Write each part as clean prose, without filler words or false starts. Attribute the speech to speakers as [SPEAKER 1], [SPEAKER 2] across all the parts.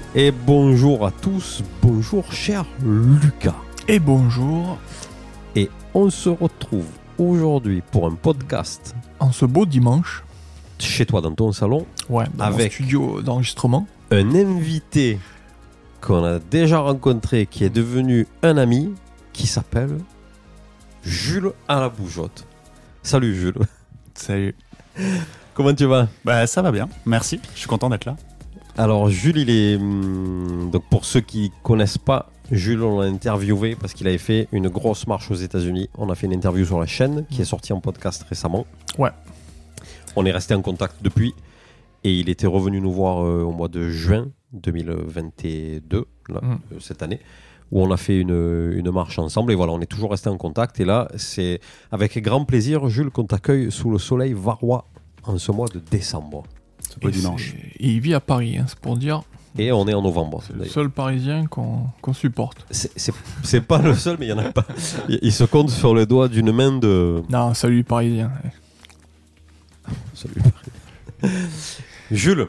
[SPEAKER 1] Et bonjour à tous, bonjour cher Lucas.
[SPEAKER 2] Et bonjour.
[SPEAKER 1] Et on se retrouve aujourd'hui pour un podcast.
[SPEAKER 2] En ce beau dimanche.
[SPEAKER 1] Chez toi dans ton salon.
[SPEAKER 2] Ouais, dans
[SPEAKER 1] avec
[SPEAKER 2] mon studio d'enregistrement.
[SPEAKER 1] Un invité qu'on a déjà rencontré, qui est devenu un ami, qui s'appelle Jules à la Bougeotte. Salut Jules.
[SPEAKER 3] Salut.
[SPEAKER 1] Comment tu vas ?
[SPEAKER 3] Bah ça va bien, merci, je suis content d'être là.
[SPEAKER 1] Alors Jules, il est... Donc pour ceux qui connaissent pas, Jules, on l'a interviewé parce qu'il avait fait une grosse marche aux États-Unis. On a fait une interview sur la chaîne qui est sortie en podcast récemment.
[SPEAKER 2] Ouais.
[SPEAKER 1] On est resté en contact depuis et il était revenu nous voir au mois de juin 2022, là, cette année, où on a fait une marche ensemble et voilà, on est toujours resté en contact. Et là, c'est avec grand plaisir, Jules, qu'on t'accueille sous le soleil varois en ce mois de décembre.
[SPEAKER 3] Ce beau dimanche.
[SPEAKER 2] Et il vit à Paris, hein, c'est pour dire.
[SPEAKER 1] Et on est en novembre.
[SPEAKER 2] C'est le seul Parisien qu'on supporte.
[SPEAKER 1] C'est pas le seul, mais il y en a pas. Il se compte sur le doigt d'une main de...
[SPEAKER 2] Non, salut Parisien.
[SPEAKER 1] Salut Parisien. Jules,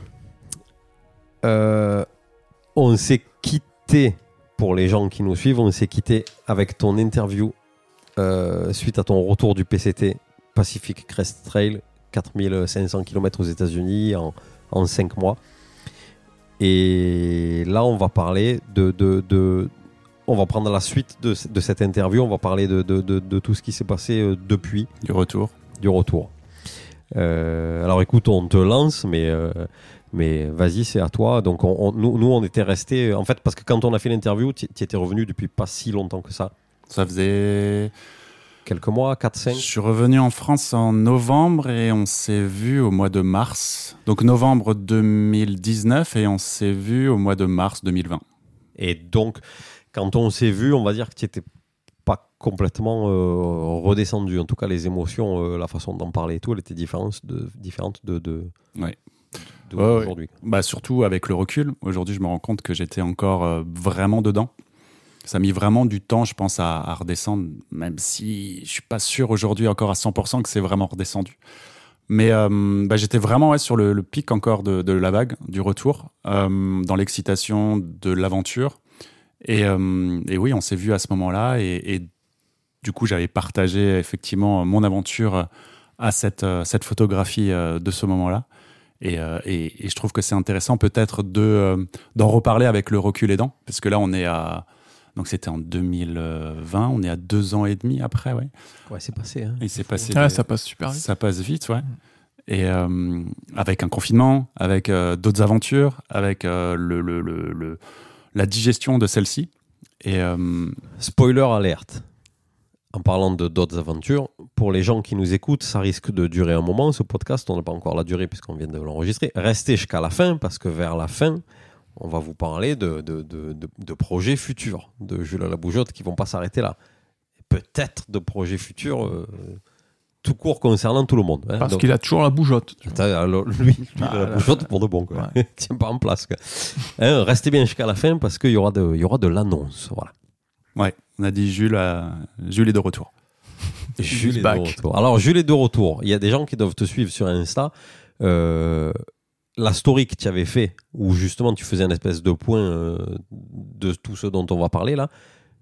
[SPEAKER 1] on s'est quitté, pour les gens qui nous suivent, on s'est quitté avec ton interview suite à ton retour du PCT, Pacific Crest Trail, 4500 km aux États-Unis en 5 mois. Et là, on va parler on va prendre la suite de cette interview. On va parler de tout ce qui s'est passé depuis.
[SPEAKER 3] Du retour.
[SPEAKER 1] Alors écoute, on te lance, mais vas-y, c'est à toi. Donc nous, on était restés... En fait, parce que quand on a fait l'interview, tu étais revenu depuis pas si longtemps que ça.
[SPEAKER 3] Ça faisait...
[SPEAKER 1] Quelques mois, 4-5.
[SPEAKER 3] Je suis revenu en France en novembre et on s'est vu au mois de mars. Donc novembre 2019 et on s'est vu au mois de mars 2020.
[SPEAKER 1] Et donc, quand on s'est vu, on va dire que tu n'étais pas complètement redescendu. En tout cas, les émotions, la façon d'en parler et tout, elle était différente de
[SPEAKER 3] Ouais.
[SPEAKER 1] aujourd'hui.
[SPEAKER 3] Bah, surtout avec le recul. Aujourd'hui, je me rends compte que j'étais encore vraiment dedans. Ça a mis vraiment du temps, je pense, à redescendre, même si je suis pas sûr aujourd'hui encore à 100% que c'est vraiment redescendu. Mais j'étais vraiment sur le pic encore de la vague, du retour, dans l'excitation de l'aventure. Et oui, on s'est vu à ce moment-là. Et du coup, j'avais partagé effectivement mon aventure à cette photographie de ce moment-là. Et je trouve que c'est intéressant peut-être d'en reparler avec le recul aidant, parce que là, on est à... Donc c'était en 2020, on est à 2 ans et demi après, ouais.
[SPEAKER 1] Ouais, c'est passé. Hein.
[SPEAKER 3] Il s'est passé.
[SPEAKER 2] Ça passe super vite.
[SPEAKER 3] Ça passe vite, ouais. Et avec un confinement, avec d'autres aventures, avec la digestion de celle-ci. Et
[SPEAKER 1] spoiler alerte. En parlant de d'autres aventures, pour les gens qui nous écoutent, ça risque de durer un moment. Ce podcast, on n'a pas encore la durée puisqu'on vient de l'enregistrer. Restez jusqu'à la fin parce que vers la fin, on va vous parler de projets futurs de Jules à la Bougeotte qui ne vont pas s'arrêter là. Peut-être de projets futurs tout court concernant tout le monde. Hein.
[SPEAKER 2] Parce qu'il a toujours la bougeotte.
[SPEAKER 1] Alors, lui il a la bougeotte pour de bon. Quoi. Ouais. Tiens pas en place. Quoi. Hein, restez bien jusqu'à la fin parce qu'il y aura de l'annonce. Voilà.
[SPEAKER 3] Ouais, on a dit Jules est de retour.
[SPEAKER 1] Jules est de retour. Alors, Jules est de retour. Il y a des gens qui doivent te suivre sur Insta. La story que tu avais fait, où justement tu faisais un espèce de point de tout ce dont on va parler là,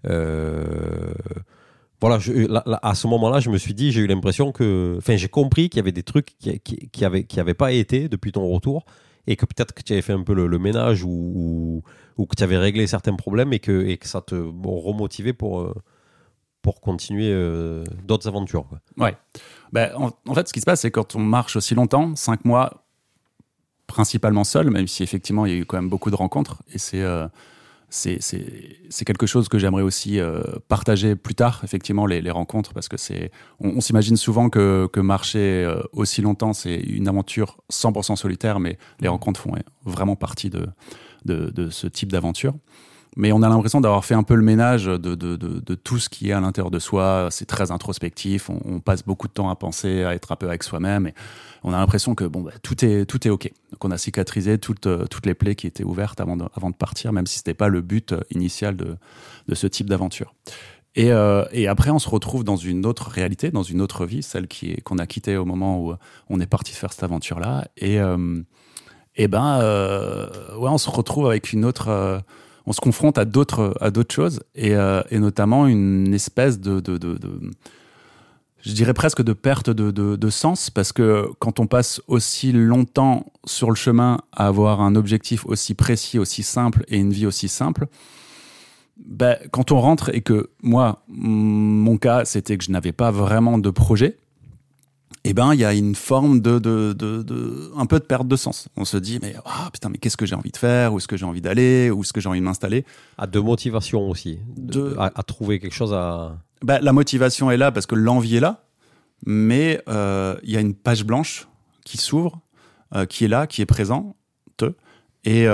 [SPEAKER 1] voilà, à ce moment-là, je me suis dit, j'ai eu l'impression que, enfin, j'ai compris qu'il y avait des trucs qui avaient pas été depuis ton retour, et que peut-être que tu avais fait un peu le ménage ou que tu avais réglé certains problèmes et que ça te remotivait pour continuer d'autres aventures. Quoi.
[SPEAKER 3] Ouais. En fait, ce qui se passe, c'est quand on marche aussi longtemps, 5 mois, principalement seul, même si effectivement il y a eu quand même beaucoup de rencontres, et c'est quelque chose que j'aimerais aussi partager plus tard, effectivement, les rencontres, parce que on s'imagine souvent que marcher aussi longtemps, c'est une aventure 100% solitaire, mais les rencontres font vraiment partie de ce type d'aventure. Mais on a l'impression d'avoir fait un peu le ménage de tout ce qui est à l'intérieur de soi. C'est très introspectif, on passe beaucoup de temps à penser, à être un peu avec soi-même, et on a l'impression que tout est OK. Donc on a cicatrisé toutes les plaies qui étaient ouvertes avant de partir, même si c'était pas le but initial de ce type d'aventure. Et après, on se retrouve dans une autre réalité, dans une autre vie, celle qu'on a quittée au moment où on est parti faire cette aventure-là. Et et on se retrouve avec une autre. On se confronte à d'autres choses, et notamment une espèce de je dirais presque de perte de sens, parce que quand on passe aussi longtemps sur le chemin à avoir un objectif aussi précis, aussi simple, et une vie aussi simple, quand on rentre et que moi, mon cas, c'était que je n'avais pas vraiment de projet, il y a une forme un peu de perte de sens. On se dit, mais qu'est-ce que j'ai envie de faire, où est-ce que j'ai envie d'aller, où est-ce que j'ai envie de m'installer.
[SPEAKER 1] De motivation aussi, à trouver quelque chose à...
[SPEAKER 3] La motivation est là parce que l'envie est là, mais il y a une page blanche qui s'ouvre, qui est là, qui est présente, et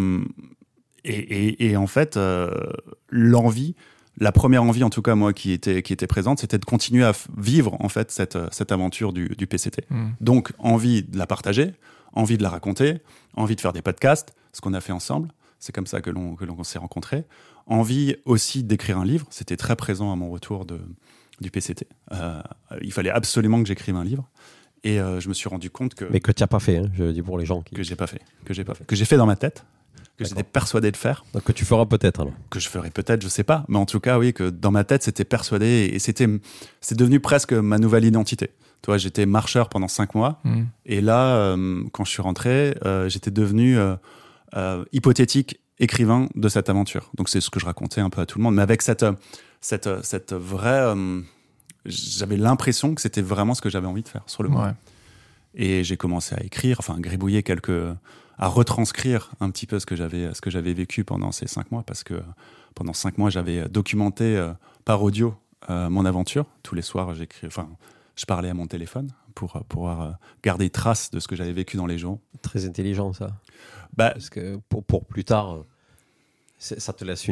[SPEAKER 3] en fait, l'envie, la première envie en tout cas moi qui était présente, c'était de continuer à vivre en fait cette aventure du PCT. Donc envie de la partager, envie de la raconter, envie de faire des podcasts, ce qu'on a fait ensemble. C'est comme ça que l'on s'est rencontrés. Envie aussi d'écrire un livre, c'était très présent à mon retour du PCT. Il fallait absolument que j'écrive un livre, et je me suis rendu compte que...
[SPEAKER 1] Mais que tu n'as pas fait, hein, je dis pour les gens qui...
[SPEAKER 3] Que j'ai pas fait, que j'ai fait dans ma tête, que j'étais persuadé de faire.
[SPEAKER 1] Donc que tu feras peut-être alors.
[SPEAKER 3] Que je ferai peut-être, je sais pas, mais en tout cas oui, que dans ma tête c'était persuadé, et c'est devenu presque ma nouvelle identité. Toi, j'étais marcheur pendant 5 mois, et là, quand je suis rentré, j'étais devenu hypothétique écrivain de cette aventure. Donc c'est ce que je racontais un peu à tout le monde, mais avec cette vraie... j'avais l'impression que c'était vraiment ce que j'avais envie de faire sur le moment.
[SPEAKER 2] Ouais.
[SPEAKER 3] Et j'ai commencé à écrire, gribouiller à retranscrire un petit peu ce que j'avais vécu pendant ces 5 mois, parce que pendant 5 mois, j'avais documenté par audio mon aventure. Tous les soirs, je parlais à mon téléphone pour pouvoir garder trace de ce que j'avais vécu dans les jours.
[SPEAKER 1] Très intelligent, ça. Parce que pour plus tard, ça te laisse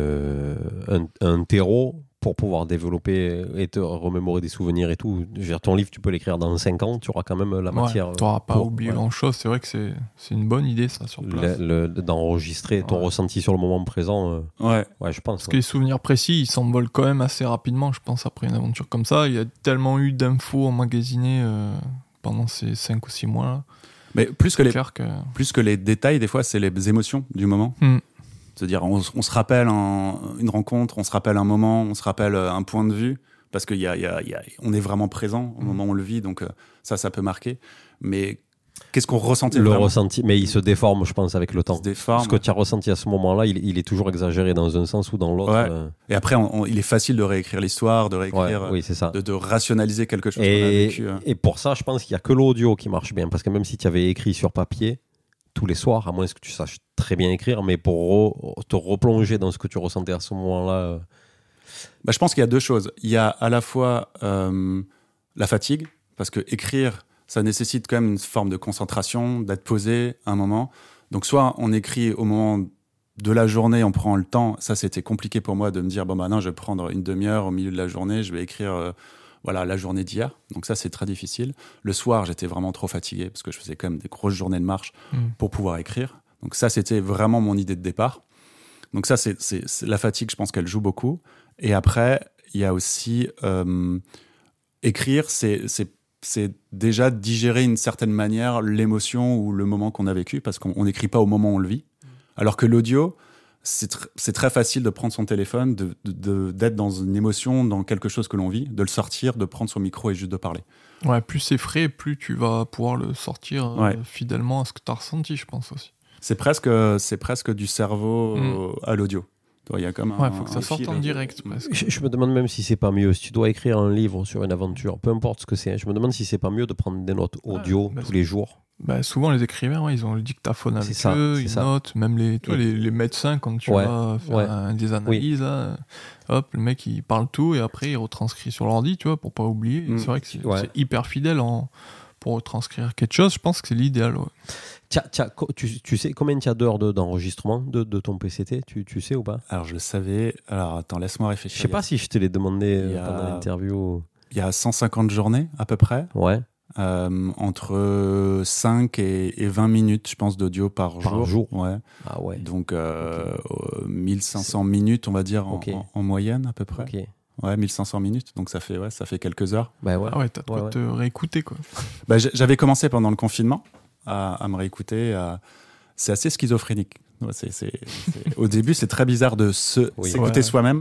[SPEAKER 1] un terreau pour pouvoir développer et te remémorer des souvenirs et tout. Je veux dire, ton livre, tu peux l'écrire dans 5 ans, tu auras quand même la matière.
[SPEAKER 2] Tu n'auras pas oublié grand-chose. C'est vrai que c'est une bonne idée, ça, sur place.
[SPEAKER 1] D'enregistrer ton ressenti sur le moment présent.
[SPEAKER 3] Ouais,
[SPEAKER 1] je pense.
[SPEAKER 2] Parce que les souvenirs précis, ils s'envolent quand même assez rapidement, je pense, après une aventure comme ça. Il y a tellement eu d'infos emmagasinées pendant ces 5 ou 6 mois-là.
[SPEAKER 3] Mais plus que les détails, des fois, c'est les émotions du moment. C'est-à-dire, on se rappelle une rencontre, on se rappelle un moment, on se rappelle un point de vue, parce qu'on est vraiment présent au moment où on le vit, donc ça peut marquer. Mais qu'est-ce qu'on ressentait vraiment ?
[SPEAKER 1] Ressenti, mais il se déforme, je pense, avec le temps.
[SPEAKER 3] Il se déforme.
[SPEAKER 1] Ce que tu as ressenti à ce moment-là, il est toujours exagéré dans un sens ou dans l'autre.
[SPEAKER 3] Ouais. Et après, il est facile de réécrire l'histoire, de réécrire,
[SPEAKER 1] oui, c'est ça.
[SPEAKER 3] De rationaliser quelque chose qu'on a vécu.
[SPEAKER 1] Et pour ça, je pense qu'il n'y a que l'audio qui marche bien, parce que même si tu avais écrit sur papier, tous les soirs, à moins que tu saches très bien écrire, mais pour te replonger dans ce que tu ressentais à ce moment-là...
[SPEAKER 3] Je pense qu'il y a 2 choses. Il y a à la fois la fatigue, parce que écrire, ça nécessite quand même une forme de concentration, d'être posé un moment. Donc soit on écrit au moment de la journée, on prend le temps. Ça, c'était compliqué pour moi de me dire, non, je vais prendre une demi-heure au milieu de la journée, je vais écrire... la journée d'hier. Donc ça, c'est très difficile. Le soir, j'étais vraiment trop fatigué parce que je faisais quand même des grosses journées de marche pour pouvoir écrire. Donc ça, c'était vraiment mon idée de départ. Donc ça, c'est la fatigue, je pense qu'elle joue beaucoup. Et après, il y a aussi écrire, c'est déjà digérer d'une certaine manière l'émotion ou le moment qu'on a vécu, parce qu'on n'écrit pas au moment où on le vit. Alors que l'audio, c'est très facile de prendre son téléphone, d'être dans une émotion, dans quelque chose que l'on vit, de le sortir, de prendre son micro et juste de parler.
[SPEAKER 2] Ouais, plus c'est frais, plus tu vas pouvoir le sortir fidèlement à ce que tu as ressenti, je pense aussi.
[SPEAKER 3] C'est presque du cerveau à l'audio. Il y a comme
[SPEAKER 2] faut que ça sorte en direct.
[SPEAKER 1] Je me demande même si c'est pas mieux, si tu dois écrire un livre sur une aventure, peu importe ce que c'est, je me demande si c'est pas mieux de prendre des notes audio tous les jours.
[SPEAKER 2] Souvent les écrivains, ils ont le dictaphone avec eux, ils notent, même les médecins quand tu vas faire des analyses, hop, le mec il parle tout et après il retranscrit sur l'ordi, tu vois, pour pas oublier. C'est vrai que c'est hyper fidèle pour retranscrire quelque chose, je pense que c'est l'idéal.
[SPEAKER 1] Tu sais combien tu as d'heures d'enregistrement de ton PCT, tu sais ou pas?
[SPEAKER 3] Alors je le savais, alors attends, laisse-moi réfléchir.
[SPEAKER 1] Je sais pas si je te l'ai demandé pendant l'interview.
[SPEAKER 3] Il y a 150 journées à peu près.
[SPEAKER 1] Ouais.
[SPEAKER 3] Entre 5 et 20 minutes, je pense, d'audio par jour. Ouais.
[SPEAKER 1] Ah ouais.
[SPEAKER 3] Donc 1500 minutes, on va dire, en moyenne à peu près.
[SPEAKER 1] Ok.
[SPEAKER 3] Ouais, 1500 minutes, donc ça fait quelques heures.
[SPEAKER 1] Bah ouais.
[SPEAKER 2] Ah ouais, t'as de quoi te réécouter, quoi.
[SPEAKER 3] J'avais commencé pendant le confinement. à me réécouter. C'est assez schizophrénique. Au début, c'est très bizarre de s'écouter soi-même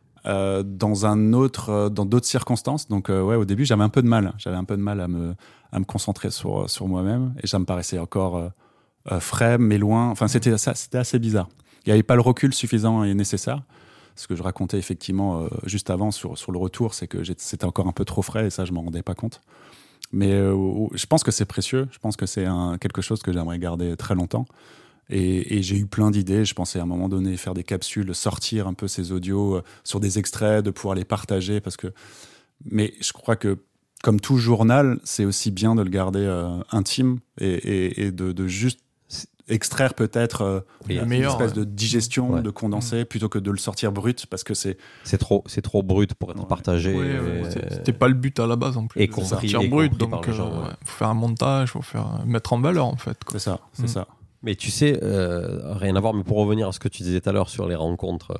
[SPEAKER 3] dans d'autres circonstances. Donc, au début, j'avais un peu de mal. J'avais un peu de mal à me concentrer sur moi-même. Et ça me paraissait encore frais, mais loin. Enfin, c'était assez bizarre. Il n'y avait pas le recul suffisant et nécessaire. Ce que je racontais effectivement juste avant sur le retour, c'est que c'était encore un peu trop frais et ça, je ne m'en rendais pas compte. Mais je pense que c'est précieux. Je pense que c'est quelque chose que j'aimerais garder très longtemps. Et j'ai eu plein d'idées. Je pensais à un moment donné faire des capsules, sortir un peu ces audios sur des extraits, de pouvoir les partager. Mais je crois que, comme tout journal, c'est aussi bien de le garder intime et de juste extraire peut-être une espèce de digestion, de condensé, plutôt que de le sortir brut, parce que c'est
[SPEAKER 1] trop brut pour être partagé.
[SPEAKER 2] C'était pas le but à la base en plus.
[SPEAKER 1] Et sortir
[SPEAKER 2] brut, donc faut faire un montage, faut mettre en valeur en fait. Quoi.
[SPEAKER 3] C'est ça.
[SPEAKER 1] Mais tu sais, rien à voir, mais pour revenir à ce que tu disais tout à l'heure sur les rencontres,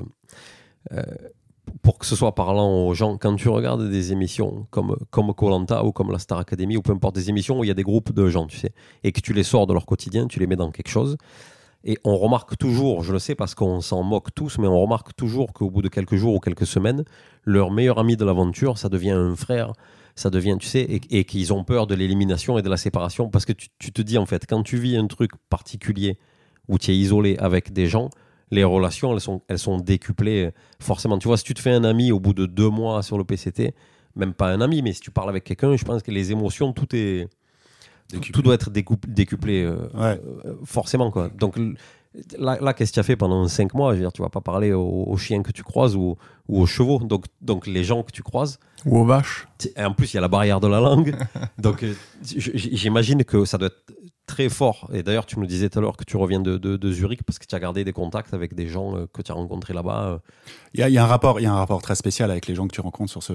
[SPEAKER 1] pour que ce soit parlant aux gens, quand tu regardes des émissions comme Koh-Lanta ou comme la Star Academy, ou peu importe, des émissions où il y a des groupes de gens, tu sais, et que tu les sors de leur quotidien, tu les mets dans quelque chose, et on remarque toujours, je le sais parce qu'on s'en moque tous, mais on remarque toujours qu'au bout de quelques jours ou quelques semaines, leur meilleur ami de l'aventure, ça devient un frère, ça devient, tu sais, et qu'ils ont peur de l'élimination et de la séparation, parce que tu te dis, en fait, quand tu vis un truc particulier où tu es isolé avec des gens, les relations, elles sont décuplées forcément. Tu vois, si tu te fais un ami au bout de 2 mois sur le PCT, même pas un ami, mais si tu parles avec quelqu'un, je pense que les émotions, tout doit être décuplé forcément, quoi. Donc là, qu'est-ce que tu as fait pendant 5 mois? Je veux dire, tu vas pas parler aux chiens que tu croises ou aux chevaux, donc les gens que tu croises.
[SPEAKER 2] Ou aux vaches.
[SPEAKER 1] Et en plus, il y a la barrière de la langue. Donc j'imagine que ça doit être très fort. Et d'ailleurs, tu me disais tout à l'heure que tu reviens de Zurich parce que tu as gardé des contacts avec des gens que tu as rencontrés là-bas.
[SPEAKER 3] Il y a un rapport très spécial avec les gens que tu rencontres sur ce...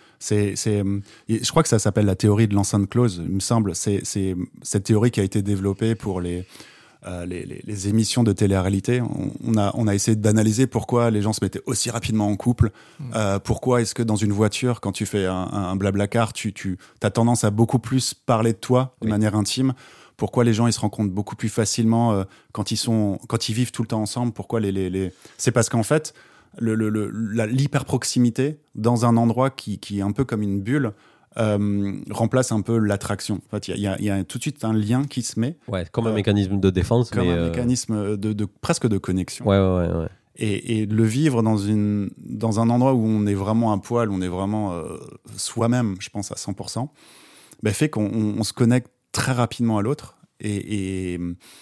[SPEAKER 3] je crois que ça s'appelle la théorie de l'enceinte close, il me semble. C'est cette théorie qui a été développée pour les émissions de télé-réalité. On a essayé d'analyser pourquoi les gens se mettaient aussi rapidement en couple. Pourquoi est-ce que dans une voiture, quand tu fais un blablacar, tu as tendance à beaucoup plus parler de toi de manière intime. Pourquoi les gens ils se rencontrent beaucoup plus facilement quand ils vivent tout le temps ensemble. Pourquoi c'est parce qu'en fait l'hyper-proximité dans un endroit qui est un peu comme une bulle remplace un peu l'attraction. En fait, il y a tout de suite un lien qui se met.
[SPEAKER 1] Ouais, comme un mécanisme de défense.
[SPEAKER 3] Comme un mécanisme presque de connexion.
[SPEAKER 1] Ouais.
[SPEAKER 3] Et le vivre dans un endroit où on est vraiment à poil, où on est vraiment soi-même, je pense, à 100%, fait qu'on se connecte très rapidement à l'autre et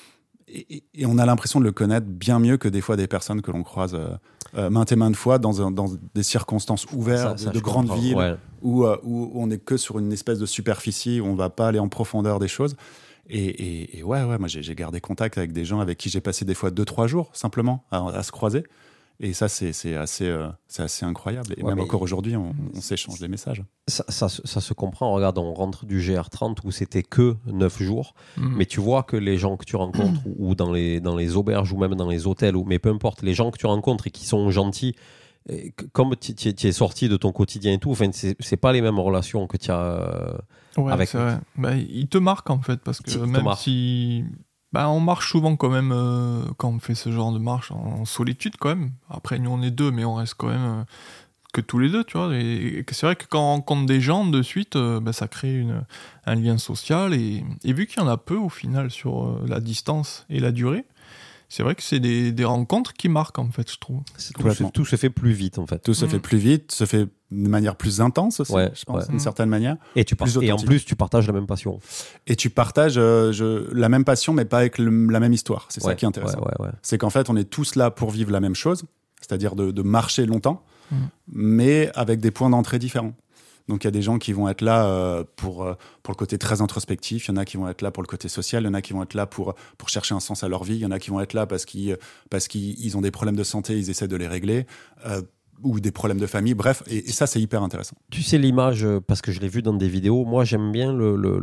[SPEAKER 3] on a l'impression de le connaître bien mieux que des fois des personnes que l'on croise maintes et maintes fois dans des circonstances ouvertes de grandes villes où on n'est que sur une espèce de superficie, où on ne va pas aller en profondeur des choses. Et moi j'ai gardé contact avec des gens avec qui j'ai passé des fois 2-3 jours simplement à se croiser. Et ça, c'est assez incroyable. Et même encore aujourd'hui, on s'échange des messages.
[SPEAKER 1] Ça se comprend. Regarde, on rentre du GR30 où c'était que 9 jours. Mais tu vois que les gens que tu rencontres, ou dans les auberges, ou même dans les hôtels, mais peu importe, les gens que tu rencontres et qui sont gentils, comme tu es sorti de ton quotidien et tout, enfin, c'est pas les mêmes relations que tu as avec...
[SPEAKER 2] c'est vrai. Ils te marquent en fait, parce que même si... on marche souvent quand même quand on fait ce genre de marche en solitude quand même. Après, nous on est 2, mais on reste quand même que tous les 2, tu vois. Et c'est vrai que quand on rencontre des gens de suite, ça crée un lien social. Et vu qu'il y en a peu au final sur la distance et la durée, c'est vrai que c'est des rencontres qui marquent en fait, je trouve.
[SPEAKER 1] Tout se fait plus vite en fait.
[SPEAKER 3] Tout se fait plus vite, se fait de manière plus intense aussi, je pense, d'une certaine manière.
[SPEAKER 1] Et en plus, tu partages la même passion.
[SPEAKER 3] Et tu partages la même passion, mais pas avec la même histoire. C'est ça qui est intéressant. C'est qu'en fait, on est tous là pour vivre la même chose, c'est-à-dire de marcher longtemps, mais avec des points d'entrée différents. Donc il y a des gens qui vont être là pour le côté très introspectif, il y en a qui vont être là pour le côté social, il y en a qui vont être là pour chercher un sens à leur vie, il y en a qui vont être là parce qu'ils ont des problèmes de santé, ils essaient de les régler, ou des problèmes de famille, bref, et ça c'est hyper intéressant.
[SPEAKER 1] Tu sais l'image, parce que je l'ai vu dans des vidéos, moi j'aime bien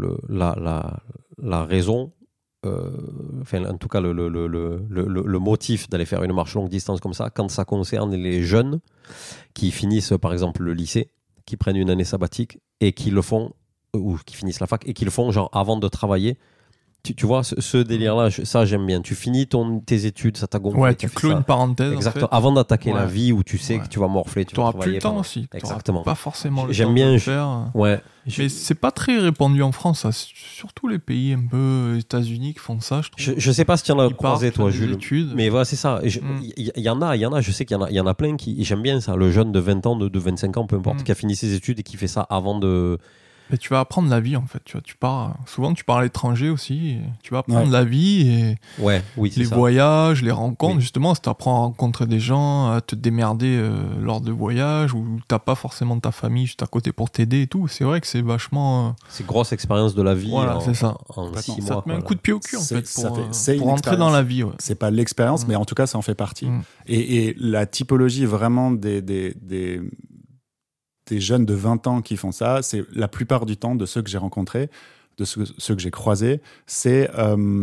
[SPEAKER 1] la raison, en tout cas le motif d'aller faire une marche longue distance comme ça, quand ça concerne les jeunes qui finissent par exemple le lycée, qui prennent une année sabbatique et qui le font, ou qui finissent la fac, et qui le font genre avant de travailler, Tu vois, ce délire-là, ça j'aime bien. Tu finis tes études, ça t'a gonflé.
[SPEAKER 2] Ouais, tu clôt une parenthèse.
[SPEAKER 1] Exactement. En fait. Avant d'attaquer la vie où tu sais que tu vas morfler, tu
[SPEAKER 2] n'auras plus le temps aussi.
[SPEAKER 1] Exactement.
[SPEAKER 2] Pas forcément le
[SPEAKER 1] j'aime
[SPEAKER 2] temps
[SPEAKER 1] bien,
[SPEAKER 2] de le faire.
[SPEAKER 1] Ouais.
[SPEAKER 2] Mais c'est pas très répandu en France, ça. Surtout les pays un peu États-Unis qui font ça, je trouve.
[SPEAKER 1] Je sais pas si tu en as croisé, toi, Jules.
[SPEAKER 2] Études.
[SPEAKER 1] Mais voilà, c'est ça. Il y en a, je sais qu'il y en a plein qui. J'aime bien ça. Le jeune de 20 ans, de 25 ans, peu importe, qui a fini ses études et qui fait ça avant de.
[SPEAKER 2] Mais tu vas apprendre la vie en fait. Souvent tu pars à l'étranger aussi. Tu vas apprendre la vie et les voyages, les rencontres. Oui. Justement, si tu apprends à rencontrer des gens, à te démerder lors de voyages où t'as pas forcément ta famille juste à côté pour t'aider et tout. C'est vrai que c'est vachement.
[SPEAKER 1] C'est grosse expérience de la vie.
[SPEAKER 2] Voilà, c'est ça.
[SPEAKER 1] En 6 mois.
[SPEAKER 2] Ça te met un coup de pied au cul en fait pour rentrer dans la vie. Ouais.
[SPEAKER 4] C'est pas l'expérience, mais en tout cas ça en fait partie. Et la typologie vraiment des jeunes de 20 ans qui font ça, c'est la plupart du temps de ceux que j'ai rencontrés, de ceux que j'ai croisés, c'est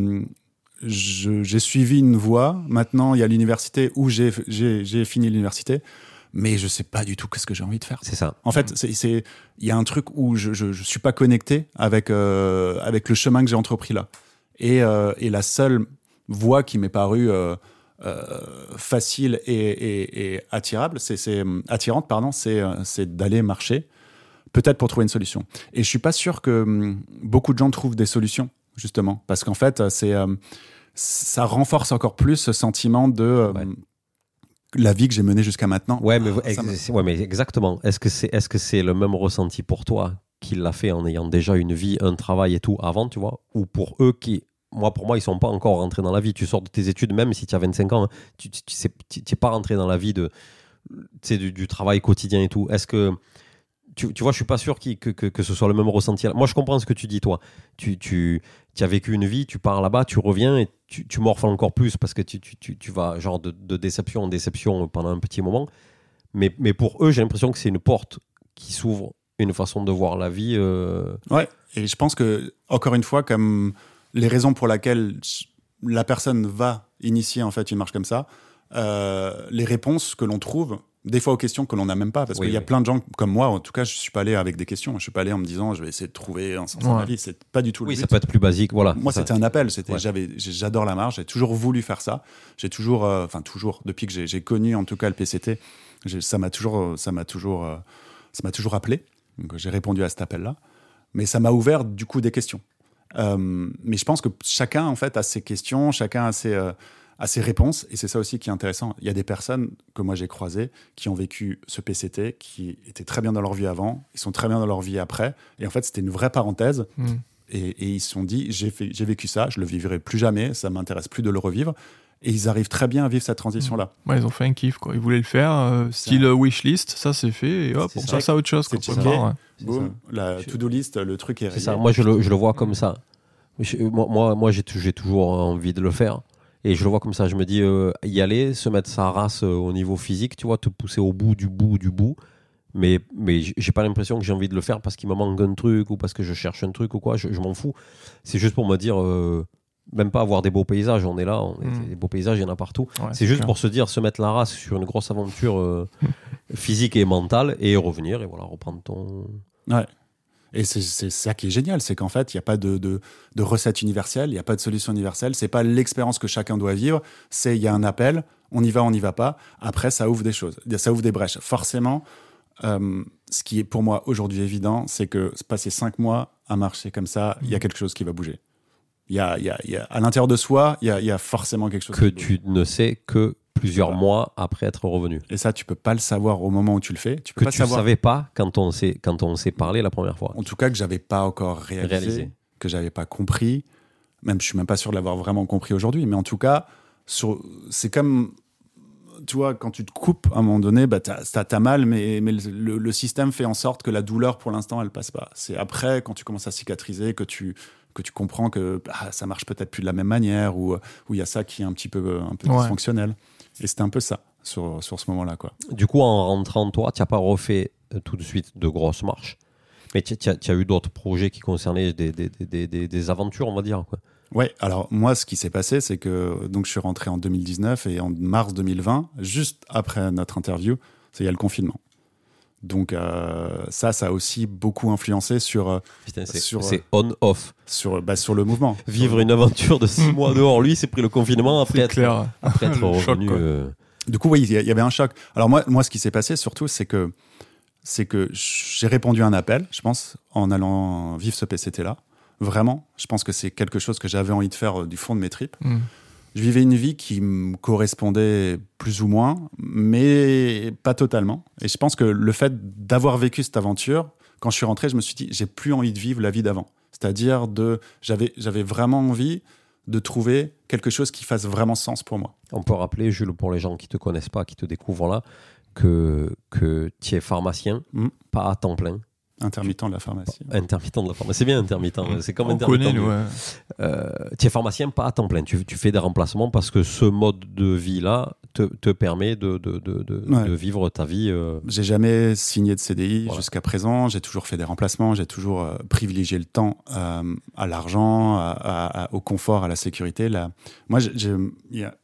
[SPEAKER 4] j'ai suivi une voie, maintenant il y a l'université où j'ai fini l'université, mais je sais pas du tout ce que j'ai envie de faire.
[SPEAKER 1] C'est ça.
[SPEAKER 4] En fait, il y a un truc où je suis pas connecté avec le chemin que j'ai entrepris là. Et la seule voie qui m'est parue facile et attirante, c'est d'aller marcher, peut-être pour trouver une solution. Et je suis pas sûr que beaucoup de gens trouvent des solutions, justement, parce qu'en fait, ça renforce encore plus ce sentiment de la vie que j'ai menée jusqu'à maintenant.
[SPEAKER 1] Ouais, mais exactement. Est-ce que c'est le même ressenti pour toi qu'il l'a fait en ayant déjà une vie, un travail et tout avant, tu vois, ou pour eux pour moi, ils sont pas encore rentrés dans la vie. Tu sors de tes études, même si tu as 25 ans, hein, tu n'es pas rentré dans la vie du travail quotidien et tout. Est-ce que, tu vois, je suis pas sûr que ce soit le même ressenti. Moi, je comprends ce que tu dis, toi. Tu as vécu une vie, tu pars là-bas, tu reviens et tu morfles encore plus parce que tu vas genre de déception en déception pendant un petit moment. Mais pour eux, j'ai l'impression que c'est une porte qui s'ouvre, une façon de voir la vie.
[SPEAKER 4] Ouais, et je pense que, encore une fois, comme les raisons pour lesquelles la personne va initier en fait une marche comme ça, les réponses que l'on trouve, des fois aux questions que l'on n'a même pas, parce qu'il y a plein de gens comme moi, en tout cas, je suis pas allé avec des questions, je suis pas allé en me disant je vais essayer de trouver un sens dans ma vie, c'est pas du tout le but.
[SPEAKER 1] Ça peut être plus basique, voilà.
[SPEAKER 4] Moi, c'était un appel, j'adore la marche, j'ai toujours voulu faire ça, j'ai toujours, depuis que j'ai connu en tout cas le PCT, ça m'a toujours appelé, donc j'ai répondu à cet appel-là, mais ça m'a ouvert du coup des questions. Mais je pense que chacun en fait a ses questions, chacun a ses réponses, et c'est ça aussi qui est intéressant. Il y a des personnes que moi j'ai croisées qui ont vécu ce PCT, qui étaient très bien dans leur vie avant, ils sont très bien dans leur vie après, et en fait c'était une vraie parenthèse. Et ils se sont dit j'ai vécu ça, je le vivrai plus jamais, ça m'intéresse plus de le revivre. Et ils arrivent très bien à vivre cette transition-là.
[SPEAKER 2] Ouais, ils ont fait un kiff, quoi. Ils voulaient le faire, style wishlist, ça c'est fait, et hop, on passe à autre chose.
[SPEAKER 4] Boum, la to-do list, le truc est réglé.
[SPEAKER 1] C'est ça, moi je le vois comme ça. Moi j'ai toujours envie de le faire. Et je le vois comme ça, je me dis y aller, se mettre sa race au niveau physique, tu vois, te pousser au bout du bout. Mais j'ai pas l'impression que j'ai envie de le faire parce qu'il me manque un truc ou parce que je cherche un truc ou quoi, je m'en fous. C'est juste pour me dire... même pas avoir des beaux paysages, on est là, des beaux paysages, il y en a partout. Ouais, c'est juste pour se dire, se mettre la race sur une grosse aventure physique et mentale et revenir et voilà, reprendre ton...
[SPEAKER 4] Ouais. Et c'est ça qui est génial, c'est qu'en fait, il n'y a pas de recette universelle, il n'y a pas de solution universelle, c'est pas l'expérience que chacun doit vivre, il y a un appel, on y va pas, après ça ouvre des choses, ça ouvre des brèches. Forcément, ce qui est pour moi aujourd'hui évident, c'est que passer 5 mois à marcher comme ça, il y a quelque chose qui va bouger. Il y a à l'intérieur de soi, il y a forcément quelque chose
[SPEAKER 1] que tu ne sais que plusieurs mois après être revenu.
[SPEAKER 4] Et ça, tu peux pas le savoir au moment où tu le fais. Tu
[SPEAKER 1] savais pas quand on s'est parlé la première fois.
[SPEAKER 4] En tout cas, que j'avais pas encore réalisé, que j'avais pas compris. Même, je suis même pas sûr de l'avoir vraiment compris aujourd'hui. Mais en tout cas, c'est comme, tu vois, quand tu te coupes à un moment donné, bah t'as mal, mais le système fait en sorte que la douleur, pour l'instant, elle passe pas. C'est après, quand tu commences à cicatriser, que tu comprends que ça marche peut-être plus de la même manière, ou il y a ça qui est un peu dysfonctionnel. Et c'était un peu ça, sur ce moment-là, quoi.
[SPEAKER 1] Du coup, en rentrant, toi, tu n'as pas refait tout de suite de grosses marches, mais tu as eu d'autres projets qui concernaient des aventures, on va dire, quoi.
[SPEAKER 4] Ouais, alors moi, ce qui s'est passé, c'est que donc, je suis rentré en 2019, et en mars 2020, juste après notre interview, il y a le confinement. Donc ça a aussi beaucoup influencé sur...
[SPEAKER 1] c'est on-off.
[SPEAKER 4] Sur le mouvement.
[SPEAKER 1] Vivre une aventure de 6 mois dehors, lui, c'est pris le confinement après être revenu...
[SPEAKER 4] Du coup, oui, il y avait un choc. Alors moi, ce qui s'est passé surtout, c'est que j'ai répondu à un appel, je pense, en allant vivre ce PCT-là. Vraiment, je pense que c'est quelque chose que j'avais envie de faire du fond de mes tripes. Je vivais une vie qui me correspondait plus ou moins, mais pas totalement. Et je pense que le fait d'avoir vécu cette aventure, quand je suis rentré, je me suis dit, j'ai plus envie de vivre la vie d'avant. C'est-à-dire, j'avais vraiment envie de trouver quelque chose qui fasse vraiment sens pour moi.
[SPEAKER 1] On peut rappeler, Jules, pour les gens qui ne te connaissent pas, qui te découvrent là, que tu es pharmacien, pas à temps plein.
[SPEAKER 4] Intermittent de la pharmacie.
[SPEAKER 1] Intermittent de la pharmacie. C'est bien intermittent. C'est comme
[SPEAKER 2] on
[SPEAKER 1] intermittent.
[SPEAKER 2] Connaît, ouais.
[SPEAKER 1] Tu es pharmacien, pas à temps plein. Tu fais des remplacements parce que ce mode de vie-là te permet de vivre ta vie.
[SPEAKER 4] J'ai jamais signé de CDI jusqu'à présent. J'ai toujours fait des remplacements. J'ai toujours privilégié le temps à l'argent, au confort, à la sécurité. Moi, il y a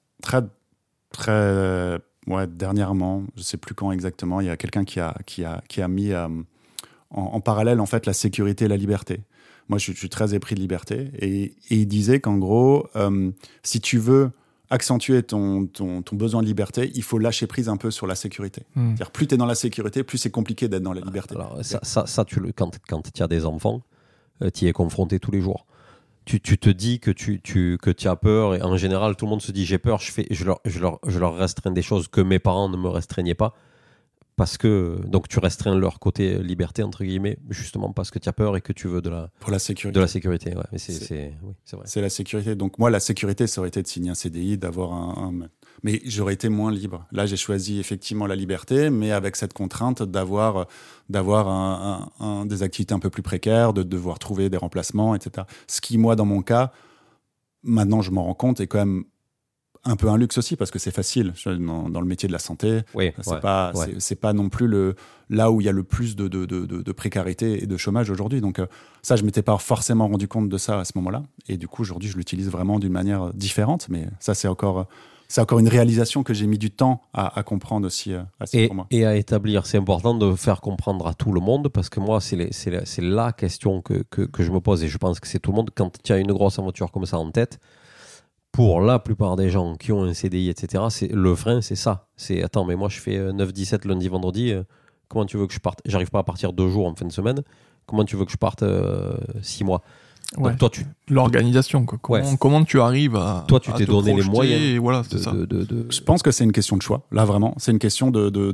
[SPEAKER 4] dernièrement, je sais plus quand exactement, il y a quelqu'un qui a mis en parallèle en fait la sécurité et la liberté. Moi, je suis très épris de liberté et il disait qu'en gros, si tu veux accentuer ton besoin de liberté, il faut lâcher prise un peu sur la sécurité. C'est-à-dire, plus tu es dans la sécurité, plus c'est compliqué d'être dans la liberté.
[SPEAKER 1] Alors, quand tu as des enfants, tu y es confronté tous les jours. Tu te dis que tu as peur, et en général, tout le monde se dit j'ai peur, je leur restreins des choses que mes parents ne me restreignaient pas. Parce que donc tu restreins leur côté liberté entre guillemets justement parce que tu as peur et que tu veux de la sécurité. Ouais. Mais c'est vrai.
[SPEAKER 4] C'est la sécurité. Donc moi la sécurité ça aurait été de signer un CDI, d'avoir mais j'aurais été moins libre. Là j'ai choisi effectivement la liberté, mais avec cette contrainte d'avoir des activités un peu plus précaires, de devoir trouver des remplacements, etc. Ce qui moi dans mon cas maintenant je m'en rends compte est quand même un peu un luxe aussi parce que c'est facile dans le métier de la santé. C'est pas non plus là où il y a le plus de précarité et de chômage aujourd'hui. Donc ça, je m'étais pas forcément rendu compte de ça à ce moment-là. Et du coup, aujourd'hui, je l'utilise vraiment d'une manière différente. Mais ça, c'est encore une réalisation que j'ai mis du temps à comprendre aussi pour moi.
[SPEAKER 1] Et à établir. C'est important de faire comprendre à tout le monde parce que moi, c'est la question que je me pose et je pense que c'est tout le monde. Quand tu as une grosse aventure comme ça en tête, pour la plupart des gens qui ont un CDI, etc., le frein, c'est ça. C'est, attends, mais moi, je fais 9-17 lundi, vendredi. Comment tu veux que je parte ? J'arrive pas à partir 2 jours en fin de semaine. Comment tu veux que je parte 6 mois ?
[SPEAKER 2] Donc, toi, l'organisation, quoi. Comment tu arrives à.
[SPEAKER 1] Toi, tu t'es donné les moyens.
[SPEAKER 2] Et voilà, c'est ça.
[SPEAKER 4] Je pense que c'est une question de choix. Là, vraiment, c'est une question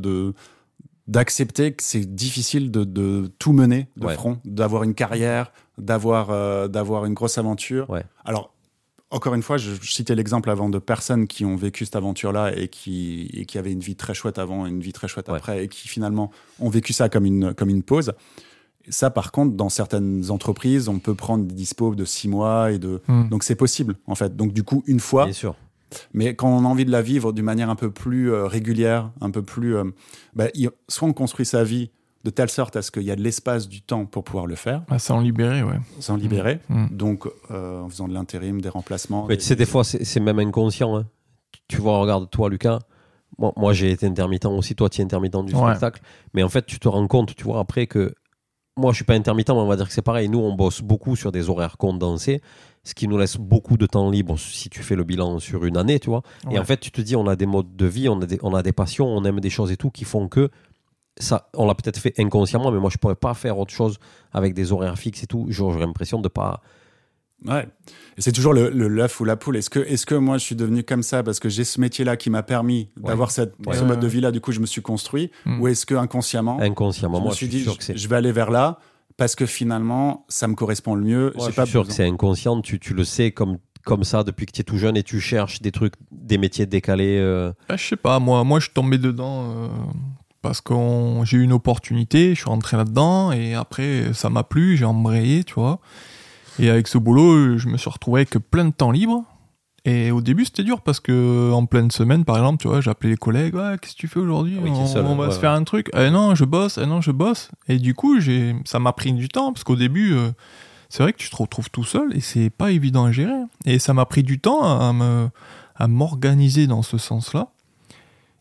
[SPEAKER 4] d'accepter que c'est difficile de tout mener de front, d'avoir une carrière, d'avoir une grosse aventure.
[SPEAKER 1] Ouais.
[SPEAKER 4] Alors, encore une fois, je citais l'exemple avant de personnes qui ont vécu cette aventure-là et qui avaient une vie très chouette avant et une vie très chouette après et qui finalement ont vécu ça comme une pause. Et ça, par contre, dans certaines entreprises, on peut prendre des dispos de 6 mois donc c'est possible en fait. Donc du coup, une fois.
[SPEAKER 1] Bien sûr.
[SPEAKER 4] Mais quand on a envie de la vivre d'une manière un peu plus régulière, un peu plus, soit on construit sa vie de telle sorte à ce qu'il y a de l'espace, du temps pour pouvoir le faire.
[SPEAKER 2] S'en libérer, ouais.
[SPEAKER 4] S'en libérer. Donc, en faisant de l'intérim, des remplacements.
[SPEAKER 1] Mais tu sais, des fois, c'est même inconscient. Hein. Tu vois, regarde, toi, Lucas, moi, j'ai été intermittent aussi. Toi, tu es intermittent du spectacle. Mais en fait, tu te rends compte, tu vois, après que moi, je suis pas intermittent, mais on va dire que c'est pareil. Nous, on bosse beaucoup sur des horaires condensés, ce qui nous laisse beaucoup de temps libre si tu fais le bilan sur une année, tu vois. Ouais. Et en fait, tu te dis, on a des modes de vie, on a des passions, on aime des choses et tout qui font que ça, on l'a peut-être fait inconsciemment, mais moi, je pourrais pas faire autre chose avec des horaires fixes et tout. J'aurais l'impression de pas...
[SPEAKER 4] Ouais. Et c'est toujours l'œuf ou la poule. Est-ce que moi, je suis devenu comme ça parce que j'ai ce métier-là qui m'a permis d'avoir ce mode de vie-là, du coup, je me suis construit, ou est-ce que inconsciemment, je me suis dit, je vais aller vers là parce que finalement, ça me correspond le mieux.
[SPEAKER 1] Je suis sûr que c'est inconscient. Tu le sais comme ça depuis que tu es tout jeune et tu cherches des trucs, des métiers décalés.
[SPEAKER 2] Je sais pas. Moi, je suis tombé dedans... Parce que j'ai eu une opportunité, je suis rentré là-dedans et après ça m'a plu, j'ai embrayé, tu vois. Et avec ce boulot, je me suis retrouvé avec plein de temps libre. Et au début, c'était dur parce que en pleine semaine, par exemple, tu vois, j'appelais les collègues, qu'est-ce que tu fais aujourd'hui ? On va se faire un truc. Non, je bosse. Et du coup, ça m'a pris du temps parce qu'au début, c'est vrai que tu te retrouves tout seul et c'est pas évident à gérer. Et ça m'a pris du temps à m'organiser dans ce sens-là.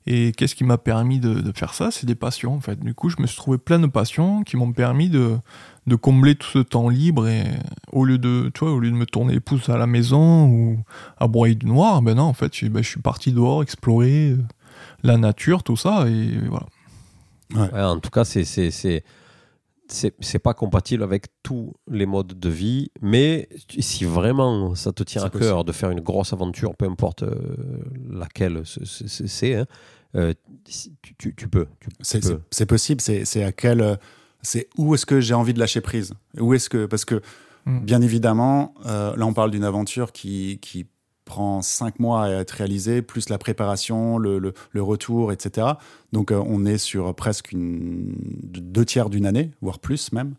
[SPEAKER 2] Et qu'est-ce qui m'a permis de faire ça? C'est des passions, en fait. Du coup, je me suis trouvé plein de passions qui m'ont permis de combler tout ce temps libre. Et au lieu de me tourner les pouces à la maison ou à broyer du noir, ben non, en fait, je suis parti dehors explorer la nature, tout ça, et voilà.
[SPEAKER 1] Ouais, en tout cas, c'est pas compatible avec tous les modes de vie, mais si vraiment ça te tient à cœur de faire une grosse aventure, peu importe laquelle c'est, hein, tu peux.
[SPEAKER 4] C'est possible, c'est où est-ce que j'ai envie de lâcher prise? Parce que, bien évidemment, là on parle d'une aventure qui prend 5 mois à être réalisée, plus la préparation, le retour, etc. Donc on est sur presque 2 tiers d'une année, voire plus même.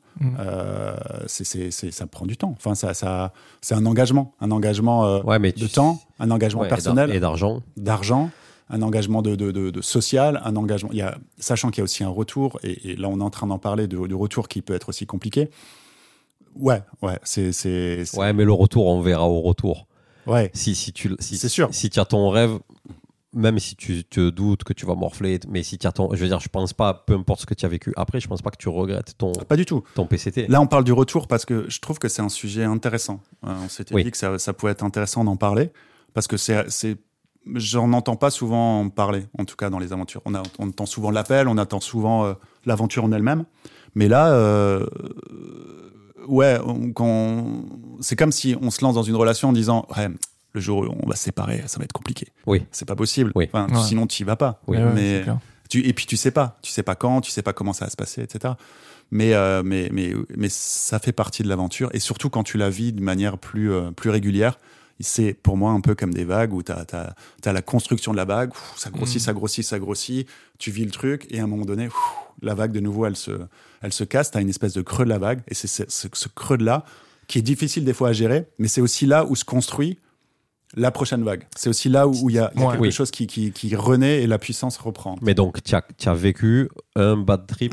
[SPEAKER 4] Ça prend du temps. Enfin, c'est un engagement de temps, un engagement personnel
[SPEAKER 1] et d'argent,
[SPEAKER 4] un engagement de social, un engagement. Sachant qu'il y a aussi un retour, et là on est en train d'en parler du retour qui peut être aussi compliqué. Ouais,
[SPEAKER 1] mais le retour, on verra au retour.
[SPEAKER 4] Ouais.
[SPEAKER 1] C'est sûr. Si tu as ton rêve, même si tu te doutes que tu vas morfler, mais si tu as ton. Je veux dire, je pense pas, peu importe ce que tu as vécu après, je pense pas que tu regrettes
[SPEAKER 4] pas du tout.
[SPEAKER 1] Ton PCT.
[SPEAKER 4] Là, on parle du retour parce que je trouve que c'est un sujet intéressant. On s'était dit que ça pouvait être intéressant d'en parler parce que j'en entends pas souvent parler, en tout cas dans les aventures. On entend souvent l'appel, on attend souvent l'aventure en elle-même. Mais là, c'est comme si on se lance dans une relation en disant le jour où on va se séparer, ça va être compliqué.
[SPEAKER 1] Oui.
[SPEAKER 4] C'est pas possible.
[SPEAKER 1] Oui.
[SPEAKER 4] Enfin, sinon, tu y vas pas.
[SPEAKER 2] Oui.
[SPEAKER 4] Mais et puis tu sais pas quand, tu sais pas comment ça va se passer, etc. Mais ça fait partie de l'aventure, et surtout quand tu la vis de manière plus régulière. C'est pour moi un peu comme des vagues où t'as la construction de la vague, ça grossit, tu vis le truc, et à un moment donné, la vague de nouveau elle se casse, t'as une espèce de creux de la vague, et c'est ce creux de là qui est difficile des fois à gérer, mais c'est aussi là où se construit la prochaine vague. C'est aussi là où il y a quelque chose qui renaît et la puissance reprend.
[SPEAKER 1] Mais donc tu as vécu un bad trip,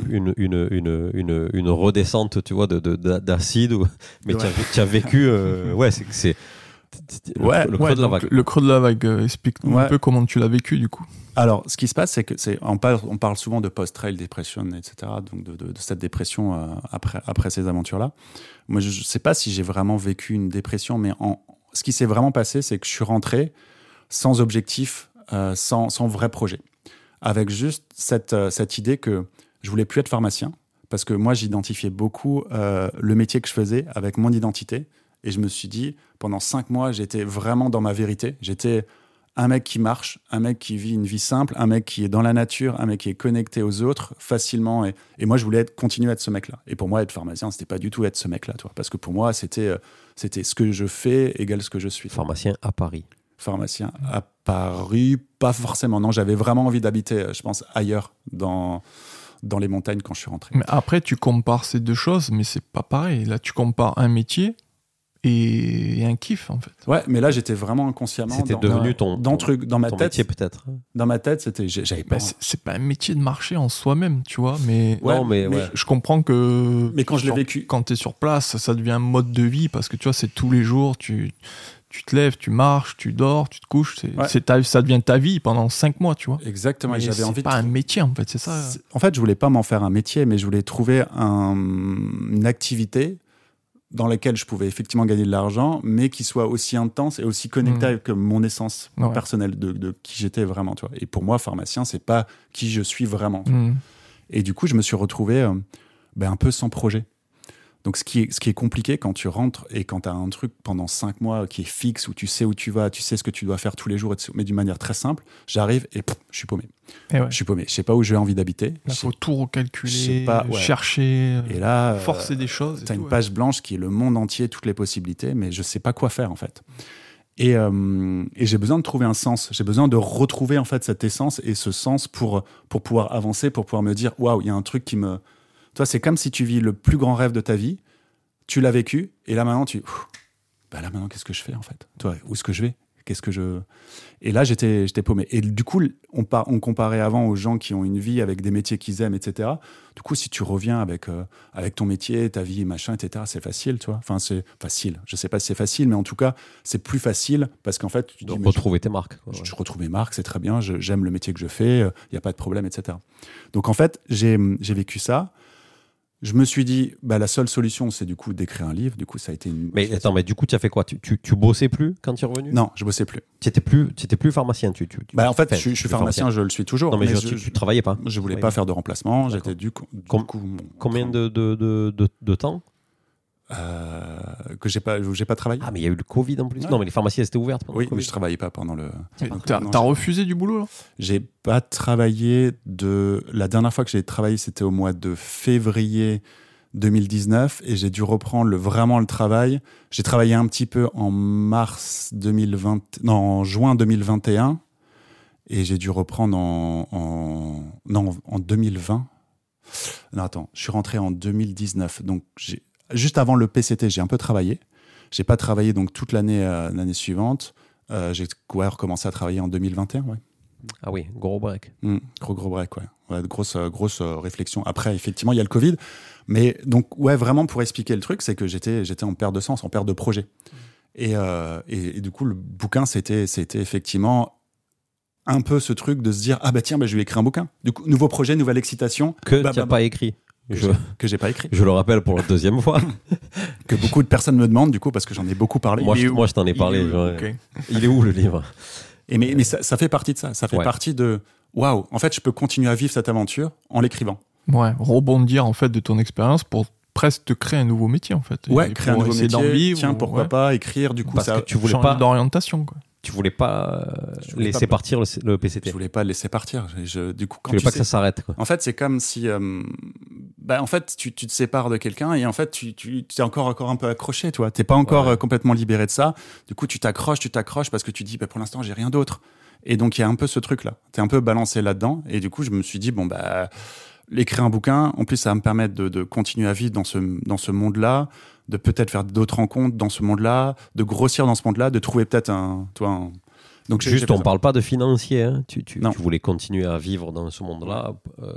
[SPEAKER 1] une redescente, tu vois, d'acide, mais tu as vécu c'est le creux de la vague.
[SPEAKER 2] Le creux de la vague, explique-nous un peu comment tu l'as vécu du coup.
[SPEAKER 4] Alors, ce qui se passe, c'est que on parle souvent de post-trail depression, etc. Donc de cette dépression après ces aventures-là. Moi, je ne sais pas si j'ai vraiment vécu une dépression, mais ce qui s'est vraiment passé, c'est que je suis rentré sans objectif, sans vrai projet, avec juste cette idée que je voulais plus être pharmacien, parce que moi, j'identifiais beaucoup le métier que je faisais avec mon identité. Et je me suis dit, pendant 5 mois, j'étais vraiment dans ma vérité. J'étais un mec qui marche, un mec qui vit une vie simple, un mec qui est dans la nature, un mec qui est connecté aux autres facilement. Et moi, je voulais continuer à être ce mec-là. Et pour moi, être pharmacien, c'était pas du tout être ce mec-là, toi. Parce que pour moi, c'était ce que je fais égale ce que je suis.
[SPEAKER 1] Pharmacien à Paris.
[SPEAKER 4] Pharmacien à Paris, pas forcément. Non, j'avais vraiment envie d'habiter, je pense, ailleurs, dans les montagnes quand je suis rentré.
[SPEAKER 2] Mais après, tu compares ces deux choses, mais c'est pas pareil. Là, tu compares un métier et un kiff, en fait.
[SPEAKER 4] Ouais, mais là, j'étais vraiment inconsciemment.
[SPEAKER 1] C'était devenu ton
[SPEAKER 4] ma tête.
[SPEAKER 1] Métier, peut-être.
[SPEAKER 4] Dans ma tête, c'était. J'avais pas.
[SPEAKER 2] C'est pas un métier de marché en soi-même, tu vois, mais.
[SPEAKER 1] Ouais, mais
[SPEAKER 2] je comprends que.
[SPEAKER 4] Mais quand je l'ai vécu.
[SPEAKER 2] Quand t'es sur place, ça devient un mode de vie parce que tu vois, c'est tous les jours, tu te lèves, tu marches, tu dors, tu te couches. Ça devient ta vie pendant 5 mois, tu vois.
[SPEAKER 4] Exactement.
[SPEAKER 2] Mais
[SPEAKER 4] j'avais envie.
[SPEAKER 2] C'est pas un métier, en fait, c'est ça.
[SPEAKER 4] En fait, je voulais pas m'en faire un métier, mais je voulais trouver une activité dans laquelle je pouvais effectivement gagner de l'argent, mais qui soit aussi intense et aussi connectée avec mon essence personnelle de qui j'étais vraiment. Tu vois. Et pour moi, pharmacien, c'est pas qui je suis vraiment. Et du coup, je me suis retrouvé un peu sans projet. Donc, ce qui est compliqué quand tu rentres et quand tu as un truc pendant 5 mois qui est fixe, où tu sais où tu vas, tu sais ce que tu dois faire tous les jours, mais d'une manière très simple, j'arrive et je suis paumé. Je suis paumé. Je sais pas où j'ai envie d'habiter.
[SPEAKER 2] Il faut tout recalculer, chercher,
[SPEAKER 4] et là,
[SPEAKER 2] forcer des choses.
[SPEAKER 4] Tu as une page blanche qui est le monde entier, toutes les possibilités, mais je sais pas quoi faire en fait. Et j'ai besoin de trouver un sens. J'ai besoin de retrouver en fait cette essence et ce sens pour pouvoir avancer, pour pouvoir me dire waouh, il y a un truc qui me. Toi, c'est comme si tu vis le plus grand rêve de ta vie, tu l'as vécu, et là maintenant, là maintenant, qu'est-ce que je fais en fait ? Toi, où est-ce que je vais ? qu'est-ce que je... Et là, j'étais paumé. Et du coup, on comparait avant aux gens qui ont une vie avec des métiers qu'ils aiment, etc. Du coup, si tu reviens avec ton métier, ta vie, machin, etc., c'est facile, tu vois. Enfin, c'est facile. Je sais pas si c'est facile, mais en tout cas, c'est plus facile parce qu'en fait, tu
[SPEAKER 1] dis, retrouver tes marques. Quoi,
[SPEAKER 4] je retrouve mes marques, c'est très bien. J'aime le métier que je fais. Il n'y a pas de problème, etc. Donc, en fait, j'ai vécu ça. Je me suis dit, la seule solution, c'est du coup d'écrire un livre. Du coup, ça a été une...
[SPEAKER 1] Mais attends, du coup, tu as fait quoi ? Tu bossais plus quand tu es revenu ?
[SPEAKER 4] Non, je bossais plus.
[SPEAKER 1] Tu étais plus pharmacien.
[SPEAKER 4] En fait, je suis pharmacien, je le suis toujours.
[SPEAKER 1] Non, mais tu travaillais pas.
[SPEAKER 4] Je voulais pas faire de remplacement. J'étais
[SPEAKER 1] Combien de temps ?
[SPEAKER 4] Que j'ai pas travaillé.
[SPEAKER 1] Ah, mais il y a eu le Covid en plus. Ouais. Non, mais les pharmacies étaient ouvertes pendant le Covid.
[SPEAKER 4] Mais je travaillais pas pendant le...
[SPEAKER 2] T'as refusé du boulot, là ?
[SPEAKER 4] J'ai pas travaillé la dernière fois que j'ai travaillé, c'était au mois de février 2019 et j'ai dû reprendre vraiment le travail. J'ai travaillé un petit peu en juin 2021 et j'ai dû reprendre en 2020. Non, attends, je suis rentré en 2019. Donc, juste avant le PCT, j'ai un peu travaillé. J'ai pas travaillé donc toute l'année suivante. J'ai recommencé à travailler en 2021, ouais.
[SPEAKER 1] Ah oui, gros break.
[SPEAKER 4] Gros break, ouais. Grosse réflexion. Après, effectivement, il y a le Covid. Mais donc, ouais, vraiment, pour expliquer le truc, c'est que j'étais en perte de sens, en perte de projet. Et du coup, le bouquin, c'était effectivement un peu ce truc de se dire, je vais écrire un bouquin. Du coup, nouveau projet, nouvelle excitation.
[SPEAKER 1] Que tu n'as pas écrit.
[SPEAKER 4] Que j'ai pas écrit.
[SPEAKER 1] Je le rappelle pour la deuxième fois.
[SPEAKER 4] Que beaucoup de personnes me demandent, du coup, parce que j'en ai beaucoup parlé.
[SPEAKER 1] Moi, je t'en ai parlé. Il est où le livre ?
[SPEAKER 4] Mais ça fait partie de ça. Ça fait partie de waouh, en fait, je peux continuer à vivre cette aventure en l'écrivant.
[SPEAKER 2] Ouais, rebondir en fait de ton expérience pour presque te créer un nouveau métier en fait.
[SPEAKER 4] Ouais, créer un nouveau métier. Tiens, pourquoi pas écrire du coup
[SPEAKER 1] parce que tu voulais pas
[SPEAKER 2] d'orientation quoi.
[SPEAKER 1] Tu voulais pas laisser partir le PCT.
[SPEAKER 4] Je voulais pas le laisser partir. Du coup,
[SPEAKER 1] quand tu voulais pas que ça s'arrête. Quoi.
[SPEAKER 4] En fait, c'est comme si, en fait, tu te sépares de quelqu'un et en fait, tu es encore un peu accroché, toi. T'es pas encore complètement libéré de ça. Du coup, tu t'accroches parce que tu dis, pour l'instant, j'ai rien d'autre. Et donc, il y a un peu ce truc-là. T'es un peu balancé là-dedans. Et du coup, je me suis dit, écrire un bouquin, en plus, ça va me permettre de continuer à vivre dans ce monde-là, de peut-être faire d'autres rencontres dans ce monde-là, de grossir dans ce monde-là, de trouver peut-être
[SPEAKER 1] Donc juste, on ne parle pas de financier. Hein. Tu voulais continuer à vivre dans ce monde-là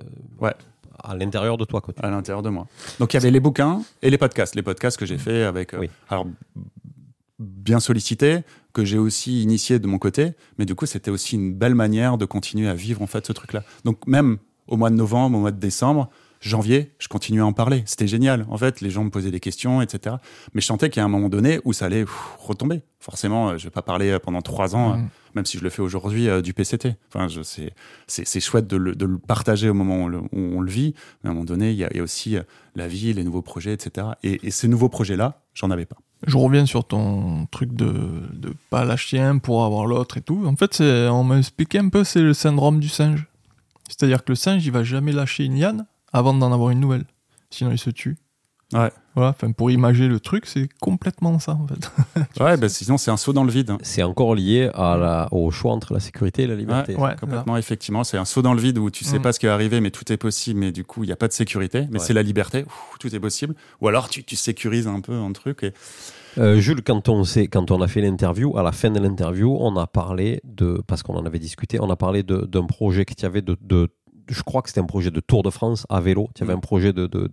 [SPEAKER 1] à l'intérieur de toi.
[SPEAKER 4] À l'intérieur de moi. Donc il y avait les bouquins et les podcasts. Les podcasts que j'ai fait avec... alors, bien sollicités, que j'ai aussi initié de mon côté. Mais du coup, c'était aussi une belle manière de continuer à vivre en fait ce truc-là. Donc même au mois de novembre, au mois de décembre, janvier, je continuais à en parler. C'était génial. En fait, les gens me posaient des questions, etc. Mais je sentais qu'il y a un moment donné où ça allait retomber. Forcément, je vais pas parler pendant 3 ans, même si je le fais aujourd'hui, du PCT. Enfin, c'est chouette de le partager au moment où on le vit. Mais à un moment donné, il y a aussi la vie, les nouveaux projets, etc. Et ces nouveaux projets-là, j'en avais pas.
[SPEAKER 2] Je reviens sur ton truc de pas lâcher un pour avoir l'autre et tout. En fait, on m'a expliqué un peu, c'est le syndrome du singe. C'est-à-dire que le singe, il va jamais lâcher une liane avant d'en avoir une nouvelle. Sinon, il se tue.
[SPEAKER 4] Ouais.
[SPEAKER 2] Voilà, pour imager le truc, c'est complètement ça, en fait.
[SPEAKER 4] Ouais, sinon, c'est un saut dans le vide.
[SPEAKER 1] C'est encore lié au choix entre la sécurité et la liberté.
[SPEAKER 4] Ouais, complètement, effectivement. C'est un saut dans le vide où tu sais pas ce qui va arriver, mais tout est possible, mais du coup, il n'y a pas de sécurité. Mais c'est la liberté, tout est possible. Ou alors, tu sécurises un peu un truc.
[SPEAKER 1] Jules, quand on a fait l'interview, à la fin de l'interview, on a parlé parce qu'on en avait discuté, on a parlé d'un projet que tu avais je crois que c'était un projet de Tour de France à vélo. Tu avais un projet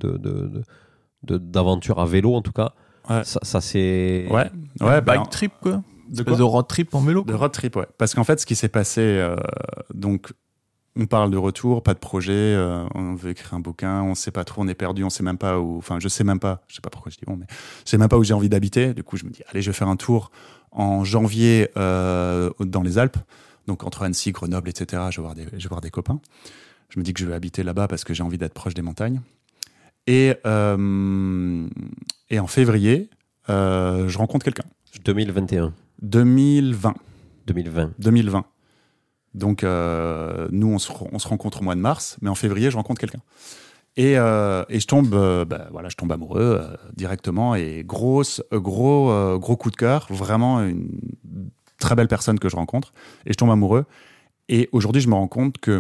[SPEAKER 1] d'aventure à vélo, en tout cas.
[SPEAKER 4] Ouais.
[SPEAKER 1] Ça c'est...
[SPEAKER 2] Ouais, bike trip, quoi. De road trip en vélo.
[SPEAKER 4] De road trip, ouais. Parce qu'en fait, ce qui s'est passé, donc, on parle de retour, pas de projet, on veut écrire un bouquin, on sait pas trop, on est perdu, on sait même pas où... Enfin, je sais pas pourquoi je dis mais je sais même pas où j'ai envie d'habiter. Du coup, je me dis, allez, je vais faire un tour en janvier dans les Alpes. Donc, entre Annecy, Grenoble, etc., je vais voir des copains. Je me dis que je vais habiter là-bas parce que j'ai envie d'être proche des montagnes. Et en février, je rencontre quelqu'un.
[SPEAKER 1] 2021.
[SPEAKER 4] 2020.
[SPEAKER 1] 2020.
[SPEAKER 4] Donc, nous, on se rencontre au mois de mars, mais en février, je rencontre quelqu'un. Et je tombe amoureux directement. Et gros coup de cœur. Vraiment une très belle personne que je rencontre. Et je tombe amoureux. Et aujourd'hui, je me rends compte que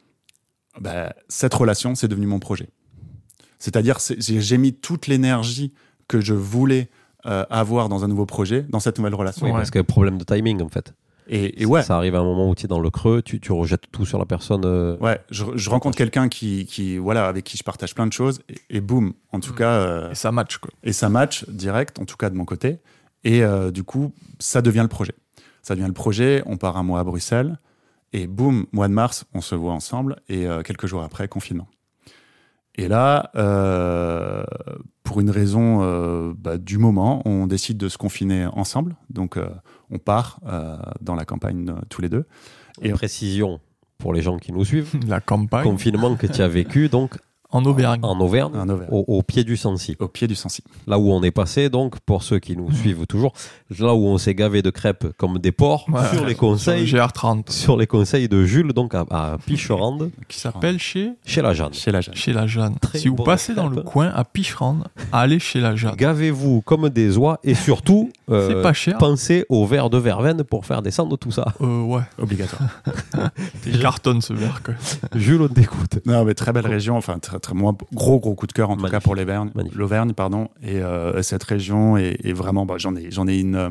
[SPEAKER 4] cette relation, c'est devenu mon projet. C'est-à-dire, j'ai mis toute l'énergie que je voulais avoir dans un nouveau projet, dans cette nouvelle relation.
[SPEAKER 1] Oui, parce qu'il y a un problème de timing, en fait.
[SPEAKER 4] Et ouais.
[SPEAKER 1] Ça arrive à un moment où tu es dans le creux, tu rejettes tout sur la personne.
[SPEAKER 4] Ouais, je rencontre quelqu'un qui voilà, avec qui je partage plein de choses, et boum, en tout cas.
[SPEAKER 2] Et ça match, quoi.
[SPEAKER 4] Et ça match direct, en tout cas de mon côté. Et du coup, ça devient le projet. Ça devient le projet, on part un mois à Bruxelles, et boum, mois de mars, on se voit ensemble, et quelques jours après, confinement. Et là, pour une raison du moment, on décide de se confiner ensemble. Donc, on part dans la campagne tous les deux.
[SPEAKER 1] Et précision pour les gens qui nous suivent.
[SPEAKER 2] La campagne.
[SPEAKER 1] Confinement que tu as vécu, donc
[SPEAKER 2] en Auvergne.
[SPEAKER 1] En Auvergne, au pied du Sancy.
[SPEAKER 4] Au pied du Sancy.
[SPEAKER 1] Là où on est passé, donc, pour ceux qui nous suivent toujours, là où on s'est gavé de crêpes comme des porcs, sur les conseils.
[SPEAKER 2] Sur GR30.
[SPEAKER 1] Sur les conseils de Jules, donc à Picherande.
[SPEAKER 2] Qui s'appelle chez
[SPEAKER 1] la Jeanne.
[SPEAKER 4] Chez la Jeanne.
[SPEAKER 2] Chez la Jeanne. Si vous passez dans le coin à Picherande, allez chez la Jeanne.
[SPEAKER 1] Gavez-vous comme des oies et surtout,
[SPEAKER 2] c'est pas cher.
[SPEAKER 1] Pensez au verre de verveine pour faire descendre tout ça.
[SPEAKER 2] Ouais.
[SPEAKER 4] Obligatoire.
[SPEAKER 2] Il cartonne ce verre, quoi.
[SPEAKER 1] Jules, on t'écoute.
[SPEAKER 4] Non, mais très belle région. Enfin, moi, gros coup de cœur en tout cas pour l'Auvergne, pardon. Et cette région est vraiment, j'en ai une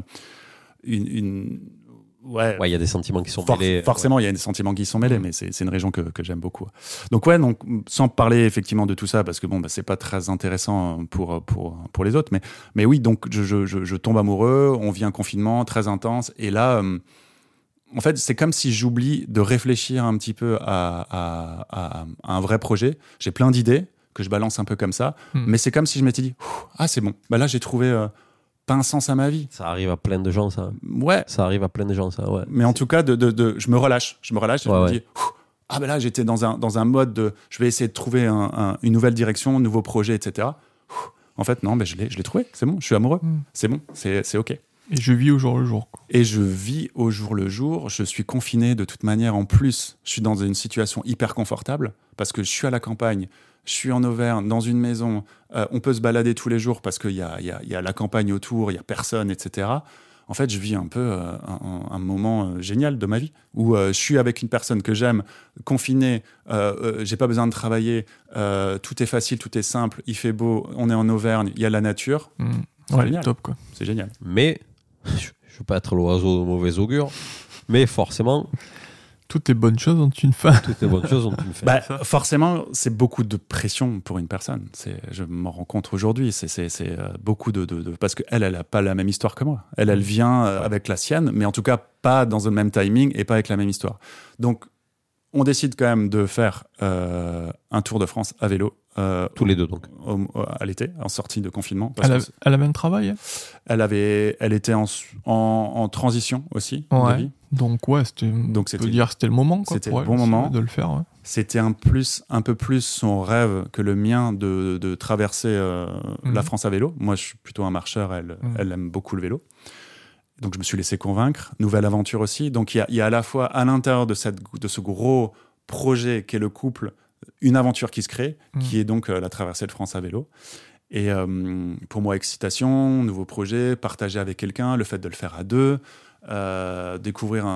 [SPEAKER 4] ouais,
[SPEAKER 1] il y a des sentiments qui sont mêlés.
[SPEAKER 4] Forcément, il y a des sentiments qui sont mêlés, mais c'est une région que j'aime beaucoup. Donc sans parler effectivement de tout ça, parce que c'est pas très intéressant pour les autres, mais oui, donc je tombe amoureux, on vit un confinement très intense, et là, en fait, c'est comme si j'oublie de réfléchir un petit peu à un vrai projet. J'ai plein d'idées que je balance un peu comme ça, mais c'est comme si je m'étais dit, c'est bon, là j'ai trouvé pas un sens à ma vie.
[SPEAKER 1] Ça arrive à plein de gens, ça.
[SPEAKER 4] Ouais.
[SPEAKER 1] Ça arrive à plein de gens, ça, ouais.
[SPEAKER 4] Mais en tout cas, je me relâche, et je me dis, là j'étais dans un mode de, je vais essayer de trouver une nouvelle direction, un nouveau projet, etc. En fait, non, je l'ai trouvé, c'est bon, je suis amoureux, c'est bon, c'est ok.
[SPEAKER 2] Et je vis au jour le jour, quoi.
[SPEAKER 4] Et je vis au jour le jour. Je suis confiné de toute manière. En plus, je suis dans une situation hyper confortable parce que je suis à la campagne, je suis en Auvergne, dans une maison. On peut se balader tous les jours parce qu'il y a la campagne autour, il y a personne, etc. En fait, je vis un peu un moment génial de ma vie où je suis avec une personne que j'aime, confiné, j'ai pas besoin de travailler, tout est facile, tout est simple, il fait beau, on est en Auvergne, il y a la nature.
[SPEAKER 2] C'est génial. Top, quoi.
[SPEAKER 4] C'est génial.
[SPEAKER 1] Mais je veux pas être l'oiseau de mauvais augure, mais forcément,
[SPEAKER 2] toutes les bonnes choses ont une fin.
[SPEAKER 1] Toutes les bonnes choses ont une fin.
[SPEAKER 4] Forcément, c'est beaucoup de pression pour une personne. Je m'en rends compte aujourd'hui. C'est beaucoup de parce qu'elle a pas la même histoire que moi. Elle vient avec la sienne, mais en tout cas pas dans le même timing et pas avec la même histoire. Donc, on décide quand même de faire un Tour de France à vélo.
[SPEAKER 1] Tous les deux, donc.
[SPEAKER 4] À l'été, en sortie de confinement.
[SPEAKER 2] Elle avait un travail, hein.
[SPEAKER 4] Elle était en transition aussi.
[SPEAKER 2] Ouais.
[SPEAKER 4] De vie.
[SPEAKER 2] Donc, c'était le moment, quoi.
[SPEAKER 4] C'était le bon moment
[SPEAKER 2] de le faire, ouais.
[SPEAKER 4] C'était un peu plus son rêve que le mien de traverser la France à vélo. Moi, je suis plutôt un marcheur, elle aime beaucoup le vélo. Donc, je me suis laissé convaincre. Nouvelle aventure aussi. Donc, il y a à la fois, à l'intérieur de ce gros projet qu'est le couple, une aventure qui se crée, qui est donc la traversée de France à vélo. Et pour moi, excitation, nouveau projet, partager avec quelqu'un, le fait de le faire à deux, découvrir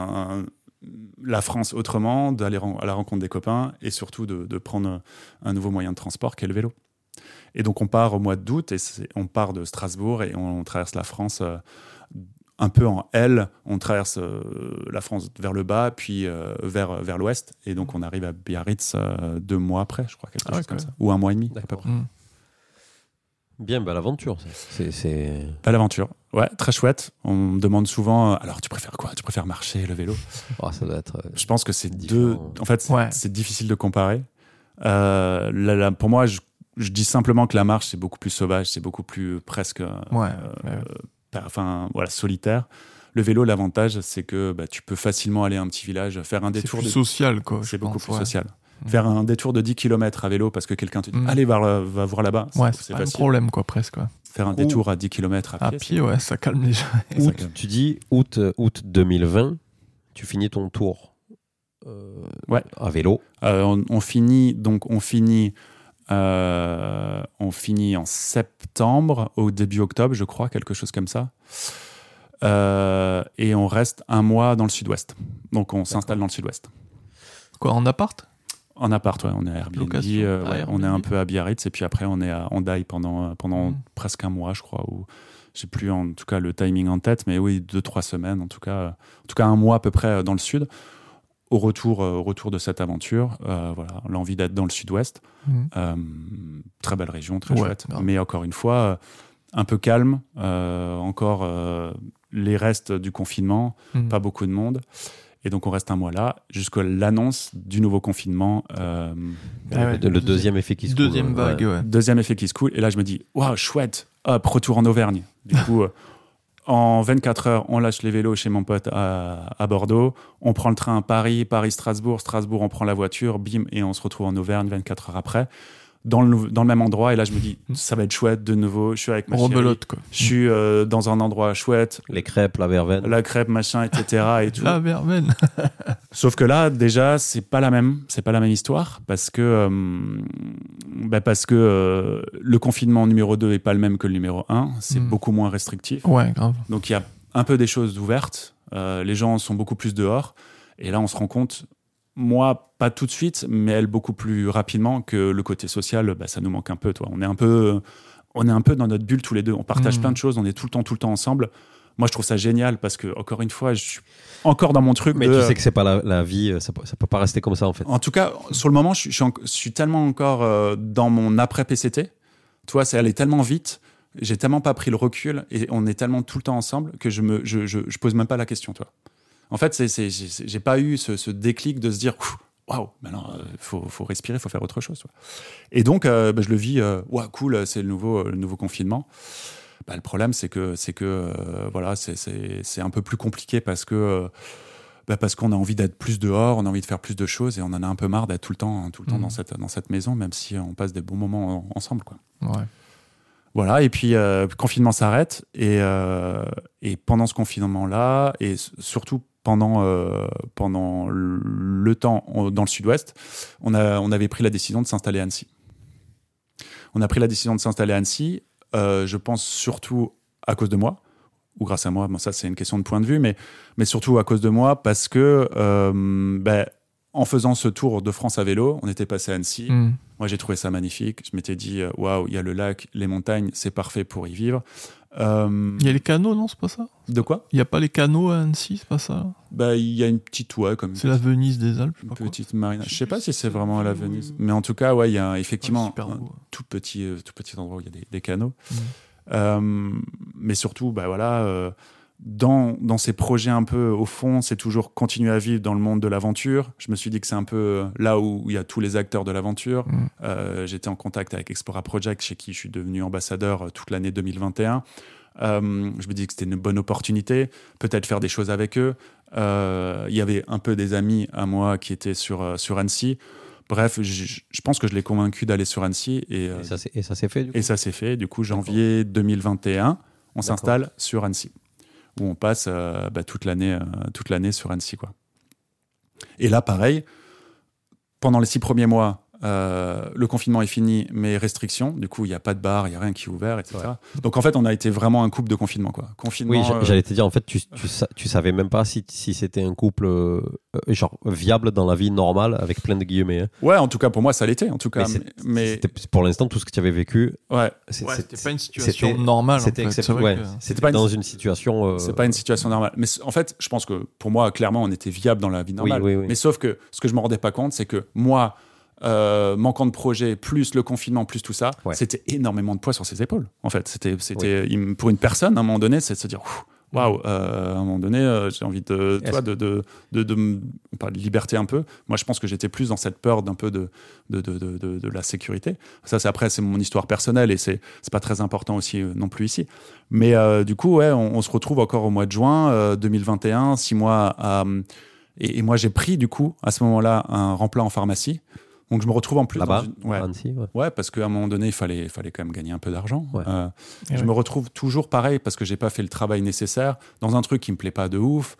[SPEAKER 4] la France autrement, d'aller à la rencontre des copains et surtout de prendre un nouveau moyen de transport qu'est le vélo. Et donc, on part au mois d'août et on part de Strasbourg et on traverse la France un peu en L. On traverse la France vers le bas, puis vers l'ouest. Et donc, on arrive à Biarritz 2 mois après, je crois, quelque chose comme ça. Ou 1 mois et demi, à peu près.
[SPEAKER 1] Bien, belle aventure. C'est...
[SPEAKER 4] Belle aventure. Ouais, très chouette. On me demande souvent, alors, tu préfères quoi ? Tu préfères marcher, le vélo ?
[SPEAKER 1] Ça doit être...
[SPEAKER 4] Je pense que c'est deux... En fait, c'est difficile de comparer. Pour moi, je dis simplement que la marche, c'est beaucoup plus sauvage, c'est beaucoup plus presque... solitaire. Le vélo, l'avantage, c'est que tu peux facilement aller à un petit village, faire un détour.
[SPEAKER 2] C'est plus social, quoi.
[SPEAKER 4] C'est beaucoup plus social. Faire un détour de 10 km à vélo parce que quelqu'un te dit allez, va voir là-bas.
[SPEAKER 2] C'est pas un problème, quoi, presque. Ouais.
[SPEAKER 4] Faire un détour à 10 km à pied.
[SPEAKER 2] Ça calme les gens.
[SPEAKER 1] Tu dis août 2020, tu finis ton tour à vélo.
[SPEAKER 4] On finit en septembre, au début octobre, je crois, quelque chose comme ça. Et on reste 1 mois dans le sud-ouest. Donc on s'installe dans le sud-ouest.
[SPEAKER 2] Quoi, en appart ?
[SPEAKER 4] En appart, ouais, on est à Airbnb, on est un peu à Biarritz, et puis après on est à Hendaye pendant presque un mois, je crois, ou j'ai plus en tout cas le timing en tête, mais oui, 2-3 semaines, en tout cas un mois à peu près dans le sud. Au retour de cette aventure, voilà, l'envie d'être dans le sud-ouest, très belle région, très chouette, mais encore une fois, un peu calme, encore les restes du confinement, pas beaucoup de monde. Et donc, on reste un mois là, jusqu'à l'annonce du nouveau confinement.
[SPEAKER 1] Le deuxième effet qui se coule.
[SPEAKER 2] Deuxième vague, ouais.
[SPEAKER 4] Deuxième effet qui se coule. Et là, je me dis, waouh, chouette, hop, retour en Auvergne. Du coup, en 24 heures, on lâche les vélos chez mon pote à Bordeaux. On prend le train à Paris, Paris-Strasbourg. Strasbourg, on prend la voiture, bim, et on se retrouve en Auvergne 24 heures après. Dans le même endroit, et là je me dis ça va être chouette de nouveau, je suis avec ma chérie,
[SPEAKER 2] quoi.
[SPEAKER 4] Je suis dans un endroit chouette,
[SPEAKER 1] les crêpes, la verveine,
[SPEAKER 4] machin, etc. et tout.
[SPEAKER 2] La verveine.
[SPEAKER 4] Sauf que là déjà c'est pas la même histoire parce que le confinement numéro 2 est pas le même que le numéro 1, c'est beaucoup moins restrictif,
[SPEAKER 2] grave.
[SPEAKER 4] donc il y a un peu des choses ouvertes, les gens sont beaucoup plus dehors, et là on se rend compte, moi, pas tout de suite, mais elle beaucoup plus rapidement, que le côté social, ça nous manque un peu. On est un peu dans notre bulle tous les deux. On partage plein de choses, on est tout le temps ensemble. Moi, je trouve ça génial parce que, encore une fois, je suis encore dans mon truc.
[SPEAKER 1] Mais tu sais que c'est pas la vie, ça peut pas rester comme ça, en fait.
[SPEAKER 4] En tout cas, sur le moment, je suis tellement encore dans mon après-PCT. Toi, elle est tellement vite, j'ai tellement pas pris le recul et on est tellement tout le temps ensemble que je pose même pas la question, toi. En fait, j'ai pas eu ce déclic de se dire waouh, maintenant faut respirer, faut faire autre chose. Et donc, je le vis, cool, c'est le nouveau confinement. Le problème, c'est que voilà, c'est un peu plus compliqué parce qu'on a envie d'être plus dehors, on a envie de faire plus de choses et on en a un peu marre d'être tout le temps dans cette maison, même si on passe des bons moments ensemble, quoi.
[SPEAKER 2] Ouais.
[SPEAKER 4] Voilà, et puis le confinement s'arrête et pendant ce confinement-là, et surtout pendant le temps dans le sud-ouest, on avait pris la décision de s'installer à Annecy. On a pris la décision de s'installer à Annecy, je pense surtout à cause de moi, ou grâce à moi, ça c'est une question de point de vue, mais surtout à cause de moi, parce que en faisant ce tour de France à vélo, on était passé à Annecy. Moi, j'ai trouvé ça magnifique. Je m'étais dit, waouh, il y a le lac, les montagnes, c'est parfait pour y vivre.
[SPEAKER 2] Il y a les canaux, non, c'est pas ça ?
[SPEAKER 4] De quoi ?
[SPEAKER 2] Il n'y a pas les canaux à Annecy, c'est pas ça ?
[SPEAKER 4] Il y a une petite, comme
[SPEAKER 2] c'est la Venise des Alpes.
[SPEAKER 4] Une petite marina. Je sais pas si c'est vraiment la Venise, mais en tout cas, il y a effectivement un tout petit endroit où il y a des canaux. Mais surtout, dans ces projets un peu au fond, c'est toujours continuer à vivre dans le monde de l'aventure. Je me suis dit que c'est un peu là où il y a tous les acteurs de l'aventure. J'étais en contact avec Explora Project, chez qui je suis devenu ambassadeur toute l'année 2021. Je me dis que c'était une bonne opportunité, peut-être faire des choses avec eux. Il y avait un peu des amis à moi qui étaient sur Annecy. Bref, je pense que je l'ai convaincu d'aller sur Annecy. Et ça
[SPEAKER 1] s'est fait, du coup.
[SPEAKER 4] Et ça s'est fait. Du coup, janvier 2021, on s'installe sur Annecy, où on passe toute l'année sur Annecy, quoi. Et là, pareil, pendant les 6 premiers mois, le confinement est fini, mais restrictions. Du coup, il n'y a pas de bar, il n'y a rien qui est ouvert, etc. Ouais. Donc, en fait, on a été vraiment un couple de confinement, quoi.
[SPEAKER 1] Oui, j'allais te dire, en fait, tu savais même pas si c'était un couple viable dans la vie normale, avec plein de guillemets. Hein.
[SPEAKER 4] Ouais, en tout cas, pour moi, ça l'était. En tout cas,
[SPEAKER 1] mais pour l'instant, tout ce que tu avais vécu,
[SPEAKER 2] c'était pas une situation normale.
[SPEAKER 1] C'était pas dans une situation.
[SPEAKER 4] C'est pas une situation normale. Mais en fait, je pense que pour moi, clairement, on était viable dans la vie normale.
[SPEAKER 1] Oui.
[SPEAKER 4] Mais sauf que ce que je me rendais pas compte, c'est que moi, manquant de projet, plus le confinement, plus tout ça, c'était énormément de poids sur ses épaules. En fait, c'était pour une personne, à un moment donné, c'est de se dire waouh, à un moment donné, j'ai envie de on parle de liberté un peu. Moi, je pense que j'étais plus dans cette peur d'un peu de la sécurité. Ça, c'est mon histoire personnelle et c'est pas très important aussi non plus ici. Mais du coup, on se retrouve encore au mois de juin 2021, 6 mois et moi, j'ai pris du coup à ce moment-là un remplat en pharmacie. Donc je me retrouve en plus
[SPEAKER 1] là-bas,
[SPEAKER 4] Annecy, parce qu'à un moment donné il fallait quand même gagner un peu d'argent. Je me retrouve toujours pareil parce que j'ai pas fait le travail nécessaire dans un truc qui me plaît pas de ouf.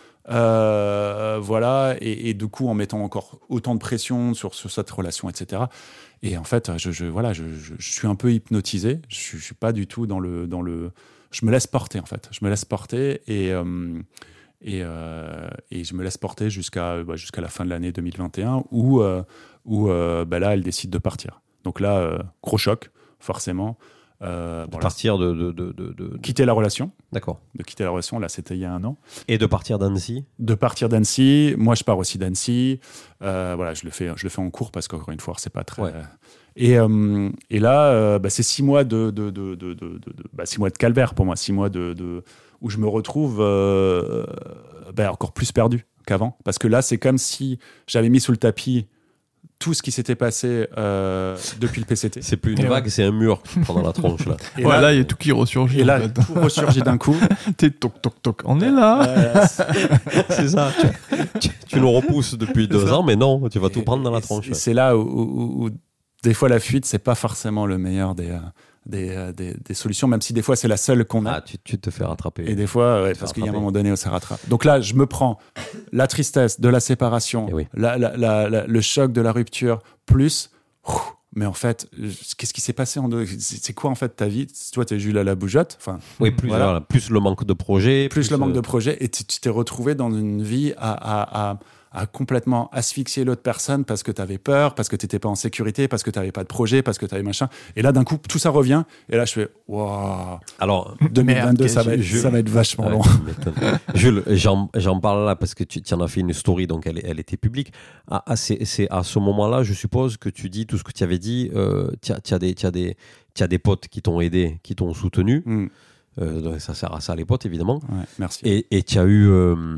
[SPEAKER 4] Voilà, et du coup en mettant encore autant de pression sur cette relation, etc. Et en fait, je suis un peu hypnotisé. Je suis pas du tout dans le. Je me laisse porter en fait. Je me laisse porter et je me laisse porter jusqu'à la fin de l'année 2021 où où là, elle décide de partir. Donc là, gros choc, forcément.
[SPEAKER 1] Partir
[SPEAKER 4] quitter la relation.
[SPEAKER 1] D'accord.
[SPEAKER 4] De quitter la relation, là, c'était il y a 1 an.
[SPEAKER 1] Et de partir d'Annecy.
[SPEAKER 4] De partir d'Annecy. Moi, je pars aussi d'Annecy. Je le fais en cours parce qu'encore une fois, c'est pas très... Ouais. Et là, c'est 6 mois 6 mois de calvaire pour moi. 6 mois où je me retrouve encore plus perdu qu'avant. Parce que là, c'est comme si j'avais mis sous le tapis tout ce qui s'était passé depuis le PCT.
[SPEAKER 1] C'est plus une vague, c'est un mur qui prend dans la tronche. Là.
[SPEAKER 2] Et là, il y a tout qui ressurgit.
[SPEAKER 4] Et là, tout ressurgit d'un coup.
[SPEAKER 2] T'es toc, toc, toc. On est là.
[SPEAKER 1] C'est ça. Tu nous repousses depuis 2 ans, mais non, tu vas tout prendre dans la tronche.
[SPEAKER 4] Et c'est là où des fois, la fuite, c'est pas forcément le meilleur des solutions, même si des fois, c'est la seule qu'on a.
[SPEAKER 1] Ah, tu te fais rattraper.
[SPEAKER 4] Et des fois, parce qu'il y a un moment donné où ça rattrape. Donc là, je me prends la tristesse de la séparation, le choc de la rupture, plus... Mais en fait, qu'est-ce qui s'est passé c'est quoi en fait ta vie? Toi, t'es Jules à la bougeotte.
[SPEAKER 1] Oui, plus le manque de projet.
[SPEAKER 4] Plus le manque de projet. Et tu t'es retrouvé dans une vie à complètement asphyxier l'autre personne parce que tu avais peur, parce que tu n'étais pas en sécurité, parce que tu n'avais pas de projet, parce que tu avais machin. Et là, d'un coup, tout ça revient. Et là, je fais waouh.
[SPEAKER 1] Alors,
[SPEAKER 4] 2022, ça va être vachement long.
[SPEAKER 1] Jules, j'en parle là parce que tu en as fait une story, donc elle était publique. C'est à ce moment-là, je suppose, que tu dis tout ce que tu avais dit. Tu as des potes qui t'ont aidé, qui t'ont soutenu. Donc ça sert à ça, les potes, évidemment.
[SPEAKER 4] Ouais, merci.
[SPEAKER 1] Et tu as eu.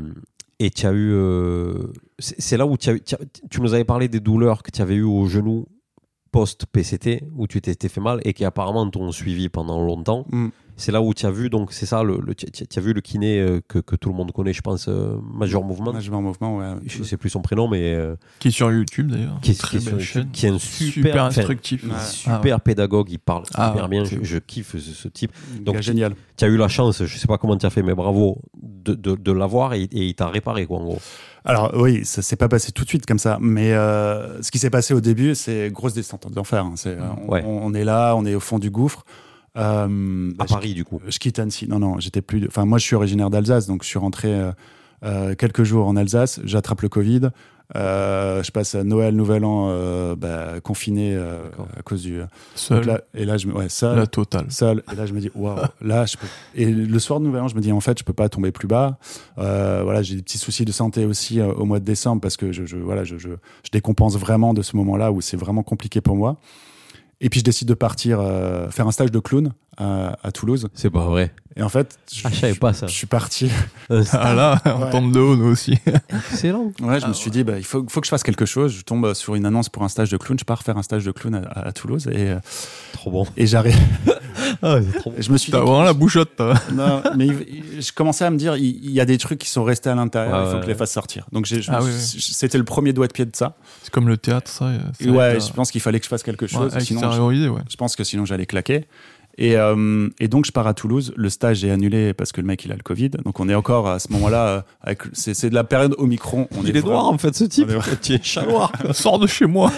[SPEAKER 1] C'est là où tu nous avais parlé des douleurs que tu avais eues au genou post-PCT, où tu t'étais fait mal et qui apparemment t'ont suivi pendant longtemps. C'est là où tu as vu, donc c'est ça, tu as vu le kiné que tout le monde connaît, je pense, Major Movement.
[SPEAKER 4] Major Movement, ouais.
[SPEAKER 1] Je sais plus son prénom, mais...
[SPEAKER 2] qui est sur YouTube, d'ailleurs.
[SPEAKER 1] Qui est un super
[SPEAKER 2] instructif.
[SPEAKER 1] Super pédagogue, il parle super bien, je kiffe ce type. Donc,
[SPEAKER 4] génial.
[SPEAKER 1] Tu as eu la chance, je sais pas comment tu as fait, mais bravo, de l'avoir et il t'a réparé, quoi, en gros.
[SPEAKER 4] Alors oui, ça s'est pas passé tout de suite comme ça, mais ce qui s'est passé au début, c'est grosse descente de l'enfer. On est là, on est au fond du gouffre.
[SPEAKER 1] À Paris, du coup.
[SPEAKER 4] Je quitte Annecy. Non, j'étais plus. Enfin, moi, je suis originaire d'Alsace, donc je suis rentré quelques jours en Alsace. J'attrape le Covid. Je passe à Noël, Nouvel An confiné à cause du.
[SPEAKER 2] Seul.
[SPEAKER 4] Là, et là, seul.
[SPEAKER 2] La totale.
[SPEAKER 4] Seul. Et là, je me dis, waouh, là, je peux. Et le soir de Nouvel An, je me dis, en fait, je peux pas tomber plus bas. J'ai des petits soucis de santé aussi au mois de décembre parce que je décompense vraiment de ce moment-là où c'est vraiment compliqué pour moi. Et puis je décide de partir faire un stage de clown à Toulouse.
[SPEAKER 1] C'est pas vrai.
[SPEAKER 4] Et en fait,
[SPEAKER 1] je savais pas ça.
[SPEAKER 4] Je suis parti.
[SPEAKER 2] Là, on tombe de haut, nous aussi.
[SPEAKER 1] Excellent.
[SPEAKER 4] Ouais, je me suis dit, il faut que je fasse quelque chose. Je tombe sur une annonce pour un stage de clown. Je pars faire un stage de clown à Toulouse. Et,
[SPEAKER 1] trop bon.
[SPEAKER 4] Et j'arrive.
[SPEAKER 1] C'est trop bon.
[SPEAKER 4] Je me suis dit.
[SPEAKER 2] T'as vraiment la bouchotte, toi.
[SPEAKER 4] Non, mais je commençais à me dire, il y a des trucs qui sont restés à l'intérieur. Il faut que je les fasse sortir. Donc c'était le premier doigt de pied de ça.
[SPEAKER 2] C'est comme le théâtre, ça.
[SPEAKER 4] Je pense qu'il fallait que je fasse quelque chose. Sinon, je pense que sinon j'allais claquer. Et donc je pars à Toulouse. Le stage est annulé parce que le mec il a le Covid. Donc on est encore à ce moment-là. C'est de la période Omicron.
[SPEAKER 1] Il est noir en fait, ce type. Tu es chat noir.
[SPEAKER 2] Sors de chez moi.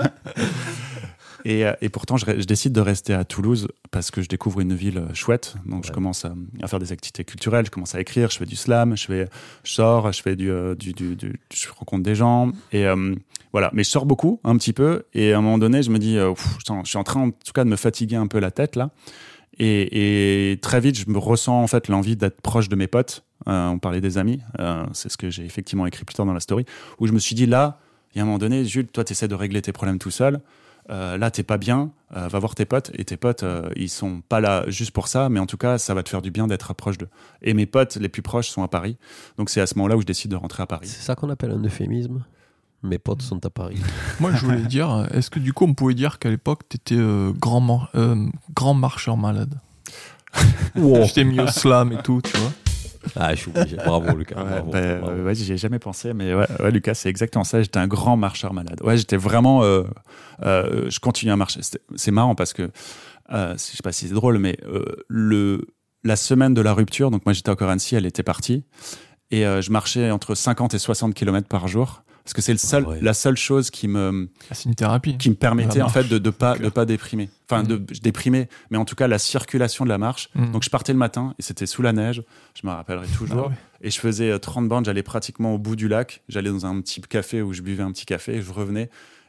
[SPEAKER 4] Et pourtant, je décide de rester à Toulouse parce que je découvre une ville chouette. Donc, je commence à faire des activités culturelles, je commence à écrire, je fais du slam, je sors, je fais je rencontre des gens. Et voilà. Mais je sors beaucoup, un petit peu. Et à un moment donné, je me dis, je suis en train, en tout cas, de me fatiguer un peu la tête, là. Et très vite, je me ressens, en fait, l'envie d'être proche de mes potes. On parlait des amis. C'est ce que j'ai effectivement écrit plus tard dans la story. Où je me suis dit, là, il y a un moment donné, Jules, toi, tu essaies de régler tes problèmes tout seul. Là t'es pas bien, va voir tes potes, et tes potes ils sont pas là juste pour ça, mais en tout cas ça va te faire du bien d'être proche d'eux. Et mes potes les plus proches sont à Paris, donc c'est à ce moment-là où je décide de rentrer à Paris.
[SPEAKER 1] C'est ça qu'on appelle un euphémisme. Mes potes sont à Paris.
[SPEAKER 2] Moi je voulais dire, est-ce que du coup on pouvait dire qu'à l'époque t'étais grand marcheur malade? Wow. Je t'ai mis au slam et tout, tu vois.
[SPEAKER 1] Ah, je suis obligé. Bravo, Lucas.
[SPEAKER 4] Bravo. J'y ai jamais pensé, mais ouais, Lucas, c'est exactement ça. J'étais un grand marcheur malade. Ouais, j'étais vraiment. Je continuais à marcher. C'est marrant parce que, je sais pas si c'est drôle, mais la semaine de la rupture, donc moi j'étais encore à Annecy, elle était partie, et je marchais entre 50 et 60 km par jour. Parce que c'est la seule chose qui me.
[SPEAKER 2] C'est une thérapie.
[SPEAKER 4] Qui me permettait en fait de pas déprimer. Enfin, je déprimais, mais en tout cas la circulation de la marche. Donc je partais le matin et c'était sous la neige, je me rappellerai toujours. Ah ouais. Et je faisais 30 bornes, j'allais pratiquement au bout du lac. J'allais dans un petit café où je buvais un petit café et je revenais.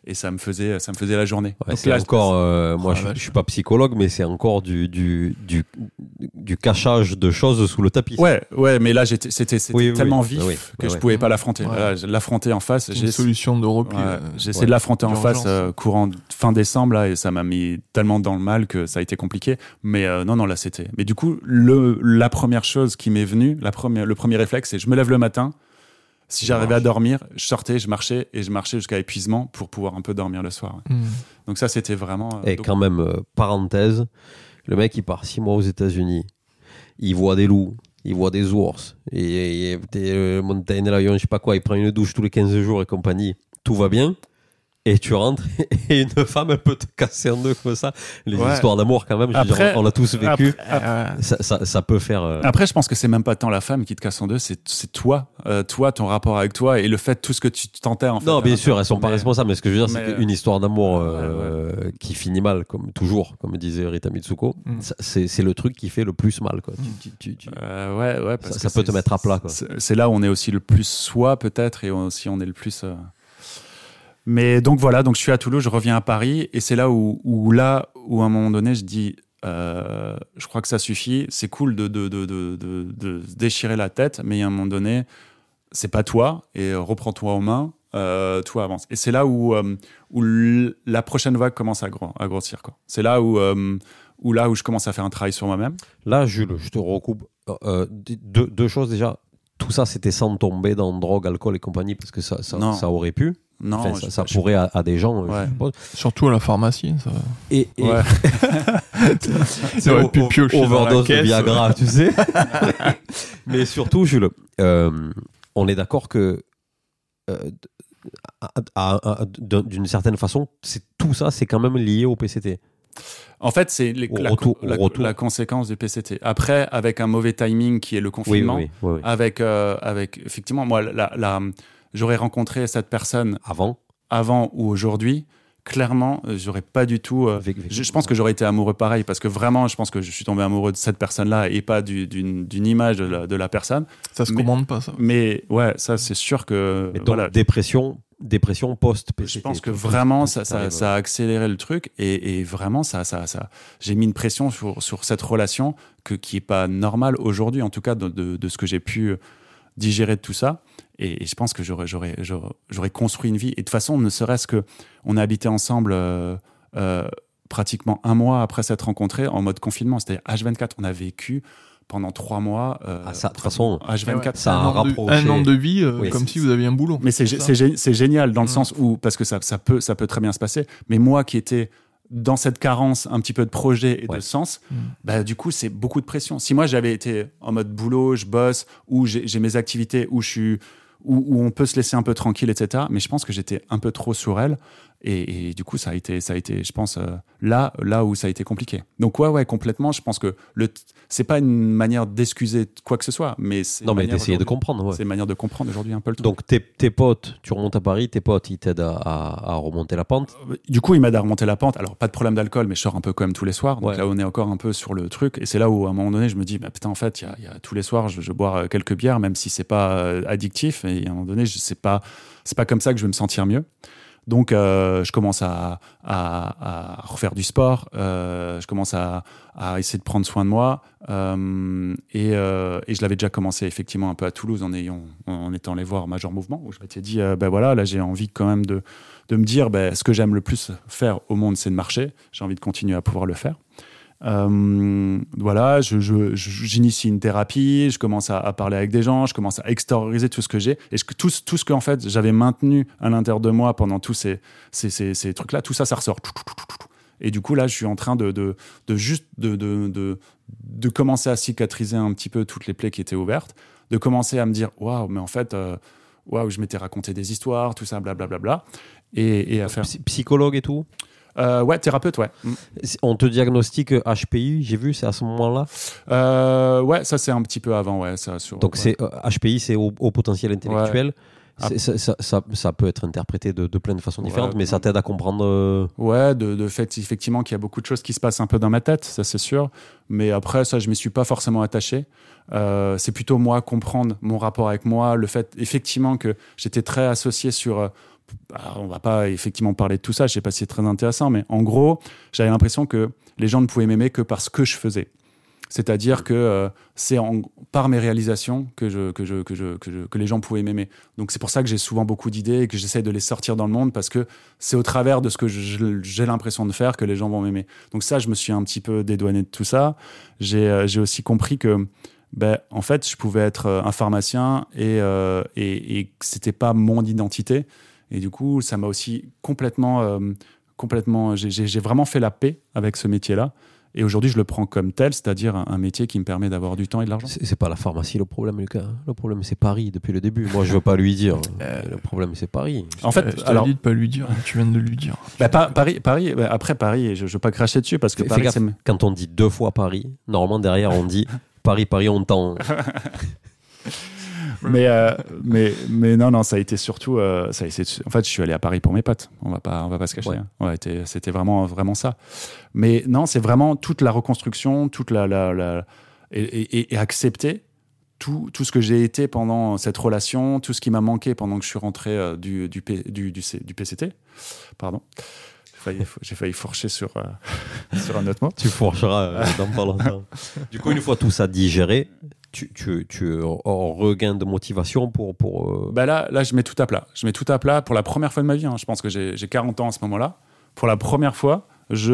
[SPEAKER 4] et ça me faisait la journée.
[SPEAKER 1] Ouais, c'est là, encore, moi je suis pas psychologue, mais c'est encore du cachage de choses sous le tapis.
[SPEAKER 4] Ouais, mais là c'était tellement vif que je pouvais pas l'affronter. Là, l'affronter en face,
[SPEAKER 2] j'ai une solution de repli.
[SPEAKER 4] J'ai essayé de l'affronter en face courant fin décembre là, et ça m'a mis tellement dans le mal que ça a été compliqué. Mais non, là c'était. Mais du coup, la première chose qui m'est venue, le premier réflexe, c'est je me lève le matin. Si j'arrivais à dormir, je sortais, je marchais jusqu'à épuisement pour pouvoir un peu dormir le soir. Donc ça, c'était vraiment...
[SPEAKER 1] Et quand même, parenthèse, le mec, il part 6 mois aux États-Unis. Il voit des loups, il voit des ours, et montagne, l'avion, je sais pas quoi, il prend une douche tous les 15 jours et compagnie. Tout va bien. Et tu rentres et une femme, elle peut te casser en deux comme ça. Les histoires d'amour, quand même, après, on l'a tous vécu. Ça peut faire.
[SPEAKER 4] Après, je pense que c'est même pas tant la femme qui te casse en deux, c'est toi. Toi, ton rapport avec toi et le fait, tout ce que tu t'enterres. En fait,
[SPEAKER 1] non, bien sûr, elles sont pas responsables, mais ce que je veux dire, c'est qu'une histoire d'amour qui finit mal, comme toujours, comme disait Rita Mitsuko, c'est le truc qui fait le plus mal, quoi. Parce ça peut te mettre à plat, quoi.
[SPEAKER 4] C'est là où on est aussi le plus soi, peut-être, et aussi on est le plus. Mais donc voilà, donc je suis à Toulouse, je reviens à Paris, et c'est là où à un moment donné, je dis, je crois que ça suffit. C'est cool de se déchirer la tête, mais à un moment donné, c'est pas toi, et reprends-toi en main, toi avance. Et c'est là où la prochaine vague commence à grossir, quoi. C'est là où je commence à faire un travail sur moi-même.
[SPEAKER 1] Là, Jules, je te recoupe. Deux choses déjà. Tout ça, c'était sans tomber dans drogue, alcool et compagnie, parce que ça aurait pu.
[SPEAKER 4] Non,
[SPEAKER 1] enfin, ça pourrait à des gens, je suppose.
[SPEAKER 2] Surtout à la pharmacie. Ça...
[SPEAKER 1] Et
[SPEAKER 2] ça aurait pu piocher
[SPEAKER 1] overdose de Viagra, tu sais. Mais surtout, Jules, on est d'accord que d'une certaine façon, tout ça, c'est quand même lié au PCT.
[SPEAKER 4] En fait, c'est la conséquence du PCT. Après, avec un mauvais timing qui est le confinement,
[SPEAKER 1] oui.
[SPEAKER 4] Avec effectivement, moi, j'aurais rencontré cette personne avant ou aujourd'hui. Clairement, j'aurais pas du tout. Je pense que j'aurais été amoureux pareil, parce que vraiment, je pense que je suis tombé amoureux de cette personne-là et pas d'une image de la personne.
[SPEAKER 2] Ça se commande pas, ça.
[SPEAKER 4] Mais ouais, ça c'est sûr que.
[SPEAKER 1] Mais donc, voilà. Dépression post-PCT.
[SPEAKER 4] Je pense que vraiment ça a accéléré le truc, et vraiment ça j'ai mis une pression sur cette relation qui est pas normale aujourd'hui, en tout cas de ce que j'ai pu digérer de tout ça. Et je pense que j'aurais construit une vie. Et de toute façon, ne serait-ce que on a habité ensemble pratiquement 1 mois après s'être rencontrés en mode confinement, c'est-à-dire H24. On a vécu pendant 3 mois.
[SPEAKER 1] De toute façon,
[SPEAKER 4] H24,
[SPEAKER 1] ça a rapproché.
[SPEAKER 2] Un an de vie, comme si vous aviez un boulot.
[SPEAKER 4] Mais c'est génial dans le sens où, parce que ça peut très bien se passer. Mais moi qui étais dans cette carence un petit peu de projet et de sens, du coup, c'est beaucoup de pression. Si moi, j'avais été en mode boulot, je bosse, ou j'ai mes activités, où on peut se laisser un peu tranquille, etc. Mais je pense que j'étais un peu trop sur elle. Et du coup, ça a été, je pense, là où ça a été compliqué. Donc, ouais, complètement. Je pense que c'est pas une manière d'excuser quoi que ce soit, mais c'est.
[SPEAKER 1] Non, mais d'essayer de comprendre. Ouais.
[SPEAKER 4] C'est une manière de comprendre aujourd'hui un peu le truc.
[SPEAKER 1] Donc, tes potes, tu remontes à Paris, tes potes, ils t'aident à remonter la pente.
[SPEAKER 4] Du coup, ils m'aident à remonter la pente. Alors, pas de problème d'alcool, mais je sors un peu quand même tous les soirs. Donc là, on est encore un peu sur le truc. Et c'est là où, à un moment donné, je me dis, putain, en fait, il y a tous les soirs, je bois quelques bières, même si c'est pas addictif. Et à un moment donné, c'est pas comme ça que je vais me sentir mieux. Donc, je commence à refaire du sport, je commence à essayer de prendre soin de moi, et je l'avais déjà commencé effectivement un peu à Toulouse en étant allé voir Major Mouvement, où je m'étais dit, voilà, là j'ai envie quand même de me dire, ce que j'aime le plus faire au monde, c'est de marcher, j'ai envie de continuer à pouvoir le faire. Voilà, j'initie une thérapie, je commence à parler avec des gens, je commence à extérioriser tout ce que j'ai, et tout ce que en fait j'avais maintenu à l'intérieur de moi pendant tous ces trucs là, tout ça ressort. Et du coup là je suis en train de commencer à cicatriser un petit peu toutes les plaies qui étaient ouvertes, de commencer à me dire waouh, mais en fait je m'étais raconté des histoires, tout ça, blablabla, et à faire
[SPEAKER 1] psychologue et tout.
[SPEAKER 4] Ouais, thérapeute, ouais.
[SPEAKER 1] On te diagnostique HPI, j'ai vu, c'est à ce moment-là.
[SPEAKER 4] Ouais, ça c'est un petit peu avant, ouais.
[SPEAKER 1] Donc c'est HPI, c'est au potentiel intellectuel. Ouais. Ça peut être interprété de plein de façons différentes, mais ça t'aide à comprendre.
[SPEAKER 4] Ouais, de fait, effectivement, qu'il y a beaucoup de choses qui se passent un peu dans ma tête, ça c'est sûr. Mais après, ça, je m'y suis pas forcément attaché. C'est plutôt moi comprendre mon rapport avec moi, le fait effectivement que j'étais très associé sur on va pas effectivement parler de tout ça, je sais pas si c'est très intéressant, mais en gros, j'avais l'impression que les gens ne pouvaient m'aimer que parce que je faisais. C'est-à-dire que c'est par mes réalisations que les gens pouvaient m'aimer. Donc c'est pour ça que j'ai souvent beaucoup d'idées et que j'essaie de les sortir dans le monde, parce que c'est au travers de ce que j'ai l'impression de faire que les gens vont m'aimer. Donc ça, je me suis un petit peu dédouané de tout ça. J'ai aussi compris que en fait, je pouvais être un pharmacien et que c'était pas mon identité. Et du coup, ça m'a aussi complètement j'ai vraiment fait la paix avec ce métier-là. Et aujourd'hui, je le prends comme tel, c'est-à-dire un métier qui me permet d'avoir du temps et de l'argent.
[SPEAKER 1] C'est pas la pharmacie le problème, Lucas. Le problème, c'est Paris depuis le début. Moi, je veux pas lui dire. Le problème, c'est Paris.
[SPEAKER 2] En fait, je t'ai dit de pas lui dire. Tu viens de lui dire.
[SPEAKER 4] Paris. Après Paris, je veux pas cracher dessus parce que Paris,
[SPEAKER 1] quand on dit 2 fois Paris, normalement derrière on dit Paris, on t'en.
[SPEAKER 4] mais non, ça a été surtout. En fait, je suis allé à Paris pour mes potes. On va pas se cacher.
[SPEAKER 1] Ouais.
[SPEAKER 4] Hein. C'était vraiment ça. Mais non, c'est vraiment toute la reconstruction, toute et accepter tout ce que j'ai été pendant cette relation, tout ce qui m'a manqué pendant que je suis rentré du PCT. Pardon. J'ai failli fourcher sur un autre mot.
[SPEAKER 1] Tu fourcheras dans pas longtemps. Du coup, une fois tout ça digéré, tu regain de motivation pour
[SPEAKER 4] Là, je mets tout à plat. Je mets tout à plat pour la première fois de ma vie. Hein. Je pense que j'ai 40 ans à ce moment-là. Pour la première fois,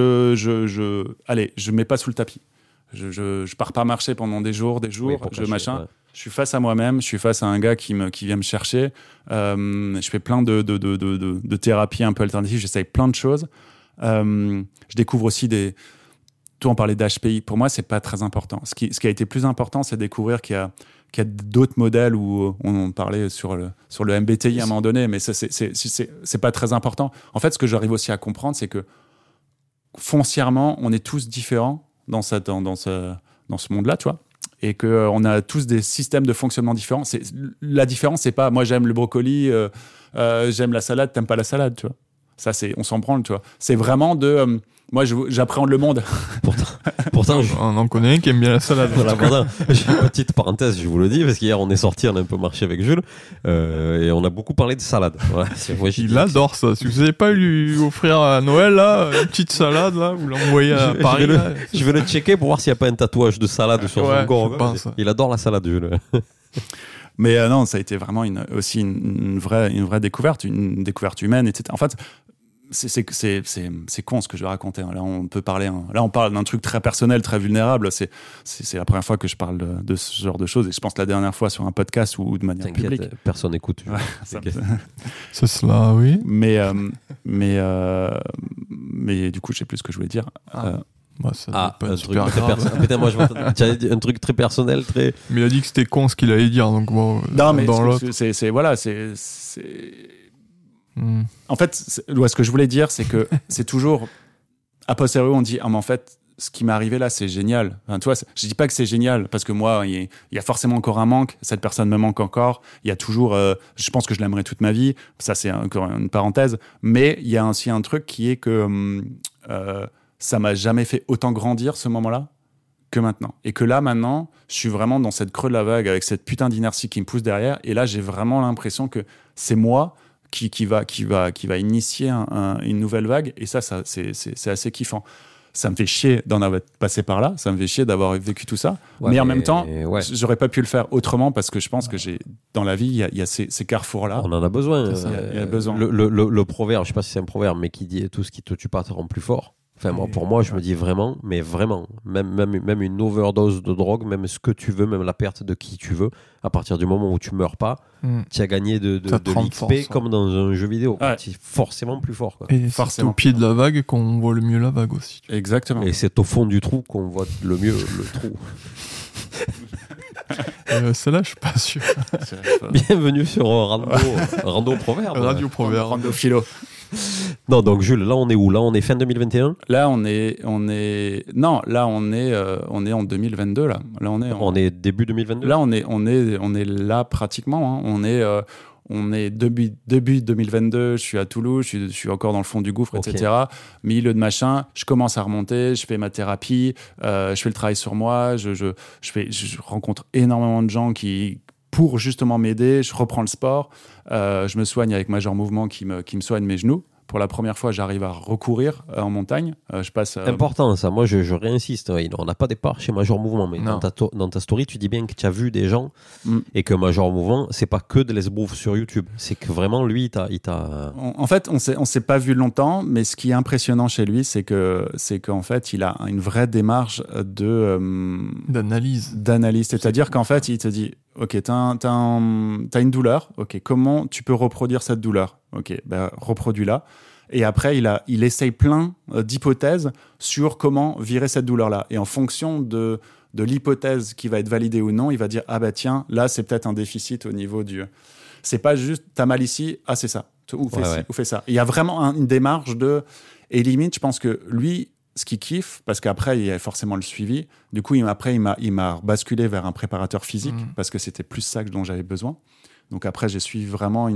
[SPEAKER 4] allez, je mets pas sous le tapis. Je pars pas marcher pendant des jours,
[SPEAKER 1] Ouais.
[SPEAKER 4] Je suis face à moi-même, je suis face à un gars qui vient me chercher. Je fais plein de thérapies un peu alternatives, j'essaye plein de choses. Je découvre aussi Toi, on parlait d'HPI. Pour moi, c'est pas très important. Ce qui a été plus important, c'est de découvrir qu'il y a d'autres modèles où on parlait sur le MBTI à un moment donné, mais ça, c'est pas très important. En fait, ce que j'arrive aussi à comprendre, c'est que foncièrement, on est tous différents dans ce monde-là, tu vois, et qu'on a tous des systèmes de fonctionnement différents. La différence, c'est pas moi j'aime le brocoli, j'aime la salade, t'aimes pas la salade, tu vois. Ça, on s'en branle, tu vois. C'est vraiment moi, j'appréhende le monde.
[SPEAKER 1] Pourtant
[SPEAKER 2] on en connaît un qui aime bien la salade.
[SPEAKER 1] Voilà, j'ai une petite parenthèse, je vous le dis, parce qu'hier on est sorti, on a un peu marché avec Jules, et on a beaucoup parlé de salade. Voilà,
[SPEAKER 2] il adore ça. Si vous n'avez pas lui offrir à Noël là, une petite salade là, vous l'envoyez à Paris.
[SPEAKER 1] Je vais le checker pour voir s'il n'y a pas un tatouage de salade sur son corps. Il adore la salade, Jules.
[SPEAKER 4] Mais non, ça a été vraiment aussi une vraie découverte, une découverte humaine, etc. En fait, c'est con ce que je vais raconter. Là, on peut parler. Là, on parle d'un truc très personnel, très vulnérable. C'est la première fois que je parle de ce genre de choses, et je pense la dernière fois sur un podcast ou de manière publique.
[SPEAKER 1] Personne n'écoute.
[SPEAKER 2] C'est cela, oui.
[SPEAKER 4] Mais du coup, je sais plus ce que je voulais dire.
[SPEAKER 1] Putain, moi, tu as dit un truc très personnel, très.
[SPEAKER 2] Mais il a dit que c'était con ce qu'il allait dire, donc bon.
[SPEAKER 4] Non, mais En fait, ce que je voulais dire, c'est que c'est toujours a posteriori, on dit mais en fait, ce qui m'est arrivé là, c'est génial. Enfin, tu vois, je dis pas que c'est génial parce que moi, il y a forcément encore un manque. Cette personne me manque encore. Il y a toujours. Je pense que je l'aimerai toute ma vie. Ça, c'est encore une parenthèse. Mais il y a aussi un truc qui est que ça m'a jamais fait autant grandir ce moment-là que maintenant. Et que là, maintenant, je suis vraiment dans cette creux de la vague avec cette putain d'inertie qui me pousse derrière. Et là, j'ai vraiment l'impression que c'est moi qui va initier une nouvelle vague. Et ça c'est assez kiffant. Ça me fait chier d'en avoir passé par là. Ça me fait chier d'avoir vécu tout ça. Mais en même temps, j'aurais pas pu le faire autrement parce que je pense que dans la vie, il y a ces carrefours-là.
[SPEAKER 1] On en a besoin.
[SPEAKER 4] Il y a besoin.
[SPEAKER 1] Le proverbe, je sais pas si c'est un proverbe, mais qui dit tout ce qui te tue pas te rend plus fort. Enfin, pour moi, je me dis vraiment, même une overdose de drogue, même ce que tu veux, même la perte de qui tu veux, à partir du moment où tu meurs pas, tu as gagné de l'XP comme dans un jeu vidéo. Ouais. Tu es forcément plus fort. Quoi.
[SPEAKER 2] Et c'est au pied de la vague qu'on voit le mieux la vague aussi.
[SPEAKER 4] Exactement.
[SPEAKER 1] Et c'est au fond du trou qu'on voit le mieux le trou.
[SPEAKER 2] Celle-là, je suis pas sûr.
[SPEAKER 1] Bienvenue sur Rando Proverbe.
[SPEAKER 2] Radio Proverbe.
[SPEAKER 4] Rando Philo.
[SPEAKER 1] Non, donc Jules, là on est où? Là on est fin 2021?
[SPEAKER 4] Là on est en 2022 là.
[SPEAKER 1] On est début 2022.
[SPEAKER 4] Là on est là pratiquement. Hein. On est début 2022. Je suis à Toulouse. Je suis encore dans le fond du gouffre, etc. Milieu de machin. Je commence à remonter. Je fais ma thérapie. Je fais le travail sur moi. Je rencontre énormément de gens qui pour justement m'aider. Je reprends le sport. Je me soigne avec Major Mouvement qui me soigne mes genoux. Pour la première fois, j'arrive à recourir en montagne. Je passe.
[SPEAKER 1] Important ça. Moi, je réinsiste. On n'a pas départ chez Major Mouvement, mais dans ta story, tu dis bien que tu as vu des gens et que Major Mouvement, c'est pas que de l'esbrouf sur YouTube. C'est que vraiment, lui, il t'a.
[SPEAKER 4] En fait, on s'est pas vu longtemps, mais ce qui est impressionnant chez lui, c'est qu'en fait, il a une vraie démarche
[SPEAKER 2] d'analyse.
[SPEAKER 4] C'est-à-dire qu'en fait, il te dit. Ok, t'as une douleur. Ok, comment tu peux reproduire cette douleur? Ok, reproduis-la. Et après, il essaye plein d'hypothèses sur comment virer cette douleur-là. Et en fonction de l'hypothèse qui va être validée ou non, il va dire tiens, là c'est peut-être un déficit au niveau du. C'est pas juste t'as mal ici, c'est ça. Ou fais ça. Il y a vraiment une démarche et limite, je pense que lui. Ce qu'il kiffe, parce qu'après, il y a forcément le suivi. Du coup, il m'a basculé vers un préparateur physique, parce que c'était plus ça dont j'avais besoin. Donc après, j'ai suivi vraiment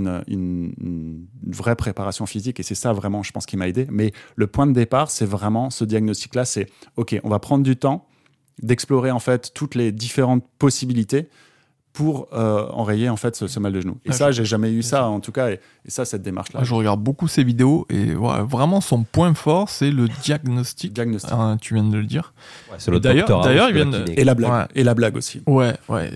[SPEAKER 4] une vraie préparation physique, et c'est ça vraiment, je pense, qui m'a aidé. Mais le point de départ, c'est vraiment ce diagnostic-là, c'est OK, on va prendre du temps d'explorer en fait toutes les différentes possibilités pour enrayer en fait ce mal de genou. Et ça, j'ai jamais eu ça en tout cas. Et ça, cette démarche-là.
[SPEAKER 2] Je regarde beaucoup ses vidéos et vraiment son point fort, c'est le diagnostic. Tu viens de le dire.
[SPEAKER 1] Ouais, c'est le docteur.
[SPEAKER 2] D'ailleurs, il vient de...
[SPEAKER 4] Et la blague. Ouais. Et la blague aussi.
[SPEAKER 2] Ouais.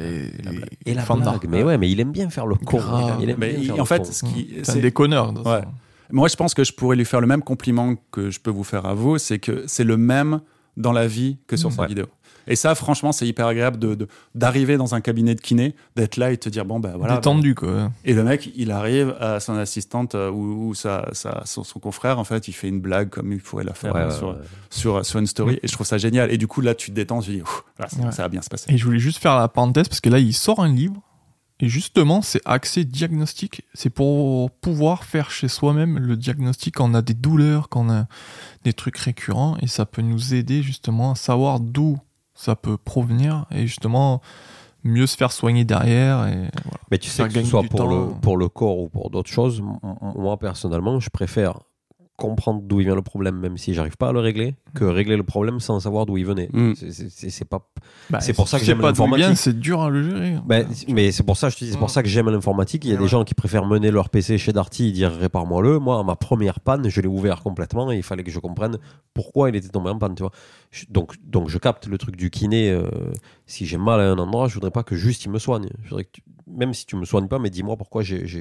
[SPEAKER 1] Et la blague. Mais il aime bien faire le con.
[SPEAKER 4] En fait,
[SPEAKER 2] c'est un déconneur.
[SPEAKER 4] Ouais. Moi, je pense que je pourrais lui faire le même compliment que je peux vous faire à vous, c'est que c'est le même dans la vie que sur sa vidéo. Et ça, franchement, c'est hyper agréable d'arriver dans un cabinet de kiné, d'être là et de te dire, voilà.
[SPEAKER 2] Détendu, quoi.
[SPEAKER 4] Et le mec, il arrive à son assistante ou son confrère, en fait, il fait une blague comme il pourrait la faire sur une story. Et je trouve ça génial. Et du coup, là, tu te détends, tu dis, ça va bien se passer.
[SPEAKER 2] Et je voulais juste faire la parenthèse, parce que là, il sort un livre. Et justement, c'est axé diagnostic. C'est pour pouvoir faire chez soi-même le diagnostic quand on a des douleurs, quand on a des trucs récurrents. Et ça peut nous aider justement à savoir d'où ça peut provenir et justement mieux se faire soigner derrière. Et voilà.
[SPEAKER 1] Mais tu sais que ce soit pour le corps ou pour d'autres choses, moi personnellement, je préfère comprendre d'où il vient le problème, même si j'arrive pas à le régler, que régler le problème sans savoir d'où il venait. C'est pas. C'est pour ça que j'aime l'informatique.
[SPEAKER 2] C'est dur à le gérer.
[SPEAKER 1] Mais c'est pour ça, je te dis, c'est pour ça que j'aime l'informatique. Il y a des gens qui préfèrent mener leur PC chez Darty et dire répare-moi-le. Moi, à ma première panne, je l'ai ouvert complètement et il fallait que je comprenne pourquoi il était tombé en panne, tu vois. Donc je capte le truc du kiné. Si j'ai mal à un endroit, je voudrais pas que juste il me soigne. Je voudrais que même si tu me soignes pas, mais dis-moi pourquoi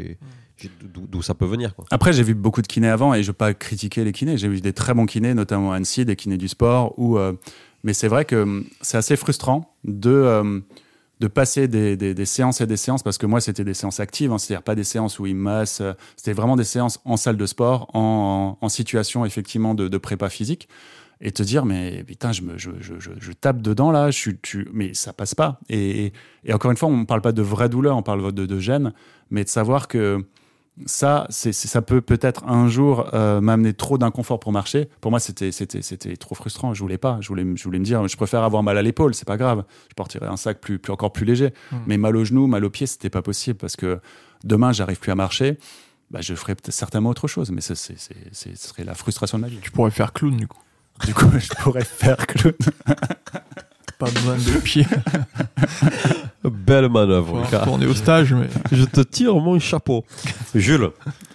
[SPEAKER 1] d'où ça peut venir, quoi.
[SPEAKER 4] Après, j'ai vu beaucoup de kinés avant et je veux pas critiquer les kinés. J'ai vu des très bons kinés, notamment à Annecy, des kinés du sport. Mais c'est vrai que c'est assez frustrant de passer des séances et des séances, parce que moi, c'était des séances actives, c'est-à-dire pas des séances où ils massent. C'était vraiment des séances en salle de sport, en situation effectivement de prépa physique. Et te dire, mais putain, je tape dedans là, mais ça passe pas. Et encore une fois, on ne parle pas de vraie douleur, on parle de gêne, mais de savoir que ça peut-être un jour m'amener trop d'inconfort pour marcher. Pour moi, c'était trop frustrant. Je voulais pas. Je voulais me dire, je préfère avoir mal à l'épaule, c'est pas grave. Je porterai un sac encore plus léger. Mais mal au genou, mal au pied, c'était pas possible parce que demain, j'arrive plus à marcher. Je ferais peut-être certainement autre chose, mais ce serait la frustration de ma vie.
[SPEAKER 2] Tu pourrais faire clown du coup.
[SPEAKER 4] Du coup, je pourrais faire clown.
[SPEAKER 2] Pas besoin de pied.
[SPEAKER 1] Belle manœuvre.
[SPEAKER 2] On est au stage, mais
[SPEAKER 1] je te tire mon chapeau. Jules,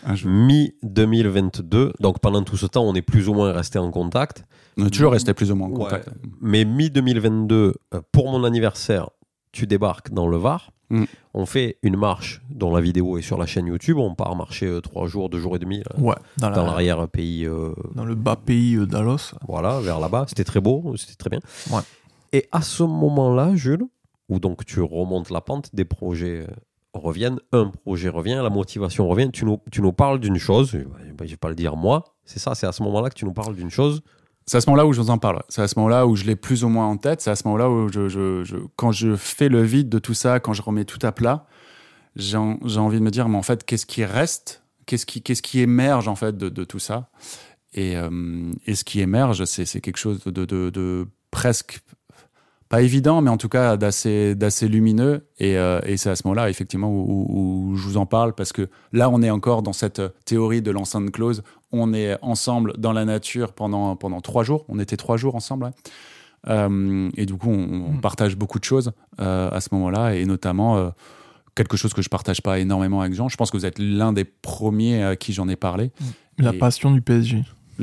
[SPEAKER 1] mi-2022, donc pendant tout ce temps, on est plus ou moins resté en contact.
[SPEAKER 4] On est toujours resté plus ou moins en contact.
[SPEAKER 1] Ouais. Mais mi-2022, pour mon anniversaire, tu débarques dans le Var. On fait une marche dont la vidéo est sur la chaîne YouTube. On part marcher 3 jours, 2 jours et demi dans l'arrière-pays.
[SPEAKER 2] Dans le bas pays d'Alos.
[SPEAKER 1] Voilà, vers là-bas. C'était très beau, c'était très bien.
[SPEAKER 2] Ouais.
[SPEAKER 1] Et à ce moment-là, Jules, où donc tu remontes la pente, des projets reviennent, un projet revient, la motivation revient. Tu nous parles d'une chose, je ne vais pas le dire moi, c'est ça, c'est à ce moment-là que tu nous parles d'une chose.
[SPEAKER 4] C'est à ce moment-là où je vous en parle. C'est à ce moment-là où je l'ai plus ou moins en tête. C'est à ce moment-là où quand je fais le vide de tout ça, quand je remets tout à plat, j'ai envie de me dire, mais en fait, qu'est-ce qui reste ? Qu'est-ce qui émerge en fait de tout ça ? Et ce qui émerge, c'est quelque chose de presque pas évident, mais en tout cas d'assez lumineux. Et c'est à ce moment-là, effectivement, où je vous en parle, parce que là, on est encore dans cette théorie de l'enceinte close. On est ensemble dans la nature pendant 3 jours. On était 3 jours ensemble. Ouais. Et du coup, on partage beaucoup de choses à ce moment-là, et notamment quelque chose que je partage pas énormément avec Jean. Je pense que vous êtes l'un des premiers à qui j'en ai parlé.
[SPEAKER 2] La passion du PSG.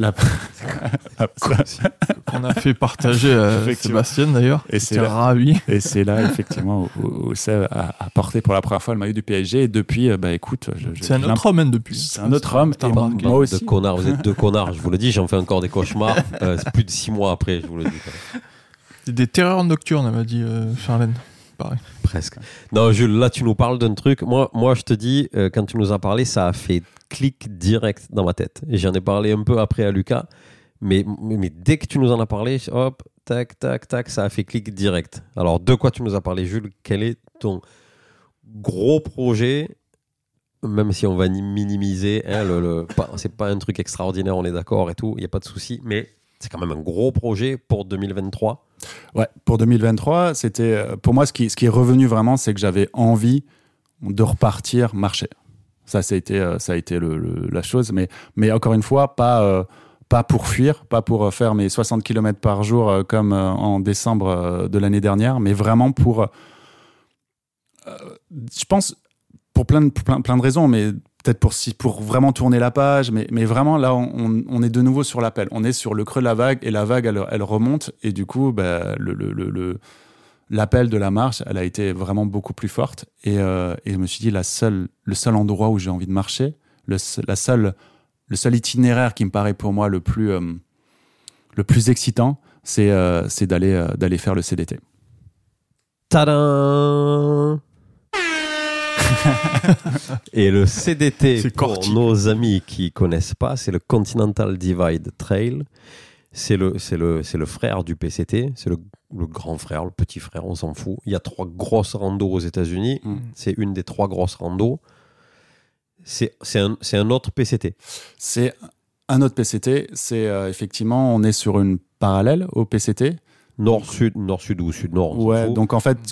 [SPEAKER 2] Qu'on a fait partager à Sébastien d'ailleurs.
[SPEAKER 4] Et c'est
[SPEAKER 2] ravi.
[SPEAKER 4] Et c'est là effectivement où Seb a porté pour la première fois le maillot du PSG. Et depuis, écoute,
[SPEAKER 2] c'est un autre homme depuis.
[SPEAKER 4] C'est un autre homme. Et
[SPEAKER 1] moi aussi. Vous êtes deux connards. Je vous le dis, j'en fais encore des cauchemars. C'est plus de 6 mois après, je vous le dis.
[SPEAKER 2] C'est des terreurs nocturnes, m'a dit Charlène. Pareil.
[SPEAKER 1] Presque. Non, Jules, là tu nous parles d'un truc. Moi, je te dis, quand tu nous as parlé, ça a fait clic direct dans ma tête. Et j'en ai parlé un peu après à Lucas. Mais dès que tu nous en as parlé, hop, tac, tac, tac, ça a fait clic direct. Alors, de quoi tu nous as parlé, Jules? Quel est ton gros projet? Même si on va minimiser, hein, c'est pas un truc extraordinaire, on est d'accord et tout, il n'y a pas de souci, mais c'est quand même un gros projet pour 2023.
[SPEAKER 4] Ouais, pour 2023, c'était pour moi ce qui est revenu vraiment, c'est que j'avais envie de repartir marcher. Ça a été la chose, mais encore une fois, pas pour fuir, pas pour faire mes 60 km par jour comme en décembre de l'année dernière, mais vraiment pour, je pense, pour plein de raisons, mais peut-être pour vraiment tourner la page, mais vraiment là, on est de nouveau sur l'appel. On est sur le creux de la vague et la vague, elle remonte et du coup, l'appel de la marche, elle a été vraiment beaucoup plus forte et je me suis dit le seul endroit où j'ai envie de marcher, le seul itinéraire qui me paraît pour moi le plus excitant, c'est d'aller faire le CDT.
[SPEAKER 1] Tadam! Et le CDT, pour nos amis qui connaissent pas, c'est le Continental Divide Trail. C'est le frère du PCT, c'est le grand frère, le petit frère, on s'en fout. Il y a 3 grosses randos aux États-Unis. C'est une des 3 grosses randos. C'est un autre PCT.
[SPEAKER 4] C'est un autre PCT. C'est effectivement, on est sur une parallèle au PCT.
[SPEAKER 1] Nord-sud ou sud-nord.
[SPEAKER 4] Ouais, donc en fait,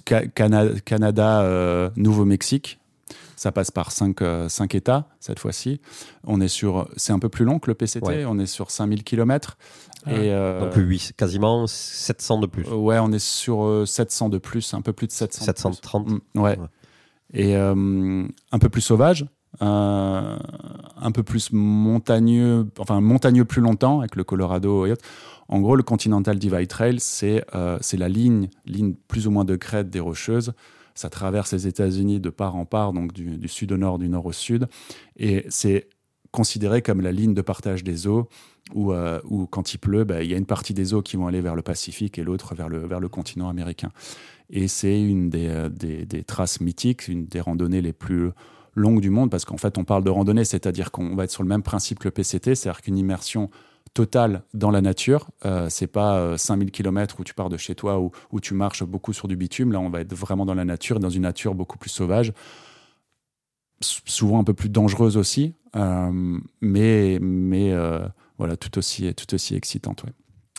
[SPEAKER 4] Canada, Nouveau-Mexique, ça passe par 5 États cette fois-ci. C'est un peu plus long que le PCT, ouais. On est sur 5000 km.
[SPEAKER 1] Donc 8, quasiment 700 de plus.
[SPEAKER 4] Ouais, on est sur 700 de plus, un peu plus de 700.
[SPEAKER 1] 730.
[SPEAKER 4] Ouais. Et un peu plus sauvage. Un peu plus montagneux plus longtemps avec le Colorado et autres. En gros, le Continental Divide Trail, c'est la ligne plus ou moins de crête des Rocheuses. Ça traverse les États-Unis de part en part, donc du sud au nord, du nord au sud. Et c'est considéré comme la ligne de partage des eaux où quand il pleut, il y a une partie des eaux qui vont aller vers le Pacifique et l'autre vers le continent américain. Et c'est une des traces mythiques, une des randonnées les plus longue du monde, parce qu'en fait on parle de randonnée, c'est-à-dire qu'on va être sur le même principe que le PCT, c'est-à-dire qu'une immersion totale dans la nature, c'est pas 5000 km où tu pars de chez toi où tu marches beaucoup sur du bitume. Là on va être vraiment dans la nature, dans une nature beaucoup plus sauvage, souvent un peu plus dangereuse aussi, mais voilà, tout aussi excitante. Ouais.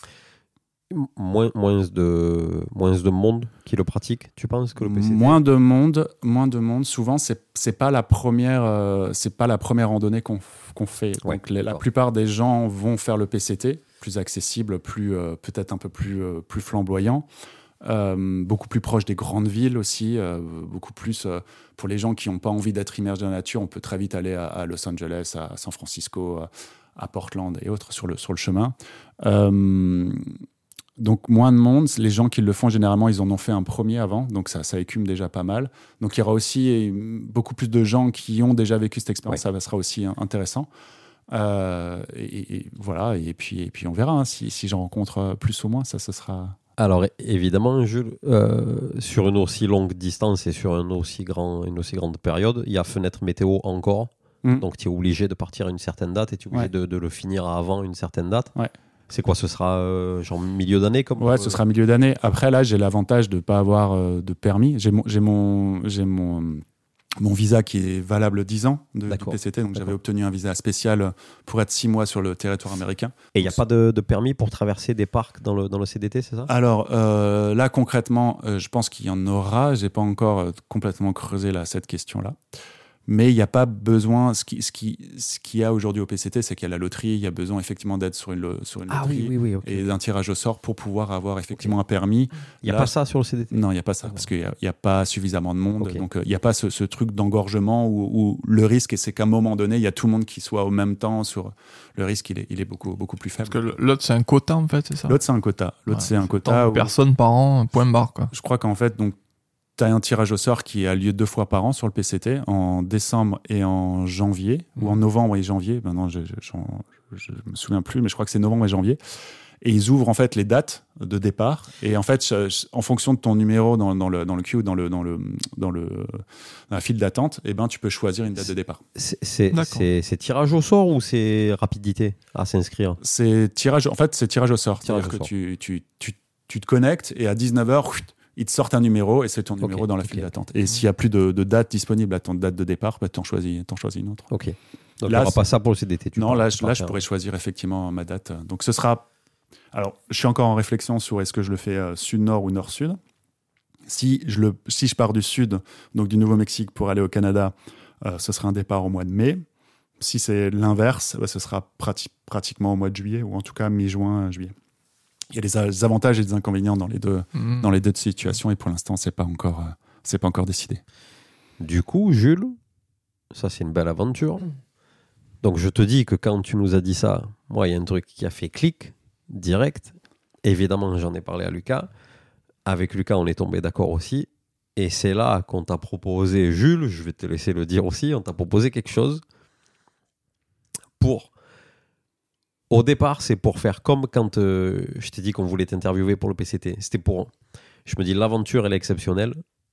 [SPEAKER 1] Moins de monde qui le pratique, tu penses, que le PCT?
[SPEAKER 4] Moins de monde. Souvent, c'est pas la première randonnée qu'on fait.
[SPEAKER 1] Ouais,
[SPEAKER 4] donc la plupart des gens vont faire le PCT, plus accessible, peut-être un peu plus flamboyant, beaucoup plus proche des grandes villes aussi, beaucoup plus pour les gens qui n'ont pas envie d'être immergés dans la nature. On peut très vite aller à Los Angeles, à San Francisco, à Portland et autres sur le chemin. Donc moins de monde, les gens qui le font généralement ils en ont fait un premier avant, donc ça écume déjà pas mal. Donc il y aura aussi beaucoup plus de gens qui ont déjà vécu cette expérience, ouais. Ça sera aussi intéressant. Et voilà, et puis on verra hein, si j'en rencontre plus ou moins, ça ce sera...
[SPEAKER 1] Alors évidemment Jules, sur une aussi longue distance et sur une aussi grande période, il y a fenêtre météo encore, donc tu es obligé de partir à une certaine date et tu es obligé de le finir avant une certaine date.
[SPEAKER 4] Ouais.
[SPEAKER 1] C'est quoi, ce sera genre milieu d'année comme...
[SPEAKER 4] Ouais, ce sera milieu d'année. Après, là, j'ai l'avantage de ne pas avoir de permis. J'ai mon visa qui est valable 10 ans de PCT, donc j'avais obtenu un visa spécial pour être 6 mois sur le territoire américain.
[SPEAKER 1] Et il n'y a pas de permis pour traverser des parcs dans le CDT, c'est ça?
[SPEAKER 4] Alors, là, concrètement, je pense qu'il y en aura. Je n'ai pas encore complètement creusé cette question-là. Mais il n'y a pas besoin. Ce qu'il y a aujourd'hui au PCT, c'est qu'il y a la loterie. Il y a besoin effectivement d'être sur une loterie
[SPEAKER 1] okay.
[SPEAKER 4] et d'un tirage au sort pour pouvoir avoir effectivement un permis.
[SPEAKER 1] Il n'y a pas ça sur le CDT?
[SPEAKER 4] Non, il n'y a pas ça parce qu'il n'y a pas suffisamment de monde. Donc il n'y a pas ce truc d'engorgement où le risque, et c'est qu'à un moment donné, il y a tout le monde qui soit au même temps sur le risque. Il est beaucoup plus faible.
[SPEAKER 2] Parce que l'autre, c'est un quota en fait, c'est ça?
[SPEAKER 4] L'autre, c'est un quota. C'est un quota.
[SPEAKER 2] Personne par an, point barre, quoi.
[SPEAKER 4] Je crois qu'en fait, donc, tu as un tirage au sort qui a lieu 2 fois par an sur le PCT, en décembre et en janvier, ou en novembre et janvier. Maintenant, je me souviens plus, mais je crois que c'est novembre et janvier. Et ils ouvrent en fait les dates de départ. Et en fait, en fonction de ton numéro dans le queue, dans la file d'attente, tu peux choisir une date de départ.
[SPEAKER 1] C'est tirage au sort ou c'est rapidité à s'inscrire?
[SPEAKER 4] C'est tirage au sort. C'est-à-dire que tu te connectes et à 19h, ils te sortent un numéro et c'est ton numéro dans la file d'attente. Et s'il n'y a plus de date disponible à ton date de départ, tu en choisis une autre.
[SPEAKER 1] Ok. Donc là, il n'y aura pas ça pour le CDT.
[SPEAKER 4] Je pourrais choisir effectivement ma date. Donc ce sera... Alors, je suis encore en réflexion sur est-ce que je le fais sud-nord ou nord-sud. Si je pars du sud, donc du Nouveau-Mexique pour aller au Canada, ce sera un départ au mois de mai. Si c'est l'inverse, ce sera pratiquement au mois de juillet, ou en tout cas mi-juin, juillet. Il y a des avantages et des inconvénients dans les deux situations, et pour l'instant, c'est pas encore décidé.
[SPEAKER 1] Du coup, Jules, ça c'est une belle aventure. Donc je te dis que quand tu nous as dit ça, moi il y a un truc qui a fait clic direct. Évidemment, j'en ai parlé à Lucas. Avec Lucas, on est tombé d'accord aussi. Et c'est là qu'on t'a proposé, Jules, je vais te laisser le dire aussi, on t'a proposé quelque chose pour... Au départ, c'est pour faire comme quand je t'ai dit qu'on voulait t'interviewer pour le PCT. C'était pour... Je me dis, l'aventure, elle est exceptionnelle.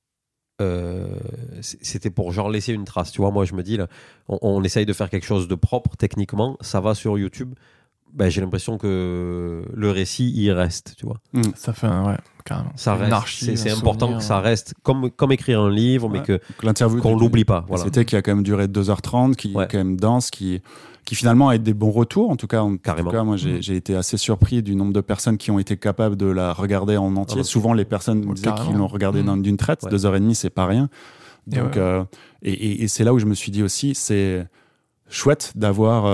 [SPEAKER 1] C'était pour genre laisser une trace. Tu vois, moi, je me dis, là, on essaye de faire quelque chose de propre, techniquement. Ça va sur YouTube. Ben, j'ai l'impression que le récit, il reste, tu vois.
[SPEAKER 2] Ça fait carrément.
[SPEAKER 1] Ça reste. C'est important que ça reste comme écrire un livre, mais qu'on l'oublie pas. Voilà.
[SPEAKER 4] C'était qui a quand même duré 2h30, qui est quand même dense, qui finalement a des bons retours. En tout cas, moi, j'ai été assez surpris du nombre de personnes qui ont été capables de la regarder en entier. Souvent, les personnes disaient qu'ils l'ont regardé d'une traite. 2h30, c'est pas rien. Donc, et c'est là où je me suis dit aussi, c'est chouette d'avoir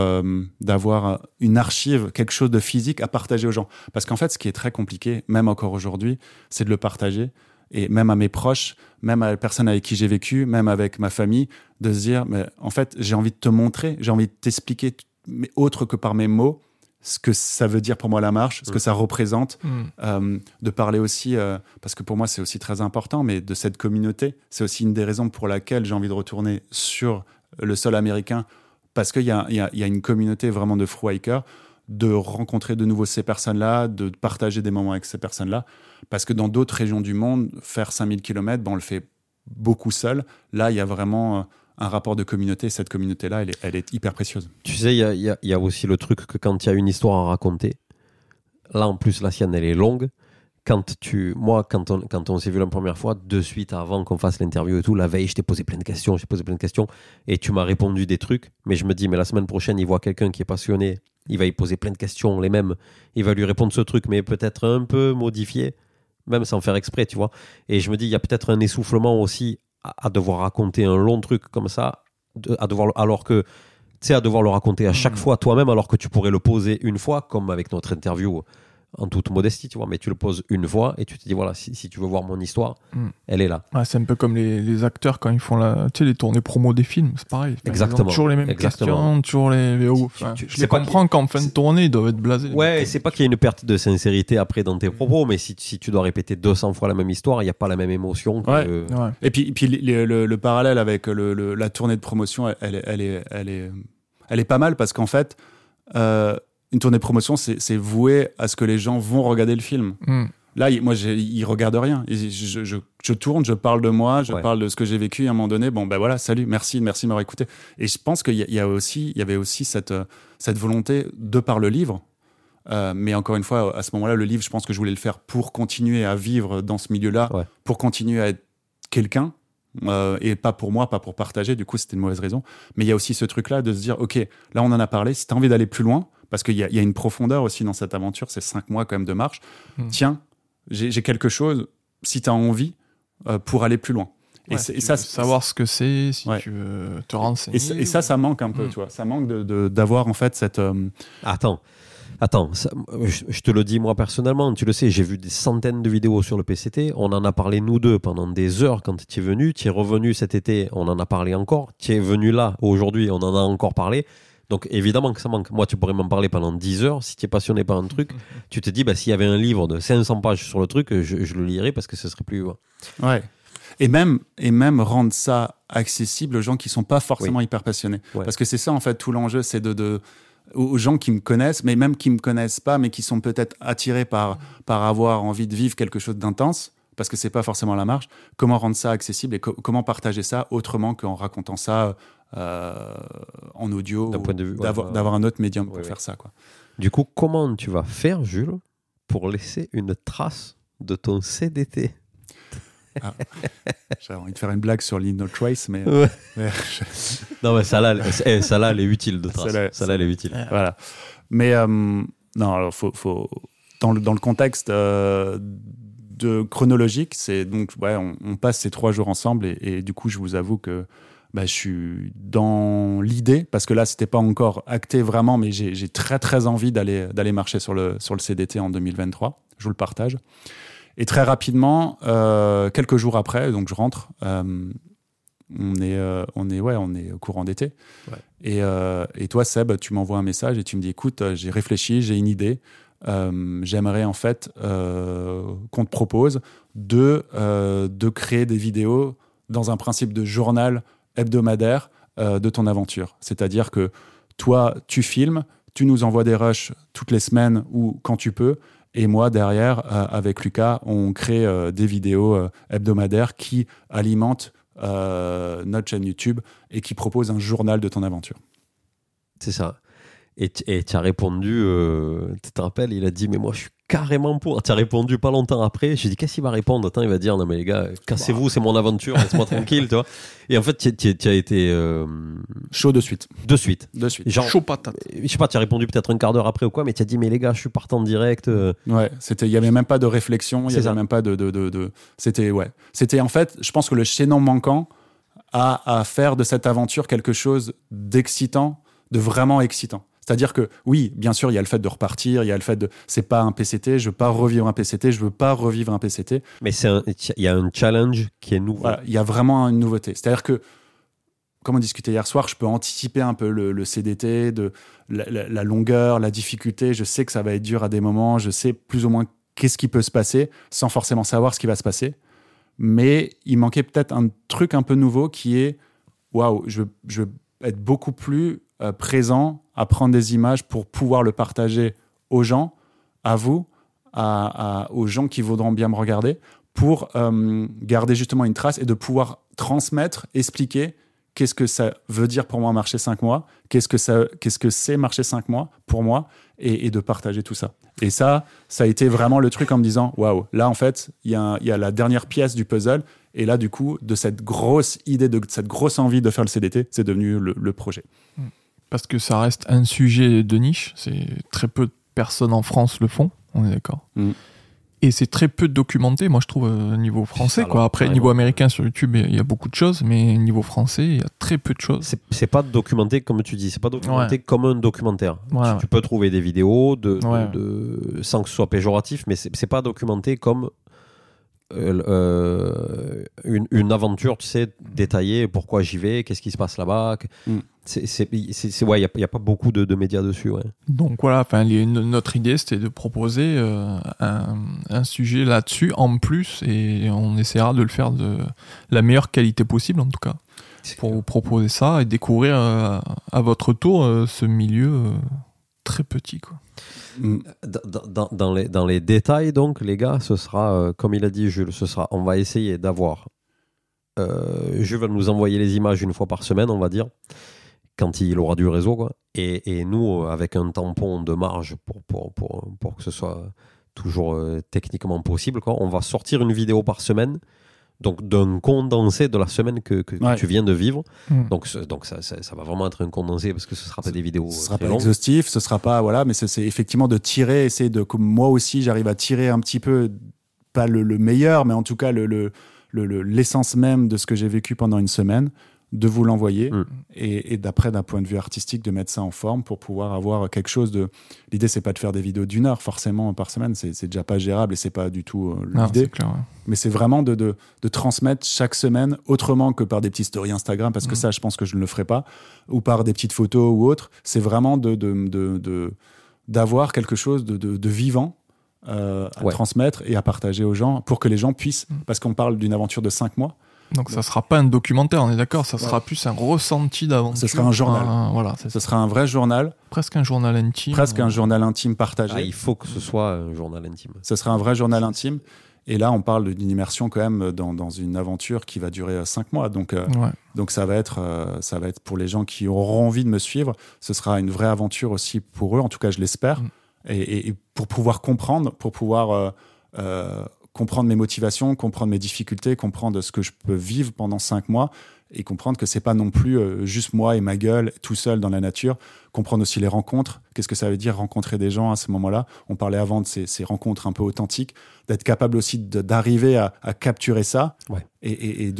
[SPEAKER 4] une archive, quelque chose de physique à partager aux gens. Parce qu'en fait, ce qui est très compliqué, même encore aujourd'hui, c'est de le partager. Et même à mes proches, même à les personnes avec qui j'ai vécu, même avec ma famille, de se dire, mais en fait, j'ai envie de te montrer, j'ai envie de t'expliquer, mais autre que par mes mots, ce que ça veut dire pour moi la marche, ce que ça représente, de parler aussi, parce que pour moi c'est aussi très important, mais de cette communauté, c'est aussi une des raisons pour laquelle j'ai envie de retourner sur le sol américain, parce qu'il y a une communauté vraiment de thru-hikers, de rencontrer de nouveau ces personnes-là, de partager des moments avec ces personnes-là, parce que dans d'autres régions du monde, faire 5000 km, on le fait beaucoup seul. Là, il y a vraiment un rapport de communauté. Cette communauté-là, elle est hyper précieuse.
[SPEAKER 1] Tu sais, il y a aussi le truc que quand il y a une histoire à raconter, là, en plus, la sienne, elle est longue. Quand on s'est vu la première fois, de suite avant qu'on fasse l'interview et tout, la veille, je t'ai posé plein de questions, et tu m'as répondu des trucs, mais je me dis, mais la semaine prochaine, il voit quelqu'un qui est passionné, il va y poser plein de questions, les mêmes, il va lui répondre ce truc, mais peut-être un peu modifié, même sans faire exprès, tu vois. Et je me dis, il y a peut-être un essoufflement aussi à devoir raconter un long truc comme ça, à devoir le raconter à chaque fois toi-même, alors que tu pourrais le poser une fois, comme avec notre interview en toute modestie, tu vois, mais tu le poses une fois et tu te dis, voilà, si tu veux voir mon histoire, elle est là.
[SPEAKER 2] Ouais, c'est un peu comme les acteurs quand ils font les tournées promo des films, c'est pareil.
[SPEAKER 1] Exactement.
[SPEAKER 2] Toujours les mêmes questions, toujours les VO. Je comprends qu'en fin de tournée, ils doivent être blasés.
[SPEAKER 1] Ouais, c'est pas qu'il y ait une perte de sincérité après dans tes propos, mais si tu dois répéter 200 fois la même histoire, il n'y a pas la même émotion.
[SPEAKER 4] Ouais. Et puis le parallèle avec la tournée de promotion, elle est pas mal parce qu'en fait, une tournée de promotion, c'est voué à ce que les gens vont regarder le film. Là, moi, ils regardent rien. Je tourne, je parle de moi, je parle de ce que j'ai vécu. À un moment donné, bon, ben voilà, salut, merci de m'avoir écouté. Et je pense qu'il y avait aussi cette volonté de par le livre. Mais encore une fois, à ce moment-là, le livre, je pense que je voulais le faire pour continuer à vivre dans ce milieu-là, pour continuer à être quelqu'un. Et pas pour moi, pas pour partager. Du coup, c'était une mauvaise raison. Mais il y a aussi ce truc-là de se dire, OK, là, on en a parlé. Si tu as envie d'aller plus loin, parce qu'il y a une profondeur aussi dans cette aventure, c'est 5 mois quand même de marche. Tiens, j'ai quelque chose, si tu as envie, pour aller plus loin.
[SPEAKER 2] Et ça, savoir ce que c'est, si tu veux te renseigner.
[SPEAKER 4] Et ça manque un peu, tu vois. Ça manque d'avoir en fait cette.
[SPEAKER 1] Attends, je te le dis moi personnellement, tu le sais, j'ai vu des centaines de vidéos sur le PCT, on en a parlé nous deux pendant des heures quand tu es venu, tu es revenu cet été, on en a parlé encore, tu es venu là aujourd'hui, on en a encore parlé, donc évidemment que ça manque. Moi tu pourrais m'en parler pendant 10 heures, si tu es passionné par un truc, tu te dis s'il y avait un livre de 500 pages sur le truc, je le lirais parce que ce serait plus...
[SPEAKER 4] Ouais. Et même rendre ça accessible aux gens qui sont pas forcément hyper passionnés. Ouais. Parce que c'est ça en fait tout l'enjeu, c'est aux gens qui me connaissent, mais même qui me connaissent pas, mais qui sont peut-être attirés par avoir envie de vivre quelque chose d'intense, parce que c'est pas forcément la marche. Comment rendre ça accessible et comment partager ça autrement qu'en racontant ça en audio, d'avoir un autre médium pour faire ça, quoi.
[SPEAKER 1] Du coup, comment tu vas faire, Jules, pour laisser une trace de ton CDT?
[SPEAKER 4] J'avais envie de faire une blague sur Leave No Trace, mais...
[SPEAKER 1] Non, mais ça là, elle est utile de trace. Ça elle est utile.
[SPEAKER 4] Voilà. Mais non, alors faut dans le contexte chronologique, c'est donc on passe ces 3 jours ensemble et du coup, je vous avoue que je suis dans l'idée, parce que là, c'était pas encore acté vraiment, mais j'ai très très envie d'aller marcher sur le CDT en 2023. Je vous le partage. Et très rapidement, quelques jours après, donc je rentre, on est au courant d'été. Ouais. Et toi, Seb, tu m'envoies un message et tu me dis, écoute, j'ai réfléchi, j'ai une idée. J'aimerais en fait qu'on te propose de créer des vidéos dans un principe de journal hebdomadaire de ton aventure. C'est-à-dire que toi, tu filmes, tu nous envoies des rushs toutes les semaines ou quand tu peux. Et moi, derrière, avec Lucas, on crée des vidéos hebdomadaires qui alimentent notre chaîne YouTube et qui proposent un journal de ton aventure.
[SPEAKER 1] C'est ça. Et tu as répondu, tu te rappelles, il a dit, mais moi, je suis carrément pour. Tu as répondu pas longtemps après. J'ai dit, qu'est-ce qu'il va répondre? Attends, il va dire, non, mais les gars, cassez-vous, c'est mon aventure, laisse-moi tranquille, tu vois. Et en fait, tu as été.
[SPEAKER 4] Chaud de suite.
[SPEAKER 1] De suite.
[SPEAKER 2] Genre, chaud patate.
[SPEAKER 1] Je sais pas, tu as répondu peut-être un quart d'heure après ou quoi, mais tu as dit, mais les gars, je suis partant direct.
[SPEAKER 4] Ouais, il n'y avait même pas de réflexion, il n'y avait même pas de. C'était en fait, je pense que le chaînon manquant à faire de cette aventure quelque chose d'excitant, de vraiment excitant. C'est-à-dire que, oui, bien sûr, il y a le fait de repartir, il y a le fait de... C'est pas un PCT, je veux pas revivre un PCT, je veux pas revivre un PCT.
[SPEAKER 1] Mais il y a un challenge qui est nouveau.
[SPEAKER 4] Voilà, il y a vraiment une nouveauté. C'est-à-dire que, comme on discutait hier soir, je peux anticiper un peu le CDT, de la longueur, la difficulté. Je sais que ça va être dur à des moments, je sais plus ou moins qu'est-ce qui peut se passer, sans forcément savoir ce qui va se passer. Mais il manquait peut-être un truc un peu nouveau qui est, waouh, je veux être beaucoup plus présent, à prendre des images pour pouvoir le partager aux gens, à vous, aux gens qui voudront bien me regarder, pour garder justement une trace et de pouvoir transmettre, expliquer qu'est-ce que ça veut dire pour moi marcher 5 mois, qu'est-ce que c'est marcher 5 mois pour moi, et de partager tout ça. Et ça a été vraiment le truc en me disant, waouh, là en fait, il y a la dernière pièce du puzzle, et là du coup, de cette grosse idée, de cette grosse envie de faire le CDT, c'est devenu le projet.
[SPEAKER 2] Parce que ça reste un sujet de niche, c'est très peu de personnes en France le font, on est d'accord. Et c'est très peu documenté, moi je trouve, au niveau français. Quoi. Après, niveau américain sur YouTube, il y a beaucoup de choses, mais au niveau français, il y a très peu de choses.
[SPEAKER 1] C'est pas documenté, comme tu dis, c'est pas documenté comme un documentaire. Tu peux trouver des vidéos sans que ce soit péjoratif, mais c'est pas documenté comme une aventure, tu sais, détaillée, pourquoi j'y vais, qu'est-ce qui se passe là-bas. Il y a pas beaucoup de médias dessus. Ouais.
[SPEAKER 2] Donc voilà, notre idée c'était de proposer un sujet là-dessus en plus, et on essaiera de le faire de la meilleure qualité possible en tout cas, pour vous proposer ça et découvrir à votre tour ce milieu très petit, quoi.
[SPEAKER 1] Dans les détails, donc, les gars, ce sera, comme il a dit Jules, on va essayer d'avoir... Jules va nous envoyer les images une fois par semaine, on va dire, quand il aura du réseau, quoi. Et nous, avec un tampon de marge pour que ce soit toujours techniquement possible, quoi, on va sortir une vidéo par semaine, donc d'un condensé de la semaine que tu viens de vivre. Donc ça va vraiment être un condensé, parce que ce sera pas des vidéos
[SPEAKER 4] ce sera pas exhaustif, ce sera pas, voilà, mais c'est effectivement de tirer, essayer de, comme moi aussi j'arrive à tirer un petit peu, pas le meilleur, mais en tout cas le l'essence même de ce que j'ai vécu pendant une semaine, de vous l'envoyer et d'après, d'un point de vue artistique, de mettre ça en forme pour pouvoir avoir quelque chose de... L'idée, c'est pas de faire des vidéos d'1 heure forcément par semaine, c'est déjà pas gérable et c'est pas du tout l'idée.
[SPEAKER 2] C'est clair, ouais.
[SPEAKER 4] Mais c'est vraiment de transmettre chaque semaine autrement que par des petites stories Instagram, parce que ça, je pense que je ne le ferai pas, ou par des petites photos ou autre. C'est vraiment d'avoir quelque chose de vivant à transmettre et à partager aux gens pour que les gens puissent, parce qu'on parle d'une aventure de 5 mois.
[SPEAKER 2] Donc ça sera pas un documentaire, on est d'accord, ça sera plus un ressenti d'aventure.
[SPEAKER 4] Ce sera un journal.
[SPEAKER 2] Voilà,
[SPEAKER 4] ce sera un vrai journal.
[SPEAKER 2] Presque un journal intime.
[SPEAKER 4] Un journal intime partagé.
[SPEAKER 1] Il faut que ce soit un journal intime.
[SPEAKER 4] Ce sera un vrai journal intime. Et là, on parle d'une immersion quand même dans une aventure qui va durer 5 mois. Donc ça va être pour les gens qui auront envie de me suivre. Ce sera une vraie aventure aussi pour eux, en tout cas je l'espère. Et pour pouvoir comprendre, comprendre mes motivations, comprendre mes difficultés, comprendre ce que je peux vivre pendant 5 mois et comprendre que c'est pas non plus juste moi et ma gueule tout seul dans la nature. Comprendre aussi les rencontres. Qu'est-ce que ça veut dire rencontrer des gens à ce moment-là? On parlait avant de ces rencontres un peu authentiques, d'être capable aussi d'arriver à capturer ça et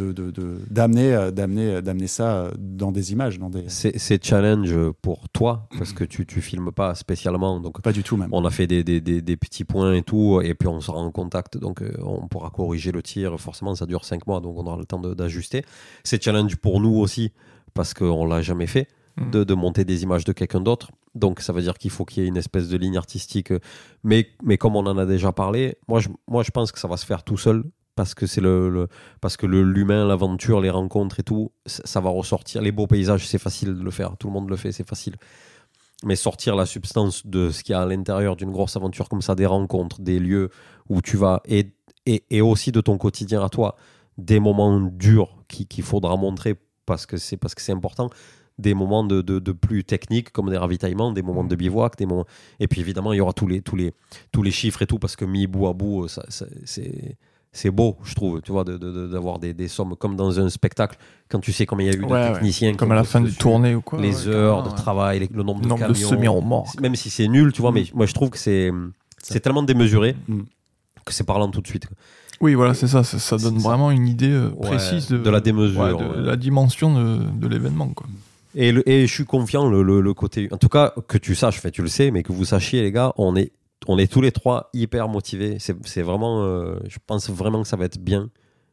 [SPEAKER 4] d'amener ça dans des images.
[SPEAKER 1] C'est challenge pour toi parce que tu filmes pas spécialement. Donc
[SPEAKER 4] pas du tout même.
[SPEAKER 1] On a fait des petits points et tout et puis on sera en contact donc on pourra corriger le tir. Forcément ça dure 5 mois donc on aura le temps d'ajuster. C'est challenge pour nous aussi parce qu'on l'a jamais fait. De monter des images de quelqu'un d'autre. Donc ça veut dire qu'il faut qu'il y ait une espèce de ligne artistique. Mais comme on en a déjà parlé, moi je pense que ça va se faire tout seul parce que c'est parce que l'humain, l'aventure, les rencontres et tout, ça va ressortir. Les beaux paysages, c'est facile de le faire. Tout le monde le fait, c'est facile. Mais sortir la substance de ce qu'il y a à l'intérieur d'une grosse aventure comme ça, des rencontres, des lieux où tu vas et aussi de ton quotidien à toi, des moments durs qu'il faudra montrer parce que c'est important. Des moments de plus techniques comme des ravitaillements, des moments de bivouac, des moments... et puis évidemment il y aura tous les chiffres et tout parce que mis bout à bout c'est beau je trouve, tu vois, d'avoir des sommes comme dans un spectacle quand tu sais combien il y a eu de techniciens
[SPEAKER 2] comme à la fin de tournée ou quoi,
[SPEAKER 1] les heures de travail, le nombre de camions,
[SPEAKER 2] de semi-remorques,
[SPEAKER 1] même si c'est nul tu vois, mais moi je trouve que c'est tellement démesuré que c'est parlant tout de suite.
[SPEAKER 2] Oui, voilà, c'est ça donne vraiment une idée précise
[SPEAKER 1] de la démesure,
[SPEAKER 2] de la dimension de l'événement, quoi.
[SPEAKER 1] Et je suis confiant, le côté... En tout cas, que tu saches, tu le sais, mais que vous sachiez, les gars, on est tous les trois hyper motivés. C'est vraiment... je pense vraiment que ça va être bien.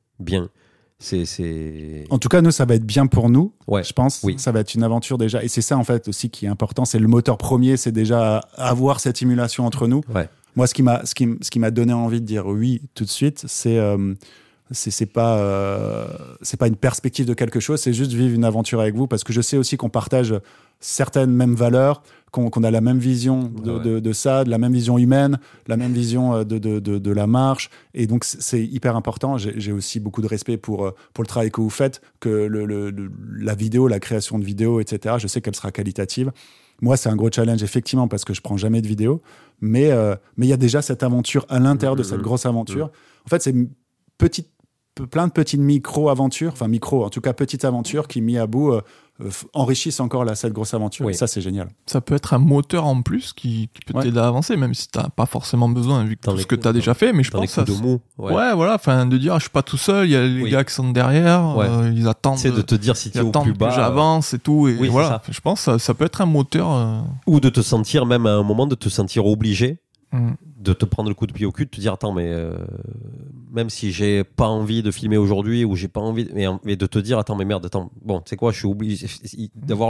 [SPEAKER 4] En tout cas, nous, ça va être bien pour nous, je pense.
[SPEAKER 1] Oui.
[SPEAKER 4] Ça va être une aventure déjà. Et c'est ça, en fait, aussi qui est important. C'est le moteur premier, c'est déjà avoir cette émulation entre nous.
[SPEAKER 1] Ouais.
[SPEAKER 4] Moi, ce qui m'a donné envie de dire oui tout de suite, c'est pas une perspective de quelque chose, c'est juste vivre une aventure avec vous, parce que je sais aussi qu'on partage certaines mêmes valeurs, qu'on a la même vision de ça, de la même vision humaine, la même vision de la marche, et donc c'est hyper important. J'ai aussi beaucoup de respect pour le travail que vous faites, que la vidéo, la création de vidéos, etc. Je sais qu'elle sera qualitative. Moi, c'est un gros challenge, effectivement, parce que je prends jamais de vidéos, mais il y a déjà cette aventure à l'intérieur de cette grosse aventure. En fait, c'est plein de petites micro-aventures, en tout cas petites aventures qui, mis à bout, enrichissent encore cette grosse aventure. Oui. Et ça, c'est génial.
[SPEAKER 2] Ça peut être un moteur en plus qui peut t'aider à avancer, même si tu n'as pas forcément besoin, vu que tout ce que tu as déjà fait. Mais je pense que ça. De dire, je suis pas tout seul, il y a les gars qui sont derrière, ils attendent.
[SPEAKER 1] C'est de te dire si tu es au plus bas.
[SPEAKER 2] Que j'avance et tout. Et voilà. Je pense que ça peut être un moteur.
[SPEAKER 1] Ou de te sentir, même à un moment, de te sentir obligé. De te prendre le coup de pied au cul, de te dire attends, mais même si j'ai pas envie de filmer aujourd'hui ou j'ai pas envie, mais de te dire attends, mais merde, bon, tu sais quoi, je suis obligé d'avoir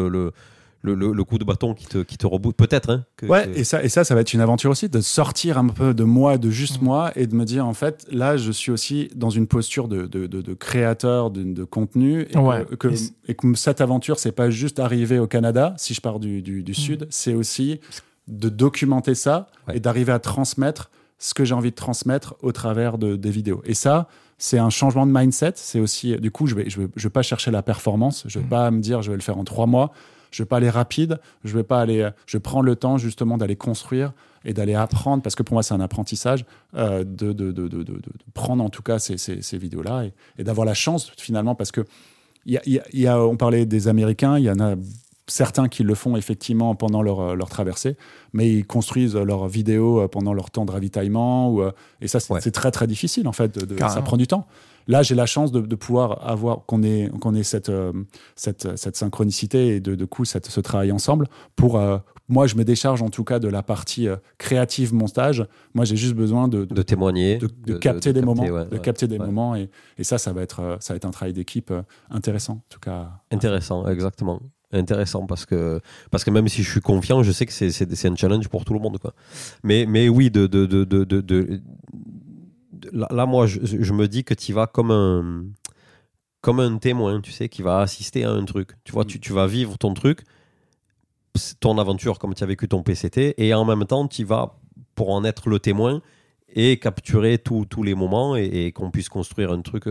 [SPEAKER 1] le coup de bâton qui te reboot, peut-être. Hein,
[SPEAKER 4] et ça va être une aventure aussi, de sortir un peu de moi, de juste moi, et de me dire en fait, là, je suis aussi dans une posture de créateur de contenu, et que cette aventure, c'est pas juste arriver au Canada, si je pars du Sud, c'est aussi de documenter ça et d'arriver à transmettre ce que j'ai envie de transmettre au travers des vidéos. Et ça, c'est un changement de mindset. C'est aussi, du coup, je vais pas chercher la performance. Je vais pas me dire, je vais le faire en 3 mois. Je vais pas aller rapide. Je prends le temps, justement, d'aller construire et d'aller apprendre, parce que pour moi, c'est un apprentissage, de prendre, en tout cas, ces vidéos-là et d'avoir la chance, finalement, parce que on parlait des Américains, il y en a certains qui le font effectivement pendant leur traversée, mais ils construisent leurs vidéos pendant leur temps de ravitaillement. Et ça, c'est très, très difficile, en fait. Ça prend du temps. là, j'ai la chance de pouvoir avoir qu'on ait cette synchronicité et de coup ce travail ensemble pour moi, je me décharge en tout cas de la partie créative montage. Moi, j'ai juste besoin de
[SPEAKER 1] témoigner,
[SPEAKER 4] de capter des moments, capter des moments, et ça va être un travail d'équipe intéressant, en tout cas.
[SPEAKER 1] Intéressant, exactement. Intéressant parce que même si je suis confiant, je sais que c'est un challenge pour tout le monde, quoi. Mais oui, là, moi, je me dis que tu vas comme un témoin, tu sais, qui va assister à un truc. Tu vois, tu vas vivre ton truc, ton aventure comme tu as vécu ton PCT, et en même temps tu vas pour en être le témoin et capturer tous les moments et qu'on puisse construire un truc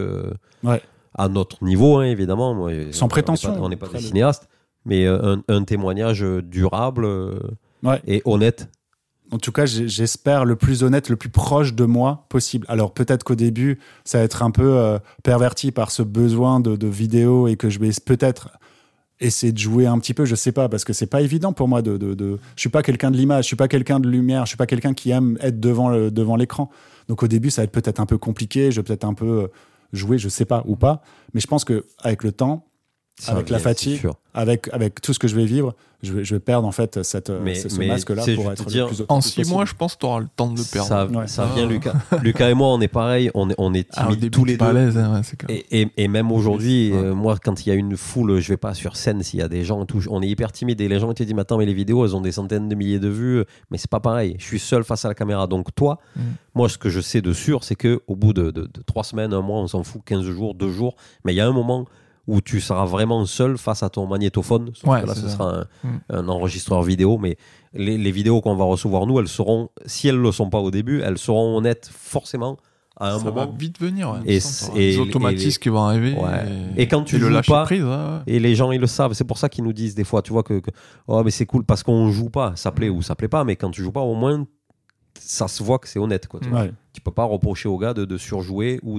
[SPEAKER 1] à notre niveau, hein, évidemment. Moi,
[SPEAKER 4] sans prétention,
[SPEAKER 1] on n'est pas des cinéastes, mais un témoignage durable et honnête.
[SPEAKER 4] En tout cas, j'espère le plus honnête, le plus proche de moi possible. Alors peut-être qu'au début ça va être un peu perverti par ce besoin de vidéo et que je vais peut-être essayer de jouer un petit peu, je sais pas, parce que c'est pas évident pour moi je suis pas quelqu'un de l'image, je suis pas quelqu'un de lumière, je suis pas quelqu'un qui aime être devant l'écran. Donc au début, ça va être peut-être un peu compliqué, je vais peut-être un peu jouer, je sais pas, ou pas. Mais je pense que avec le temps, avec la fatigue, avec tout ce que je vais vivre, je vais perdre en fait ce masque-là pour être le plus
[SPEAKER 2] en 6 mois, je pense que tu auras le temps de le perdre.
[SPEAKER 1] Ça vient, Lucas. Lucas et moi, on est pareil, on est timides tous les deux.
[SPEAKER 2] À l'aise, hein, c'est clair.
[SPEAKER 1] Et même aujourd'hui, moi, quand il y a une foule, je vais pas sur scène s'il y a des gens, on est hyper timide et les gens te disent, attends, mais les vidéos, elles ont des centaines de milliers de vues, mais c'est pas pareil. Je suis seul face à la caméra. Donc toi, moi, ce que je sais de sûr, c'est que au bout de 3 semaines, 1 mois, on s'en fout, 15 jours, 2 jours, mais il y a un moment où tu seras vraiment seul face à ton magnétophone. Sauf que là, ce sera un enregistreur vidéo. Mais les vidéos qu'on va recevoir, nous, elles seront, si elles ne le sont pas au début, elles seront honnêtes forcément à un moment.
[SPEAKER 2] Ça va vite venir. Ouais,
[SPEAKER 1] et
[SPEAKER 2] les automatismes qui vont arriver.
[SPEAKER 1] Et quand tu joues pas, et les gens, ils le savent. C'est pour ça qu'ils nous disent des fois, tu vois, que oh, mais c'est cool parce qu'on joue pas. Ça plaît ou ça plaît pas. Mais quand tu joues pas, au moins, ça se voit que c'est honnête, quoi. Tu peux pas reprocher aux gars de surjouer ou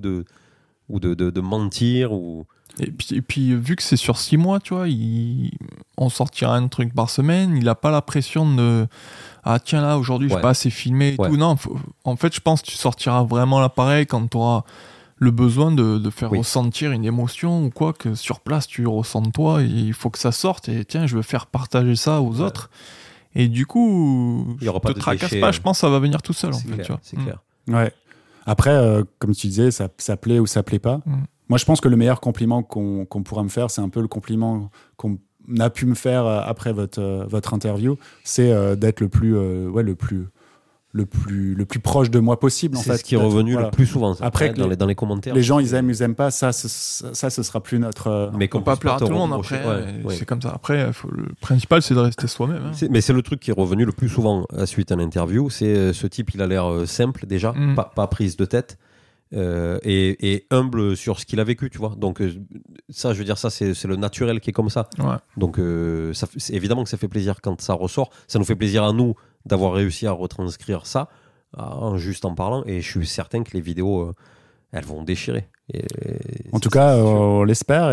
[SPEAKER 1] de mentir ou...
[SPEAKER 2] Et puis vu que c'est sur 6 mois, tu vois, on sortira un truc par semaine, il a pas la pression de ah tiens là aujourd'hui j'ai pas assez filmé et tout. Non, en fait je pense que tu sortiras vraiment l'appareil quand tu auras le besoin de faire ressentir une émotion ou quoi, que sur place tu ressentes toi, et il faut que ça sorte, et tiens je veux faire partager ça aux autres, et du coup
[SPEAKER 1] il y aura pas
[SPEAKER 2] te tracasse pas, je pense que ça va venir tout seul en fait, tu vois.
[SPEAKER 1] C'est clair.
[SPEAKER 4] Ouais. Après comme tu disais, ça plaît ou ça plaît pas. Moi, je pense que le meilleur compliment qu'on pourra me faire, c'est un peu le compliment qu'on a pu me faire après votre interview, c'est d'être le plus proche de moi possible.
[SPEAKER 1] C'est ce qui est revenu le plus souvent. Après, dans les commentaires.
[SPEAKER 4] Les gens, ils aiment pas. Ça, ce sera plus notre.
[SPEAKER 2] Mais qu'on peut pas plaire à tout le monde après. C'est comme ça. Après, le principal, c'est de rester soi-même. Hein.
[SPEAKER 1] Mais c'est le truc qui est revenu le plus souvent suite à l'interview. C'est ce type, il a l'air simple déjà, pas prise de tête. Et humble sur ce qu'il a vécu, tu vois. Donc ça, je veux dire, ça c'est le naturel qui est comme ça. Donc évidemment que ça fait plaisir quand ça ressort. Ça nous fait plaisir à nous d'avoir réussi à retranscrire ça juste en parlant. Et je suis certain que les vidéos, elles vont déchirer.
[SPEAKER 4] En tout cas, on l'espère.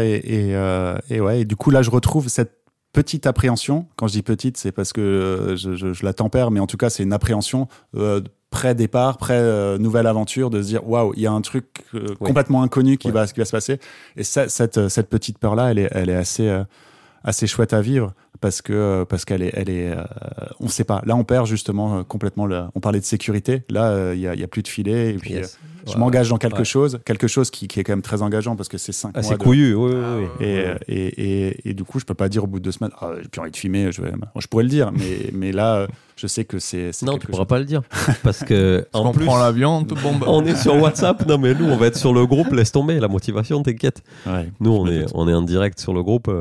[SPEAKER 4] Et du coup, là, je retrouve cette petite appréhension. Quand je dis petite, c'est parce que je la tempère, mais en tout cas, c'est une appréhension pré-départ, pré-nouvelle aventure, de se dire waouh, il y a un truc complètement inconnu qui va se passer. Et cette petite peur-là, elle est assez chouette à vivre parce qu'elle est on sait pas. Là, on perd justement complètement. On parlait de sécurité. Là, il y a plus de filet. Et puis, je m'engage dans quelque chose qui est quand même très engageant parce que c'est 5 mois.
[SPEAKER 1] C'est couillu, oui.
[SPEAKER 4] Et du coup, je peux pas dire au bout de 2 semaines, j'ai plus envie de filmer. Je pourrais le dire, mais là, je sais que c'est
[SPEAKER 1] non, tu pourras pas le dire parce que
[SPEAKER 2] en plus, on prend l'avion, on te bombe.
[SPEAKER 1] On est sur WhatsApp. Non, mais nous, on va être sur le groupe. Laisse tomber la motivation, t'inquiète. Nous, on est en direct sur le groupe.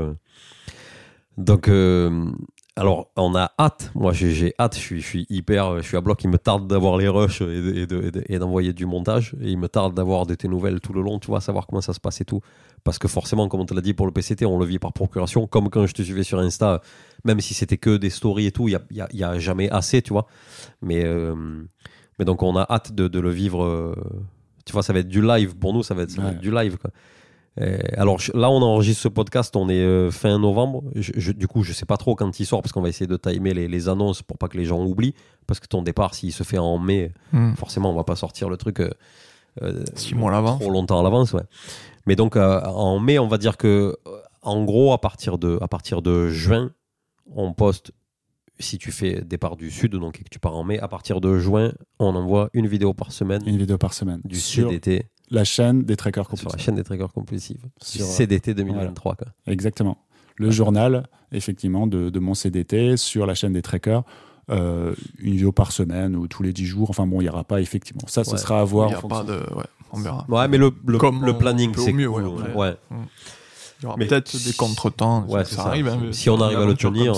[SPEAKER 1] Donc, alors, on a hâte. Moi, j'ai hâte. Je suis à bloc. Il me tarde d'avoir les rushs et d'envoyer du montage. Et il me tarde d'avoir de tes nouvelles tout le long, tu vois, savoir comment ça se passe et tout. Parce que forcément, comme on te l'a dit pour le PCT, on le vit par procuration. Comme quand je te suivais sur Insta, même si c'était que des stories et tout, il y a jamais assez, tu vois. Mais donc, on a hâte de le vivre. Tu vois, ça va être du live. Pour nous, ça va être du live, quoi. Alors là, on enregistre ce podcast, on est fin novembre. Du coup, je sais pas trop quand il sort parce qu'on va essayer de timer les annonces pour pas que les gens oublient. Parce que ton départ, s'il se fait en mai, forcément, on va pas sortir le truc
[SPEAKER 2] 6 mois à l'avance.
[SPEAKER 1] Trop longtemps à l'avance, ouais. Mais donc, en mai, on va dire que, en gros, à partir de juin, on poste, si tu fais départ du sud, donc et que tu pars en mai, à partir de juin, on envoie une vidéo par semaine.
[SPEAKER 4] Une vidéo par semaine.
[SPEAKER 1] Du CDT.
[SPEAKER 4] La chaîne des trackers compulsifs.
[SPEAKER 1] Sur la chaîne des trackers compulsifs. Sur CDT 2023. Voilà.
[SPEAKER 4] Quoi. Exactement. Le journal, effectivement, de mon CDT sur la chaîne des trackers. Une vidéo par semaine ou tous les 10 jours. Enfin bon, il n'y aura pas, effectivement. Ça, ce sera à voir.
[SPEAKER 2] Il n'y a pas de... Ouais, on verra.
[SPEAKER 1] Ouais, mais le planning, c'est
[SPEAKER 2] mieux.
[SPEAKER 1] Cool. Ouais.
[SPEAKER 2] Il y aura peut-être des contretemps.
[SPEAKER 1] Ouais, ça arrive. Hein, si on arrive à le tenir,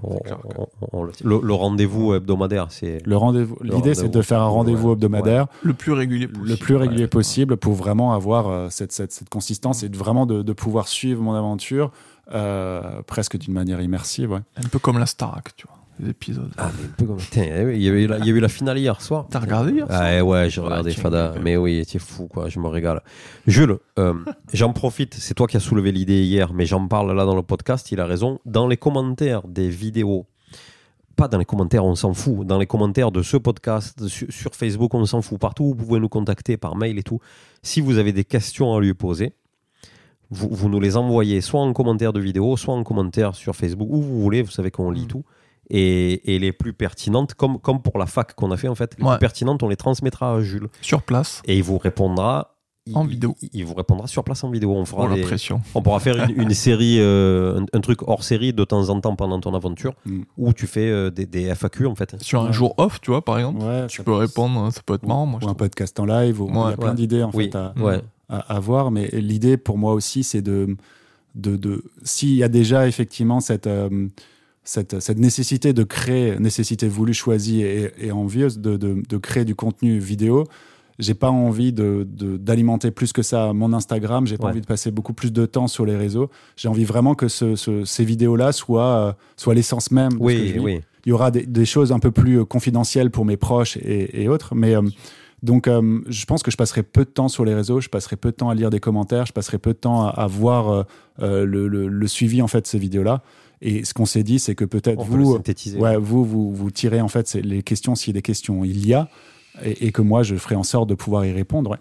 [SPEAKER 1] le rendez-vous hebdomadaire, c'est...
[SPEAKER 4] L'idée, c'est de faire un rendez-vous hebdomadaire.
[SPEAKER 2] Le plus régulier possible.
[SPEAKER 4] Le plus régulier possible pour vraiment avoir cette consistance et vraiment de pouvoir suivre mon aventure presque d'une manière immersive. Ouais.
[SPEAKER 2] Un peu comme la Starac, tu vois. Les épisodes.
[SPEAKER 1] Ah, mais un peu comme... Putain, il y a eu la finale hier soir.
[SPEAKER 2] T'as regardé hier soir?
[SPEAKER 1] Ouais, j'ai regardé Fada. Mais oui, t'es fou, quoi. Je me régale. Jules, j'en profite. C'est toi qui as soulevé l'idée hier, mais j'en parle là dans le podcast. Il a raison. Dans les commentaires des vidéos, pas dans les commentaires, on s'en fout. Dans les commentaires de ce podcast, sur Facebook, on s'en fout. Partout, vous pouvez nous contacter par mail et tout. Si vous avez des questions à lui poser, vous nous les envoyez soit en commentaire de vidéo, soit en commentaire sur Facebook, où vous voulez. Vous savez qu'on lit tout. Et les plus pertinentes, comme pour la fac qu'on a fait en fait, les plus pertinentes, on les transmettra à Jules.
[SPEAKER 2] Sur place.
[SPEAKER 1] Et il vous répondra
[SPEAKER 2] en vidéo.
[SPEAKER 1] Il vous répondra sur place en vidéo. On fera
[SPEAKER 2] la pression.
[SPEAKER 1] On pourra faire une série, un truc hors série de temps en temps pendant ton aventure, où tu fais des FAQ en fait.
[SPEAKER 2] Sur un jour off, tu vois, par exemple, tu peux répondre, ça peut être marrant. Moi,
[SPEAKER 4] ou un podcast en live, il y a plein d'idées en fait à voir. Mais l'idée pour moi aussi, c'est de s'il y a déjà effectivement cette nécessité de créer, nécessité voulue, choisie et envieuse de créer du contenu vidéo, j'ai pas envie d'alimenter plus que ça mon Instagram, j'ai pas envie de passer beaucoup plus de temps sur les réseaux, j'ai envie vraiment que ces vidéos-là soient l'essence même de ce que je vis. Il y aura des choses un peu plus confidentielles pour mes proches et autres, mais donc je pense que je passerai peu de temps sur les réseaux, je passerai peu de temps à lire des commentaires, je passerai peu de temps à voir le suivi en fait de ces vidéos-là. Et ce qu'on s'est dit, c'est que peut-être vous tirez en fait les questions, s'il y a des questions, il y a, et que moi je ferai en sorte de pouvoir y répondre.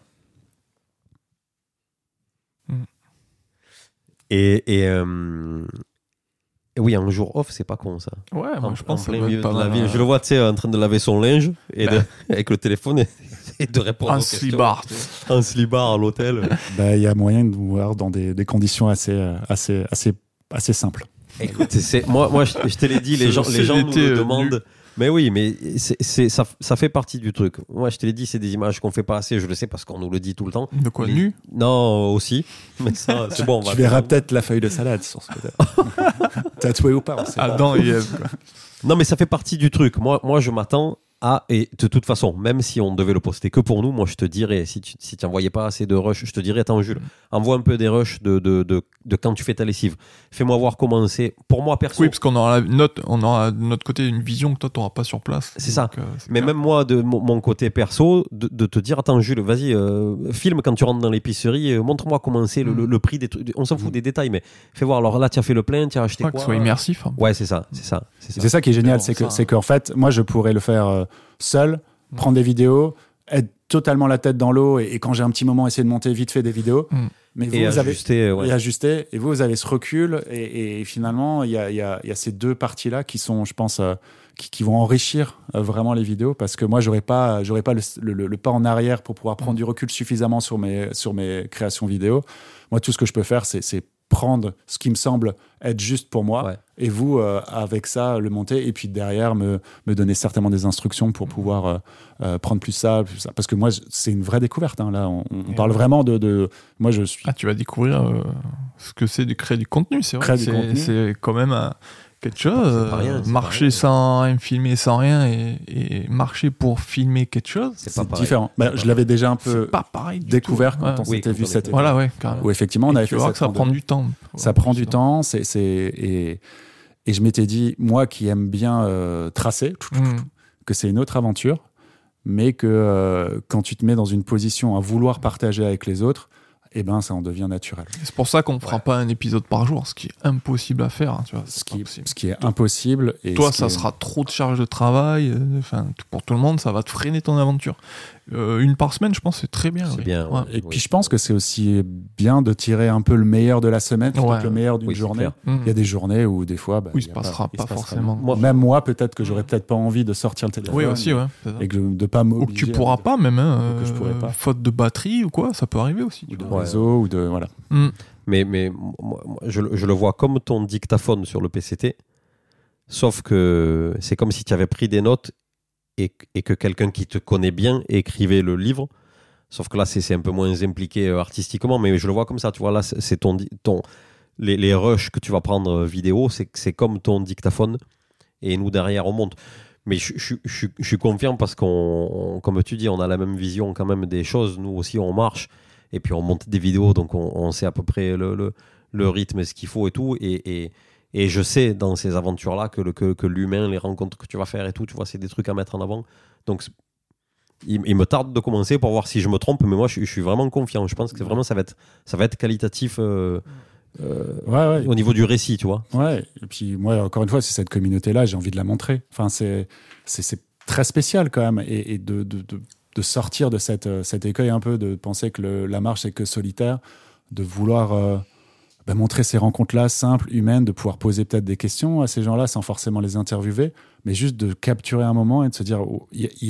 [SPEAKER 1] Oui, un jour off, c'est pas con ça.
[SPEAKER 2] Ouais, moi je pense que ça
[SPEAKER 1] milieu de la vie. Je le vois, tu sais, en train de laver son linge avec le téléphone et de répondre aux questions. Un slibard à l'hôtel.
[SPEAKER 4] Il y a moyen de voir dans des conditions assez simples.
[SPEAKER 1] Écoute, moi je te l'ai dit, les gens nous le demandent. Mais oui, mais ça fait partie du truc. Moi, je te l'ai dit, c'est des images qu'on fait pas assez. Je le sais parce qu'on nous le dit tout le temps.
[SPEAKER 2] De quoi, nu ?
[SPEAKER 1] Non, aussi. Mais ça, c'est bon.
[SPEAKER 4] Tu verras peut-être la feuille de salade sur ce côté. Tatoué ou pas, on sait
[SPEAKER 2] Adam et Ève.
[SPEAKER 1] Non, mais ça fait partie du truc. Moi, je m'attends à... Et de toute façon, même si on devait le poster que pour nous, moi, je te dirais, si tu n'envoyais pas assez de rushs, je te dirais, attends, Jules, envoie un peu des rushs de quand tu fais ta lessive. Fais-moi voir comment c'est. Pour moi, perso...
[SPEAKER 2] Oui, parce qu'on aura de notre côté une vision que toi, tu n'auras pas sur place.
[SPEAKER 1] C'est ça. Mais même moi, de mon côté perso, de te dire, attends, Jules, vas-y, filme quand tu rentres dans l'épicerie, montre-moi comment c'est le prix des trucs. On s'en fout des détails, mais fais voir. Alors là, tu as fait le plein, tu as acheté quoi ?
[SPEAKER 2] Que ce soit immersif. Hein.
[SPEAKER 1] Ouais, c'est ça.
[SPEAKER 4] C'est ça qui est génial, c'est qu'en fait, moi, je pourrais le faire seul, prendre des vidéos, être totalement la tête dans l'eau et quand j'ai un petit moment, essayer de monter vite fait des vidéos. Mais vous ajuster, et vous avez ce recul et finalement, il y a ces deux parties-là qui sont, je pense, qui vont enrichir vraiment les vidéos parce que moi, j'aurais pas le pas en arrière pour pouvoir prendre du recul suffisamment sur mes créations vidéo. Moi, tout ce que je peux faire, c'est prendre ce qui me semble être juste pour moi et vous, avec ça, le monter et puis derrière, me donner certainement des instructions pour pouvoir prendre plus ça. Parce que moi, c'est une vraie découverte. Hein, là, on parle vraiment de... Moi, je suis...
[SPEAKER 2] Ah, tu vas découvrir ce que c'est de créer du contenu. C'est vrai. C'est quand même... quelque chose, marcher sans rien, filmer sans rien et marcher pour filmer quelque chose,
[SPEAKER 4] c'est différent. Je l'avais déjà un peu découvert quand on s'était vu cette
[SPEAKER 2] voilà,
[SPEAKER 4] où effectivement on avait fait
[SPEAKER 2] ça prend du temps.
[SPEAKER 4] Ça prend du temps, et je m'étais dit, moi qui aime bien tracer, que c'est une autre aventure, mais que quand tu te mets dans une position à vouloir partager avec les autres, et ça en devient naturel.
[SPEAKER 2] C'est pour ça qu'on ne fera pas un épisode par jour, ce qui est impossible à faire. Hein, tu vois,
[SPEAKER 4] ce qui est impossible. Et
[SPEAKER 2] toi, ça sera trop de charge de travail. Pour tout le monde, ça va te freiner ton aventure. Une par semaine, je pense, c'est très bien.
[SPEAKER 1] C'est bien.
[SPEAKER 2] Ouais.
[SPEAKER 4] Et puis je pense que c'est aussi bien de tirer un peu le meilleur de la semaine, plutôt que le meilleur d'une journée. Il y a des journées où des fois,
[SPEAKER 2] il se passera pas forcément.
[SPEAKER 4] Même moi, peut-être que j'aurais peut-être pas envie de sortir le téléphone.
[SPEAKER 2] Oui, aussi, ouais.
[SPEAKER 4] Et que de pas m'obliger.
[SPEAKER 2] Ou que tu pourras pas même.
[SPEAKER 4] Que je pourrais pas.
[SPEAKER 2] Faute de batterie ou quoi, ça peut arriver aussi.
[SPEAKER 4] Ou de réseau ou de voilà.
[SPEAKER 1] Mais moi, je le vois comme ton dictaphone sur le PCT, sauf que c'est comme si tu avais pris des notes et que quelqu'un qui te connaît bien écrivait le livre. Sauf que là, c'est un peu moins impliqué artistiquement, mais je le vois comme ça. Tu vois, là, c'est les rushs que tu vas prendre vidéo, c'est comme ton dictaphone. Et nous, derrière, on monte. Mais je suis confiant parce comme tu dis, on a la même vision quand même des choses. Nous aussi, on marche. Et puis, on monte des vidéos, donc on sait à peu près le rythme, ce qu'il faut et tout. Et je sais, dans ces aventures-là, que l'humain, les rencontres que tu vas faire et tout, tu vois, c'est des trucs à mettre en avant. Donc, il me tarde de commencer pour voir si je me trompe, mais moi, je suis vraiment confiant. Je pense que vraiment, ça va être qualitatif au niveau du récit, tu vois.
[SPEAKER 4] Ouais, et puis moi, encore une fois, c'est cette communauté-là, j'ai envie de la montrer. Enfin, c'est très spécial quand même, et de sortir de cet écueil un peu, de penser que la marche, c'est que solitaire, de vouloir... montrer ces rencontres-là simples, humaines, de pouvoir poser peut-être des questions à ces gens-là sans forcément les interviewer, mais juste de capturer un moment et de se dire il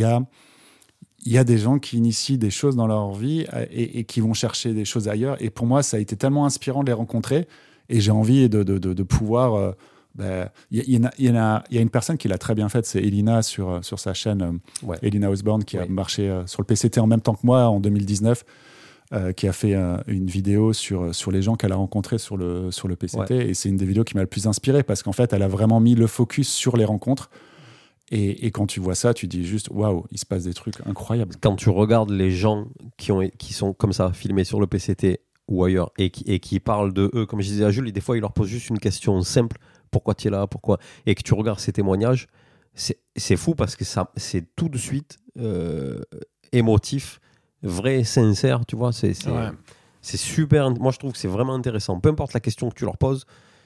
[SPEAKER 4] y a des gens qui initient des choses dans leur vie et qui vont chercher des choses ailleurs. Et pour moi, ça a été tellement inspirant de les rencontrer et j'ai envie de pouvoir... Il y a une personne qui l'a très bien faite, c'est Elina sur sa chaîne, Elina Osborne, qui a marché sur le PCT en même temps que moi en 2019. Qui a fait une vidéo sur les gens qu'elle a rencontrés sur le PCT. Et c'est une des vidéos qui m'a le plus inspiré parce qu'en fait, elle a vraiment mis le focus sur les rencontres. Et quand tu vois ça, tu dis juste, waouh, il se passe des trucs incroyables.
[SPEAKER 1] Quand tu regardes les gens qui sont comme ça, filmés sur le PCT ou ailleurs, et qui parlent de eux, comme je disais à Jules, des fois, ils leur posent juste une question simple. Pourquoi tu es là? Pourquoi? Et que tu regardes ces témoignages, c'est fou parce que c'est tout de suite émotif, vrai, sincère, tu vois, c'est super. Moi, je trouve que c'est vraiment intéressant. Peu importe la question que tu leur poses,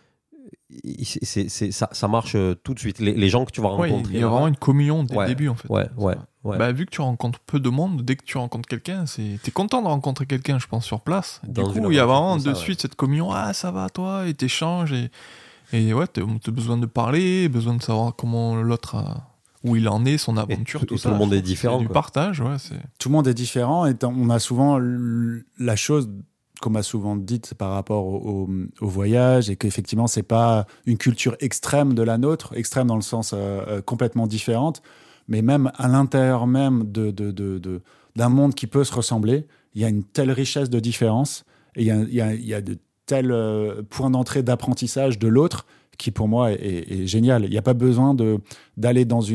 [SPEAKER 1] ça marche tout de suite. Les gens que tu vas rencontrer.
[SPEAKER 2] Il y a vraiment une communion dès le début, en fait.
[SPEAKER 1] Vu
[SPEAKER 2] que tu rencontres peu de monde, dès que tu rencontres quelqu'un, t'es content de rencontrer quelqu'un, je pense, sur place. Du coup, il y a vraiment de suite cette communion. Ah, ça va, toi, et t'échanges. Et ouais, t'as besoin de parler, besoin de savoir comment l'autre où il en est, son aventure, tout ça.
[SPEAKER 1] Tout le monde est différent.
[SPEAKER 2] Du partage,
[SPEAKER 4] Tout le monde est différent et on a souvent la chose qu'on m'a souvent dite par rapport au voyage et qu'effectivement, c'est pas une culture extrême de la nôtre, extrême dans le sens complètement différente, mais même à l'intérieur même d'un monde qui peut se ressembler, il y a une telle richesse de différence et il y a de tels points d'entrée d'apprentissage de l'autre qui pour moi est génial. Il n'y a pas besoin d'aller dans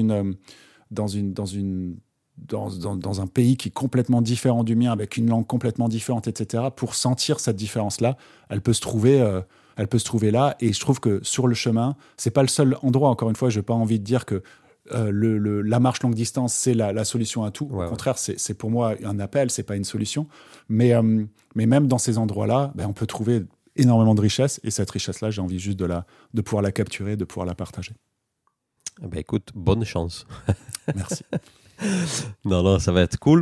[SPEAKER 4] un pays qui est complètement différent du mien, avec une langue complètement différente, etc. Pour sentir cette différence-là, elle peut se trouver là. Et je trouve que sur le chemin, c'est pas le seul endroit. Encore une fois, je n'ai pas envie de dire que la marche longue distance, c'est la solution à tout. Au contraire, c'est pour moi un appel, c'est pas une solution. Mais même dans ces endroits-là, on peut trouver énormément de richesse, et cette richesse-là, j'ai envie juste de pouvoir la capturer, de pouvoir la partager.
[SPEAKER 1] Écoute, bonne chance.
[SPEAKER 4] Merci.
[SPEAKER 1] Non, ça va être cool.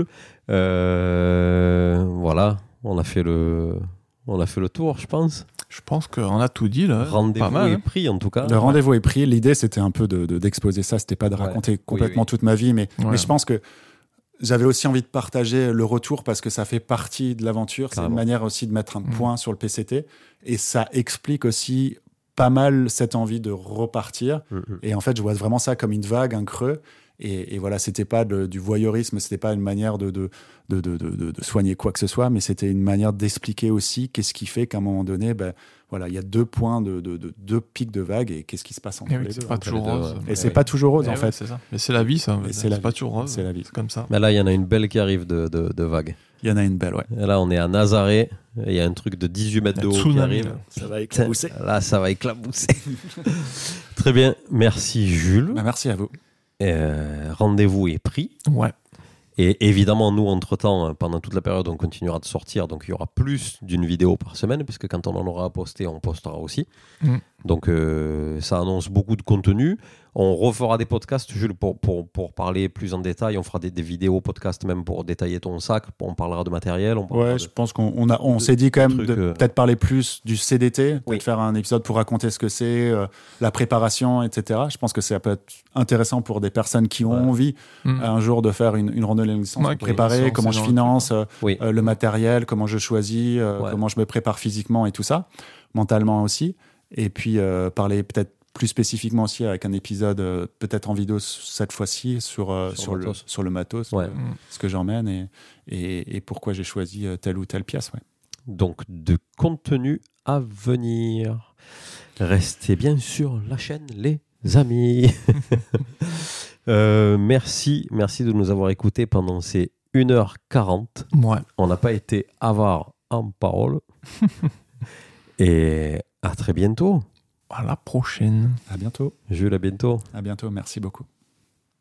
[SPEAKER 1] Voilà, on a fait le tour, je pense.
[SPEAKER 2] Je pense qu'on a tout dit là.
[SPEAKER 1] Rendez-vous est pris, en tout cas.
[SPEAKER 4] Le rendez-vous est pris. L'idée, c'était un peu d'exposer ça. C'était pas de raconter complètement toute ma vie, mais je pense que j'avais aussi envie de partager le retour parce que ça fait partie de l'aventure. C'est une manière aussi de mettre un point sur le PCT. Et ça explique aussi pas mal cette envie de repartir. Et en fait, je vois vraiment ça comme une vague, un creux. Et voilà, c'était pas du voyeurisme, c'était pas une manière de soigner quoi que ce soit, mais c'était une manière d'expliquer aussi qu'est-ce qui fait qu'à un moment donné, il y a deux points deux pics de vagues et qu'est-ce qui se passe entre les deux.
[SPEAKER 2] C'est pas toujours rose.
[SPEAKER 4] Et c'est pas toujours rose, en fait.
[SPEAKER 2] C'est ça. Mais c'est la vie, ça. C'est pas toujours rose.
[SPEAKER 4] C'est la vie.
[SPEAKER 2] C'est comme ça.
[SPEAKER 1] Mais là, il y en a une belle qui arrive de vagues.
[SPEAKER 4] Il y en a une belle, ouais.
[SPEAKER 1] Et là, on est à Nazaré. Il y a un truc de 18 mètres de haut qui arrive.
[SPEAKER 4] Ça va éclabousser.
[SPEAKER 1] Là, ça va éclabousser. Très bien. Merci, Jules.
[SPEAKER 4] Merci à vous.
[SPEAKER 1] Rendez-vous est pris.
[SPEAKER 2] Ouais.
[SPEAKER 1] Et évidemment, nous, entre-temps, pendant toute la période, on continuera de sortir. Donc, il y aura plus d'une vidéo par semaine, puisque quand on en aura posté, on postera aussi. Donc, ça annonce beaucoup de contenu. On refera des podcasts, Jules, pour parler plus en détail. On fera des vidéos podcasts même pour détailler ton sac. On parlera de matériel.
[SPEAKER 4] Je pense qu'on s'est dit quand même de peut-être parler plus du CDT, peut-être faire un épisode pour raconter ce que c'est, la préparation, etc. Je pense que ça peut être intéressant pour des personnes qui ont envie un jour de faire une randonnée longue distance, préparer, comment je finance le matériel, comment je choisis, comment je me prépare physiquement et tout ça, mentalement aussi. Et puis parler peut-être plus spécifiquement aussi avec un épisode peut-être en vidéo cette fois-ci sur le matos, ce que j'emmène et pourquoi j'ai choisi telle ou telle pièce.
[SPEAKER 1] Donc de contenu à venir. Restez bien sur la chaîne, les amis. Merci de nous avoir écoutés pendant ces 1h40. On n'a pas été avare en parole. Et à très bientôt.
[SPEAKER 2] À la prochaine.
[SPEAKER 4] À bientôt.
[SPEAKER 1] Jules, à bientôt.
[SPEAKER 4] À bientôt, merci beaucoup.